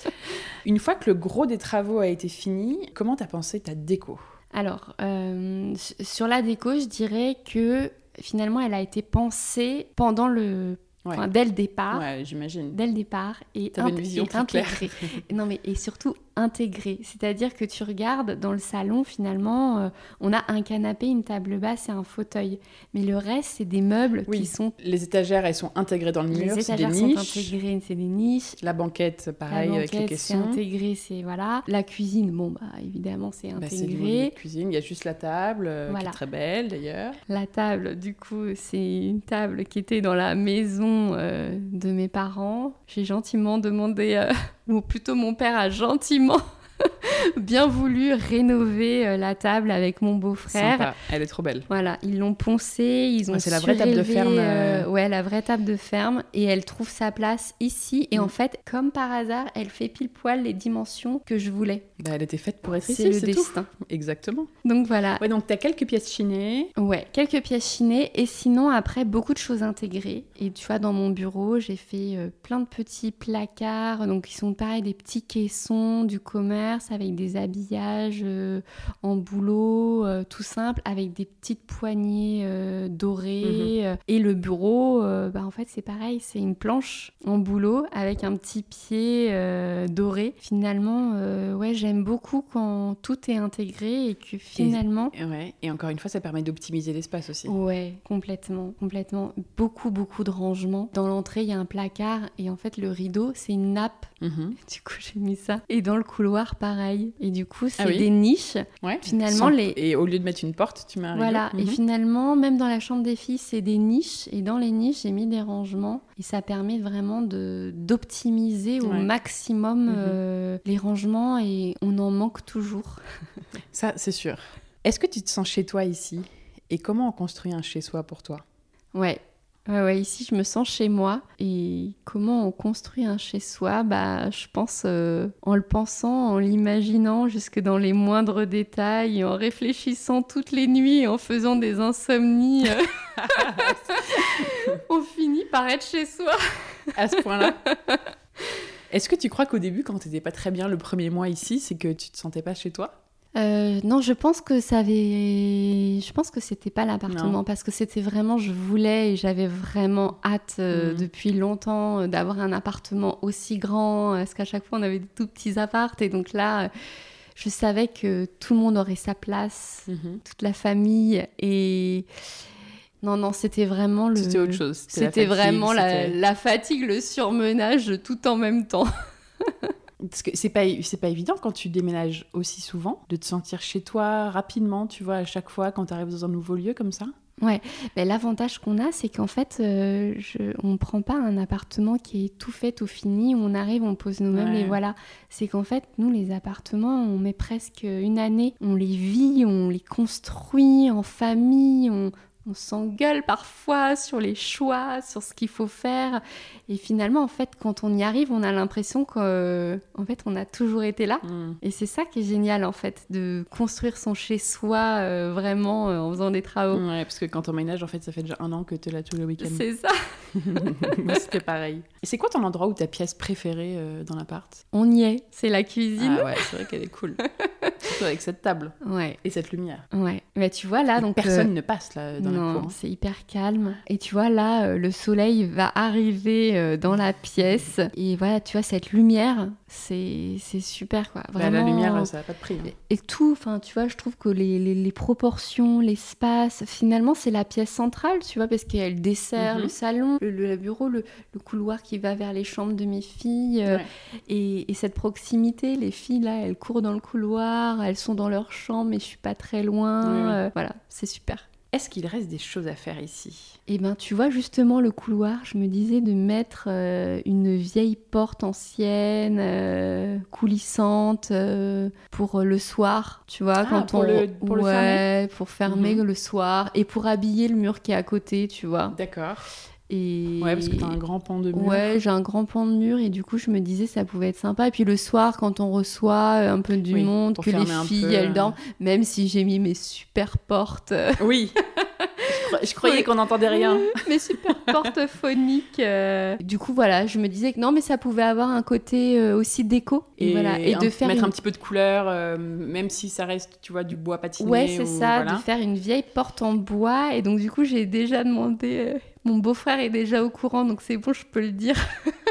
A: Une fois que le gros des travaux a été fini, comment t'as pensé ta déco ?
B: Alors, euh, sur la déco, je dirais que finalement, elle a été pensée pendant le... Ouais. Enfin, dès le départ.
A: Ouais, j'imagine.
B: Dès le départ. Et
A: T'avais int- une vision très
B: intégrée.
A: claire.
B: Non, mais et surtout intégrée. C'est-à-dire que tu regardes dans le salon, finalement, euh, on a un canapé, une table basse et un fauteuil. Mais le reste, c'est des meubles
A: oui.
B: qui sont...
A: Les étagères, elles sont intégrées dans le mur,
B: les
A: c'est des
B: niches.
A: niches.
B: sont intégrées, c'est des niches.
A: La banquette, pareil,
B: la banquette,
A: avec les caissons.
B: c'est intégré, c'est... Voilà. La cuisine, bon, bah, évidemment, c'est intégré. Bah, c'est
A: une cuisine. Il y a juste la table, euh, voilà. qui est très belle, d'ailleurs.
B: La table, du coup, c'est une table qui était dans la maison... Euh, de mes parents. J'ai gentiment demandé, euh, ou plutôt mon père a gentiment bien voulu rénover euh, la table avec mon beau-frère.
A: Sympa. Elle est trop belle.
B: Voilà, ils l'ont poncée, ils ont
A: ouais, c'est la vraie table de ferme.
B: Euh... Ouais, la vraie table de ferme, et elle trouve sa place ici. Et mmh. en fait, comme par hasard, elle fait pile poil les dimensions que je voulais.
A: Bah, elle était faite pour être
B: c'est
A: ici,
B: le
A: c'est
B: destin.
A: Tout. Exactement.
B: Donc voilà.
A: Ouais, donc t'as quelques pièces chinées.
B: Ouais, quelques pièces chinées, et sinon après beaucoup de choses intégrées. Et tu vois, dans mon bureau, j'ai fait euh, plein de petits placards, donc ils sont pareil des petits caissons du commerce avec des habillages euh, en bouleau, euh, tout simple, avec des petites poignées euh, dorées. Mmh. Euh, et le bureau, euh, bah, en fait, c'est pareil, c'est une planche en bouleau avec un petit pied euh, doré. Finalement, euh, ouais, j'aime beaucoup quand tout est intégré et que finalement...
A: Et, ouais, et encore une fois, ça permet d'optimiser l'espace aussi.
B: Ouais, complètement, complètement. Beaucoup, beaucoup de rangements. Dans l'entrée, il y a un placard et en fait, le rideau, c'est une nappe. Mmh. Du coup, j'ai mis ça. Et dans le couloir, pareil. Et du coup, c'est ah oui. des niches.
A: Ouais.
B: Finalement,
A: Sans...
B: les...
A: Et au lieu de mettre une porte, tu mets un rideau.
B: Voilà. Mmh. Et finalement, même dans la chambre des filles, c'est des niches. Et dans les niches, j'ai mis des rangements. Et ça permet vraiment de... d'optimiser au ouais. maximum mmh. euh, les rangements. Et on en manque toujours.
A: Ça, c'est sûr. Est-ce que tu te sens chez toi ici ? Et comment on construit un chez-soi pour toi ?
B: Ouais. Ouais, ouais, ici, je me sens chez moi. Et comment on construit un chez-soi? Bah, je pense euh, en le pensant, en l'imaginant jusque dans les moindres détails, et en réfléchissant toutes les nuits, en faisant des insomnies. euh, on finit par être chez soi.
A: À ce point-là. Est-ce que tu crois qu'au début, quand tu n'étais pas très bien le premier mois ici, c'est que tu te sentais pas chez toi?
B: Euh, non, je pense que ça avait... Je pense que c'était pas l'appartement, non. Parce que c'était vraiment... Je voulais et j'avais vraiment hâte euh, mmh. depuis longtemps euh, d'avoir un appartement aussi grand, parce qu'à chaque fois, on avait des tout petits apparts. Et donc là, euh, je savais que tout le monde aurait sa place, mmh. toute la famille. Et... Non, non, c'était vraiment le...
A: C'était autre chose.
B: C'était, c'était la fatigue, vraiment c'était... La, la fatigue, le surmenage, tout en même temps.
A: Parce que c'est pas, c'est pas évident quand tu déménages aussi souvent, de te sentir chez toi rapidement, tu vois, à chaque fois quand tu arrives dans un nouveau lieu comme ça.
B: Ouais, ben, l'avantage qu'on a, c'est qu'en fait, euh, je, on ne prend pas un appartement qui est tout fait, tout fini, où on arrive, on pose nos meubles ouais. et voilà. C'est qu'en fait, nous, les appartements, on met presque une année, on les vit, on les construit en famille, on... On s'engueule parfois sur les choix, sur ce qu'il faut faire. Et finalement, en fait, quand on y arrive, on a l'impression qu'en fait, on a toujours été là. Mmh. Et c'est ça qui est génial, en fait, de construire son chez-soi euh, vraiment euh, en faisant des travaux.
A: Ouais, parce que quand on ménage, en fait, ça fait déjà un an que tu es là tous les week-ends.
B: C'est ça.
A: Moi, c'était pareil. Et c'est quoi ton endroit ou ta pièce préférée euh, dans l'appart?
B: On y est, c'est la cuisine.
A: Ah ouais, c'est vrai qu'elle est cool. Surtout avec cette table
B: ouais.
A: et cette lumière.
B: Ouais, mais tu vois là,
A: et
B: donc
A: personne
B: euh...
A: ne passe là dans
B: non,
A: la cour.
B: Non, c'est hyper calme. Et tu vois là, euh, le soleil va arriver euh, dans la pièce et voilà, tu vois cette lumière, c'est c'est super quoi. Vraiment.
A: Bah, la lumière, ça n'a pas de prix. Hein.
B: Et tout, enfin tu vois, je trouve que les, les, les proportions, l'espace, finalement c'est la pièce centrale, tu vois, parce qu'elle dessert mm-hmm. le salon, le, le bureau, le, le couloir qui va vers les chambres de mes filles euh, ouais. et, et cette proximité, les filles là, elles courent dans le couloir, elles sont dans leur chambre, mais je suis pas très loin. Oui, oui. Euh, voilà, c'est super.
A: Est-ce qu'il reste des choses à faire ici?
B: Eh ben, tu vois, justement, le couloir, je me disais de mettre euh, une vieille porte ancienne, euh, coulissante, euh, pour le soir, tu vois,
A: ah,
B: quand
A: pour
B: on...
A: Le, pour
B: ouais,
A: le fermer
B: pour fermer mm-hmm. le soir, et pour habiller le mur qui est à côté, tu vois.
A: D'accord.
B: Et...
A: Ouais, parce que t'as un grand pan de mur.
B: Ouais, j'ai un grand pan de mur et du coup, je me disais ça pouvait être sympa. Et puis le soir, quand on reçoit un peu du oui, monde, que les filles, peu... elles dorment, même si j'ai mis mes super portes...
A: Oui. Je croyais oui. qu'on n'entendait rien.
B: Mes super portes phoniques. Euh... Du coup, voilà, je me disais que non, mais ça pouvait avoir un côté euh, aussi déco.
A: Et, et,
B: voilà. et
A: un,
B: de faire
A: mettre
B: une...
A: un petit peu de couleur, euh, même si ça reste, tu vois, du bois patiné.
B: Ouais, c'est
A: ou,
B: ça,
A: voilà.
B: de faire une vieille porte en bois. Et donc, du coup, j'ai déjà demandé... Euh... Mon beau-frère est déjà au courant, donc c'est bon, je peux le dire.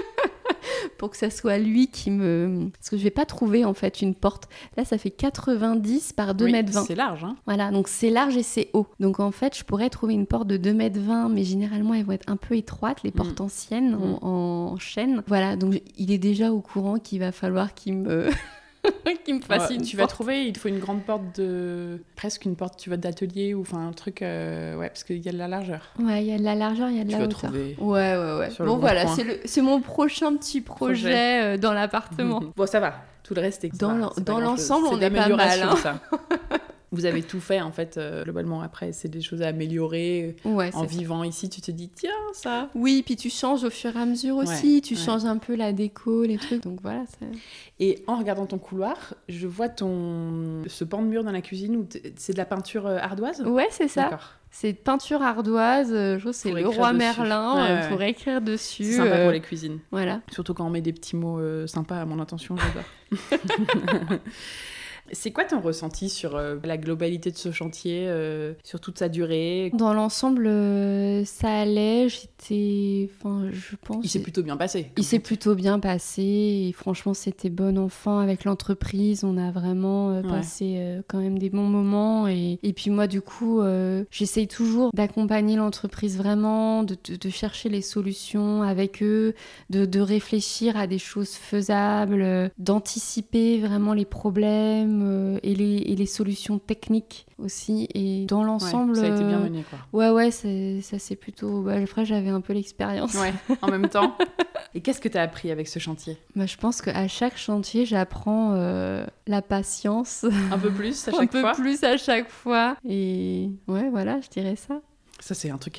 B: Pour que ça soit lui qui me... Parce que je vais pas trouver, en fait, une porte. Là, ça fait quatre-vingt-dix par deux mètres vingt.
A: C'est large, hein.
B: Voilà, donc c'est large et c'est haut. Donc, en fait, je pourrais trouver une porte de deux mètres vingt, mais généralement, elles vont être un peu étroites, les portes mmh. anciennes, mmh. en, en chaîne. Voilà, donc il est déjà au courant qu'il va falloir qu'il me... qui me fasse
A: ouais,
B: une
A: tu
B: porte.
A: vas trouver, il te faut une grande porte de presque une porte, tu vois, d'atelier ou enfin un truc euh... ouais, parce qu'il y a de la largeur.
B: Ouais, il y a de la largeur, il y a de
A: tu
B: la
A: vas
B: hauteur.
A: Trouver
B: ouais ouais ouais. Bon, bon voilà, c'est le c'est mon prochain petit projet, projet. Euh, dans l'appartement.
A: Bon, ça va. Tout le reste est
B: dans,
A: pas,
B: dans l'ensemble,
A: on
B: est pas mal hein.
A: Ça. Vous avez tout fait en fait euh, globalement. Après c'est des choses à améliorer
B: ouais,
A: en vivant ça. Ici tu te dis tiens ça
B: oui puis tu changes au fur et à mesure aussi ouais, tu ouais. changes un peu la déco les trucs donc voilà c'est...
A: Et en regardant ton couloir je vois ton ce pan de mur dans la cuisine où c'est de la peinture ardoise.
B: Ouais c'est ça. D'accord. C'est peinture ardoise, je trouve c'est le roi dessus. Merlin ouais, ouais. pour écrire dessus.
A: C'est sympa euh... pour les cuisines.
B: Voilà.
A: Surtout quand on met des petits mots euh, sympas à mon intention, j'adore. C'est quoi ton ressenti sur euh, la globalité de ce chantier, euh, sur toute sa durée?
B: Dans l'ensemble, euh, ça allait. J'étais, enfin, je pense.
A: Il s'est plutôt bien passé.
B: Il s'est plutôt bien passé. Et franchement, c'était bon enfant avec l'entreprise. On a vraiment euh, ouais. passé euh, quand même des bons moments. Et, et puis moi, du coup, euh, j'essaye toujours d'accompagner l'entreprise vraiment, de, de, de chercher les solutions avec eux, de, de réfléchir à des choses faisables, d'anticiper vraiment les problèmes. Euh, et, les, et les solutions techniques aussi et dans l'ensemble
A: ouais, ça a été bien mené quoi.
B: Ouais ouais c'est, ça c'est plutôt bah, après j'avais un peu l'expérience
A: ouais, en même temps. Et qu'est-ce que tu as appris avec ce chantier? Bah,
B: je pense qu'à chaque chantier j'apprends euh, la patience
A: un peu plus à chaque
B: un
A: fois
B: un peu plus à chaque fois et ouais voilà je dirais ça.
A: Ça c'est un truc qui revient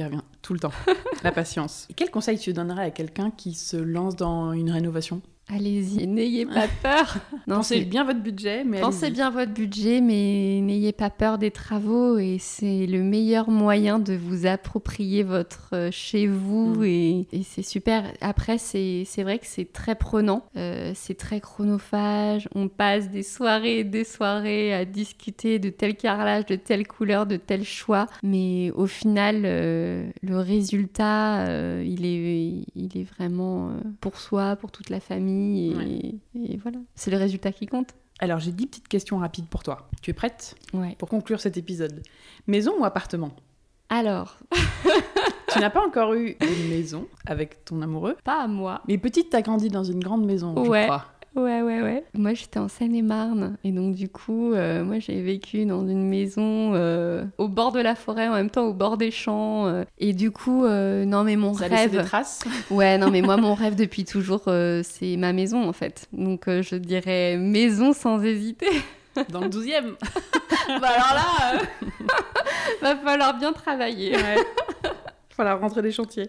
A: tout le temps. La patience. Et quel conseil tu donnerais à quelqu'un qui se lance dans une rénovation ?
B: Allez-y, n'ayez pas peur.
A: Non, Pensez c'est... bien votre budget, mais
B: Pensez
A: allez-y.
B: bien votre budget, mais n'ayez pas peur des travaux. Et c'est le meilleur moyen de vous approprier votre euh, chez vous. Mmh. Et, et c'est super. Après, c'est, c'est vrai que c'est très prenant. Euh, c'est très chronophage. On passe des soirées et des soirées à discuter de tel carrelage, de telle couleur, de tel choix. Mais au final, euh, le résultat, euh, il, est, il est vraiment euh, pour soi, pour toute la famille. Et, ouais. et voilà, c'est le résultat qui compte.
A: Alors, j'ai dix petites questions rapides pour toi. Tu es prête ?
B: Ouais.
A: Pour conclure cet épisode. Maison ou appartement ?
B: Alors
A: Tu n'as pas encore eu une maison avec ton amoureux ?
B: Pas à moi.
A: Mais petite, t'as grandi dans une grande maison,
B: ouais.
A: je crois.
B: Ouais, ouais, ouais. Moi, j'étais en Seine-et-Marne. Et donc, du coup, euh, moi, j'ai vécu dans une maison euh, au bord de la forêt, en même temps au bord des champs. Euh, et du coup, euh, non, mais mon
A: Ça
B: rêve...
A: a laissé des traces ?
B: Ouais, non, mais moi, mon rêve depuis toujours, euh, c'est ma maison, en fait. Donc, euh, je dirais maison sans hésiter.
A: Dans le douzième.
B: Bah alors là, euh... va falloir bien travailler.
A: Ouais. Falloir rentrer des chantiers.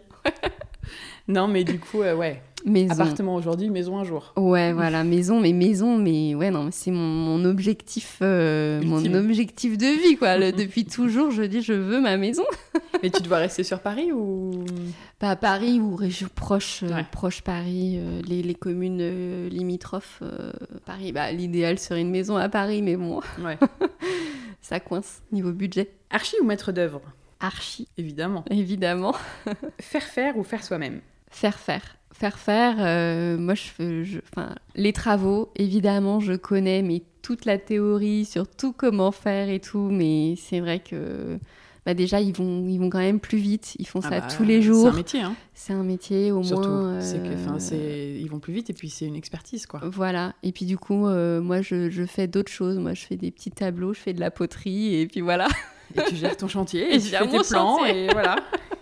A: Non, mais du coup, euh, ouais.
B: Maison.
A: Appartement aujourd'hui, maison un jour.
B: Ouais, voilà, maison, mais maison, mais ouais, non, c'est mon, mon objectif, euh, mon objectif de vie, quoi. Le, depuis toujours, je dis, je veux ma maison.
A: Et tu dois rester sur Paris ou
B: Pas à Paris ou région proche, euh,
A: ouais.
B: proche Paris, euh, les, les communes euh, limitrophes euh, Paris. Bah, l'idéal serait une maison à Paris, mais bon,
A: ouais.
B: Ça coince niveau budget.
A: Archi ou maître d'œuvre ?
B: Archi.
A: Évidemment.
B: Évidemment.
A: Faire faire ou faire soi-même ?
B: Faire faire. Faire faire, euh, moi, je, je, enfin, les travaux, évidemment, je connais, mais toute la théorie sur tout comment faire et tout, mais c'est vrai que bah déjà, ils vont, ils vont quand même plus vite, ils font ah ça bah, tous les jours.
A: C'est un métier, hein.
B: C'est un métier, au
A: Surtout,
B: moins...
A: c'est
B: euh...
A: que, enfin, c'est... ils vont plus vite et puis c'est une expertise, quoi.
B: Voilà, et puis du coup, euh, moi, je, je fais d'autres choses. Moi, je fais des petits tableaux, je fais de la poterie, et puis voilà.
A: Et tu gères ton chantier, et,
B: et
A: tu fais tes plans,
B: chantier.
A: Et voilà.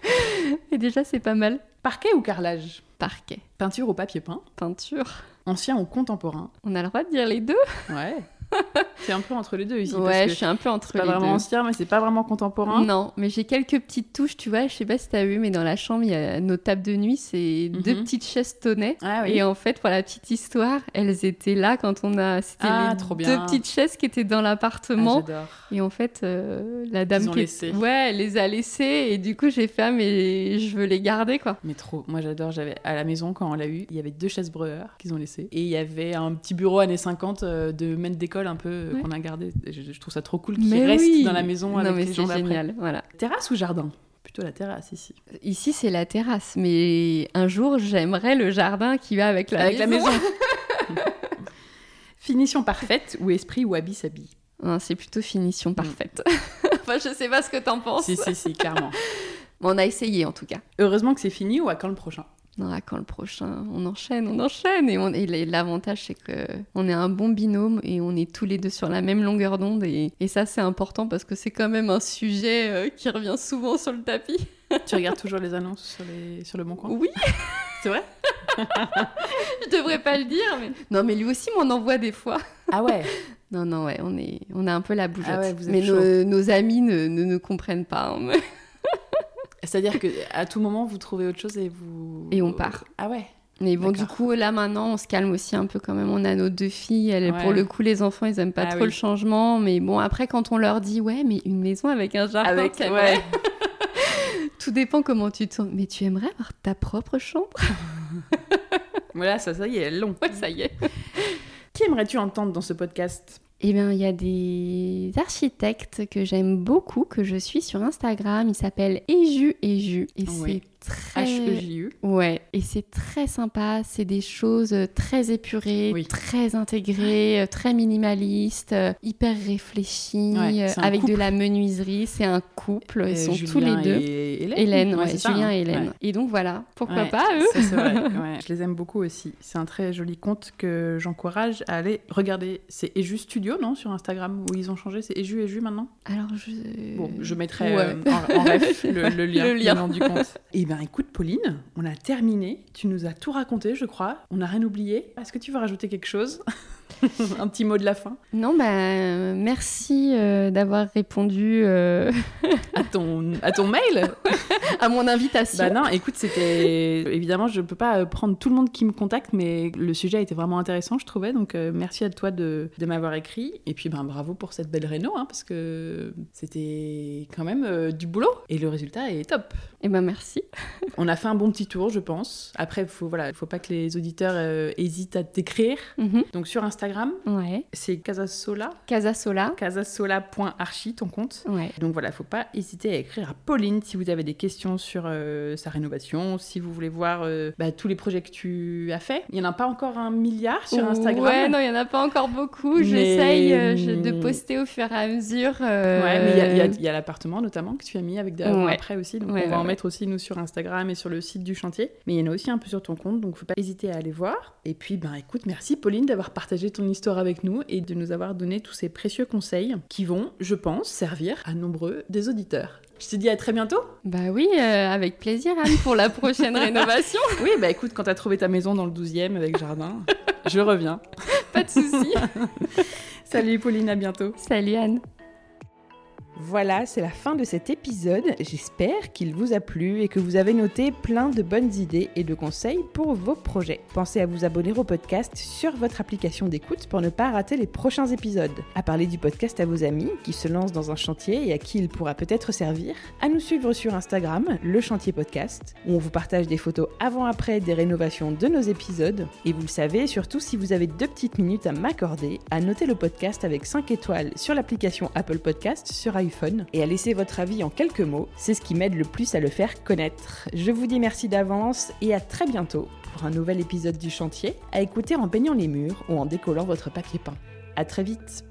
B: Et déjà, c'est pas mal.
A: Parquet ou carrelage ?
B: Parquet.
A: Peinture ou papier peint ?
B: Peinture.
A: Ancien ou contemporain ?
B: On a le droit de dire les deux ?
A: Ouais. C'est un peu entre les deux ici.
B: Ouais,
A: parce que
B: je suis un peu entre
A: les deux. C'est pas vraiment ancien, mais c'est pas vraiment contemporain.
B: Non, mais j'ai quelques petites touches, tu vois. Je sais pas si t'as vu, mais dans la chambre, il y a nos tables de nuit, c'est mm-hmm. deux petites chaises tonnet.
A: Ah, oui.
B: Et en fait, pour la petite histoire, elles étaient là quand on a... C'était
A: ah,
B: les
A: trop
B: deux
A: bien.
B: petites chaises qui étaient dans l'appartement.
A: Ah, j'adore.
B: Et en fait, euh, la dame
A: Ils ont
B: qui...
A: laissé.
B: Ouais, elle les a laissées. Et du coup, j'ai fait, ah, mais je veux les garder, quoi.
A: Mais trop. Moi, j'adore. J'avais... À la maison, quand on l'a eu, il y avait deux chaises Breuer qu'ils ont laissées. Et il y avait un petit bureau années cinquante euh, de maître d'école un peu euh, ouais. qu'on a gardé. Je, je trouve ça trop cool qu'ils
B: mais
A: restent
B: oui.
A: dans la maison
B: non,
A: avec
B: mais
A: les gens
B: c'est
A: d'après.
B: Génial, voilà.
A: Terrasse ou jardin ? Plutôt la terrasse ici.
B: Ici, c'est la terrasse. Mais un jour, j'aimerais le jardin qui va avec la
A: avec
B: maison.
A: Avec la maison. Finition parfaite ou esprit wabi-sabi ?
B: Non, c'est plutôt finition parfaite. Mm. Enfin, je sais pas ce que t'en penses.
A: Si, si, si, clairement.
B: On a essayé, en tout cas.
A: Heureusement que c'est fini ou à quand le prochain ?
B: Non, à quand le prochain ? On enchaîne, on enchaîne. Et, on... et l'avantage, c'est qu'on est un bon binôme et on est tous les deux sur la même longueur d'onde. Et, et ça, c'est important parce que c'est quand même un sujet euh, qui revient souvent sur le tapis.
A: Tu regardes toujours les annonces sur, les... sur le Bon Coin ?
B: Oui.
A: C'est vrai ?
B: Je devrais pas le dire, mais... Non, mais lui aussi m'en envoie des fois.
A: Ah ouais ?
B: Non, non, ouais, on, est... on a un peu la bougeotte.
A: Ah ouais, vous êtes
B: mais
A: chaud.
B: nos, nos amis ne, ne, ne comprennent pas. Hein, mais...
A: C'est-à-dire qu'à tout moment, vous trouvez autre chose et vous...
B: Et on part.
A: Ah ouais.
B: Mais bon,
A: D'accord.
B: du coup, là, maintenant, on se calme aussi un peu quand même. On a nos deux filles. Elles,
A: ouais.
B: Pour le coup, les enfants, ils aiment pas
A: ah
B: trop
A: oui.
B: le changement. Mais bon, après, quand on leur dit, ouais, mais une maison avec un jardin,
A: avec,
B: c'est
A: ouais.
B: vrai. Tout dépend comment tu te sens. Mais tu aimerais avoir ta propre chambre ?
A: Voilà, ça, ça y est, long.
B: Ouais, ça y est.
A: Qui aimerais-tu entendre dans ce podcast ?
B: Eh bien, il y a des architectes que j'aime beaucoup, que je suis sur Instagram. Ils s'appellent Eju Eju. Et
A: oui.
B: c'est très...
A: H E J U.
B: Ouais, et c'est très sympa. C'est des choses très épurées, oui. très intégrées, très minimalistes, hyper réfléchies, ouais, avec couple. De la menuiserie. C'est un couple. Ils euh, sont
A: Julien
B: tous les deux.
A: Et Hélène,
B: Hélène
A: ouais,
B: ouais,
A: ça,
B: Julien
A: hein.
B: et Hélène.
A: Ouais.
B: Et donc voilà, pourquoi
A: ouais,
B: pas eux
A: ça, c'est vrai. Ouais. Je les aime beaucoup aussi. C'est un très joli compte que j'encourage à aller regarder. C'est Eju Studio, non, sur Instagram, où ils ont changé. C'est Eju Eju maintenant.
B: Alors je.
A: Bon, je mettrai
B: ouais.
A: euh, en, en ref le, le lien,
B: le lien.
A: Le nom du compte. Eh bien, écoute, Pauline, on a terminé. Tu nous as tout raconté, je crois. On n'a rien oublié. Est-ce que tu veux rajouter quelque chose ? Un petit mot de la fin.
B: Non, bah, euh, merci euh, d'avoir répondu euh...
A: à, ton, à ton mail,
B: à mon invitation.
A: Bah non, écoute, c'était... Évidemment, je ne peux pas prendre tout le monde qui me contacte, mais le sujet a été vraiment intéressant, je trouvais. Donc, euh, merci à toi de, de m'avoir écrit. Et puis, ben, bravo pour cette belle réno, hein, parce que c'était quand même euh, du boulot. Et le résultat est top.
B: Eh ben, merci.
A: On a fait un bon petit tour, je pense. Après, il faut, voilà, faut pas que les auditeurs euh, hésitent à t'écrire. Mm-hmm. Donc, sur Instagram,
B: ouais.
A: c'est Casasola.
B: Casasola.
A: Casasola point archi, ton compte.
B: Ouais.
A: Donc, voilà, il ne faut pas hésiter à écrire à Pauline si vous avez des questions sur euh, sa rénovation, si vous voulez voir euh, bah, tous les projets que tu as faits. Il n'y en a pas encore un milliard sur Instagram.
B: Ouais, non, il n'y en a pas encore beaucoup. Mais... J'essaye euh, je, de poster au fur et à mesure. Euh...
A: Ouais, mais il y a, y, a, y a l'appartement notamment que tu as mis avec des avant
B: ouais.
A: après aussi. Donc,
B: ouais,
A: on va
B: ouais,
A: en
B: ouais.
A: mettre aussi, nous, sur Instagram et sur le site du chantier. Mais il y en a aussi un peu sur ton compte, donc il ne faut pas hésiter à aller voir. Et puis, ben, écoute, merci Pauline d'avoir partagé ton histoire avec nous et de nous avoir donné tous ces précieux conseils qui vont, je pense, servir à nombreux des auditeurs. Je te dis à très bientôt.
B: Bah oui, euh, avec plaisir Anne pour la prochaine rénovation.
A: Oui, bah écoute, quand t'as trouvé ta maison dans le douzième avec jardin, je reviens.
B: Pas de soucis.
A: Salut Pauline, à bientôt.
B: Salut Anne.
A: Voilà, c'est la fin de cet épisode. J'espère qu'il vous a plu et que vous avez noté plein de bonnes idées et de conseils pour vos projets. Pensez à vous abonner au podcast sur votre application d'écoute pour ne pas rater les prochains épisodes. À parler du podcast à vos amis qui se lancent dans un chantier et à qui il pourra peut-être servir. À nous suivre sur Instagram, le Chantier Podcast, où on vous partage des photos avant-après des rénovations de nos épisodes. Et vous le savez, surtout si vous avez deux petites minutes à m'accorder, à noter le podcast avec cinq étoiles sur l'application Apple Podcast sur iPhone et à laisser votre avis en quelques mots, c'est ce qui m'aide le plus à le faire connaître. Je vous dis merci d'avance et à très bientôt pour un nouvel épisode du chantier, à écouter en peignant les murs ou en décollant votre papier peint. À très vite.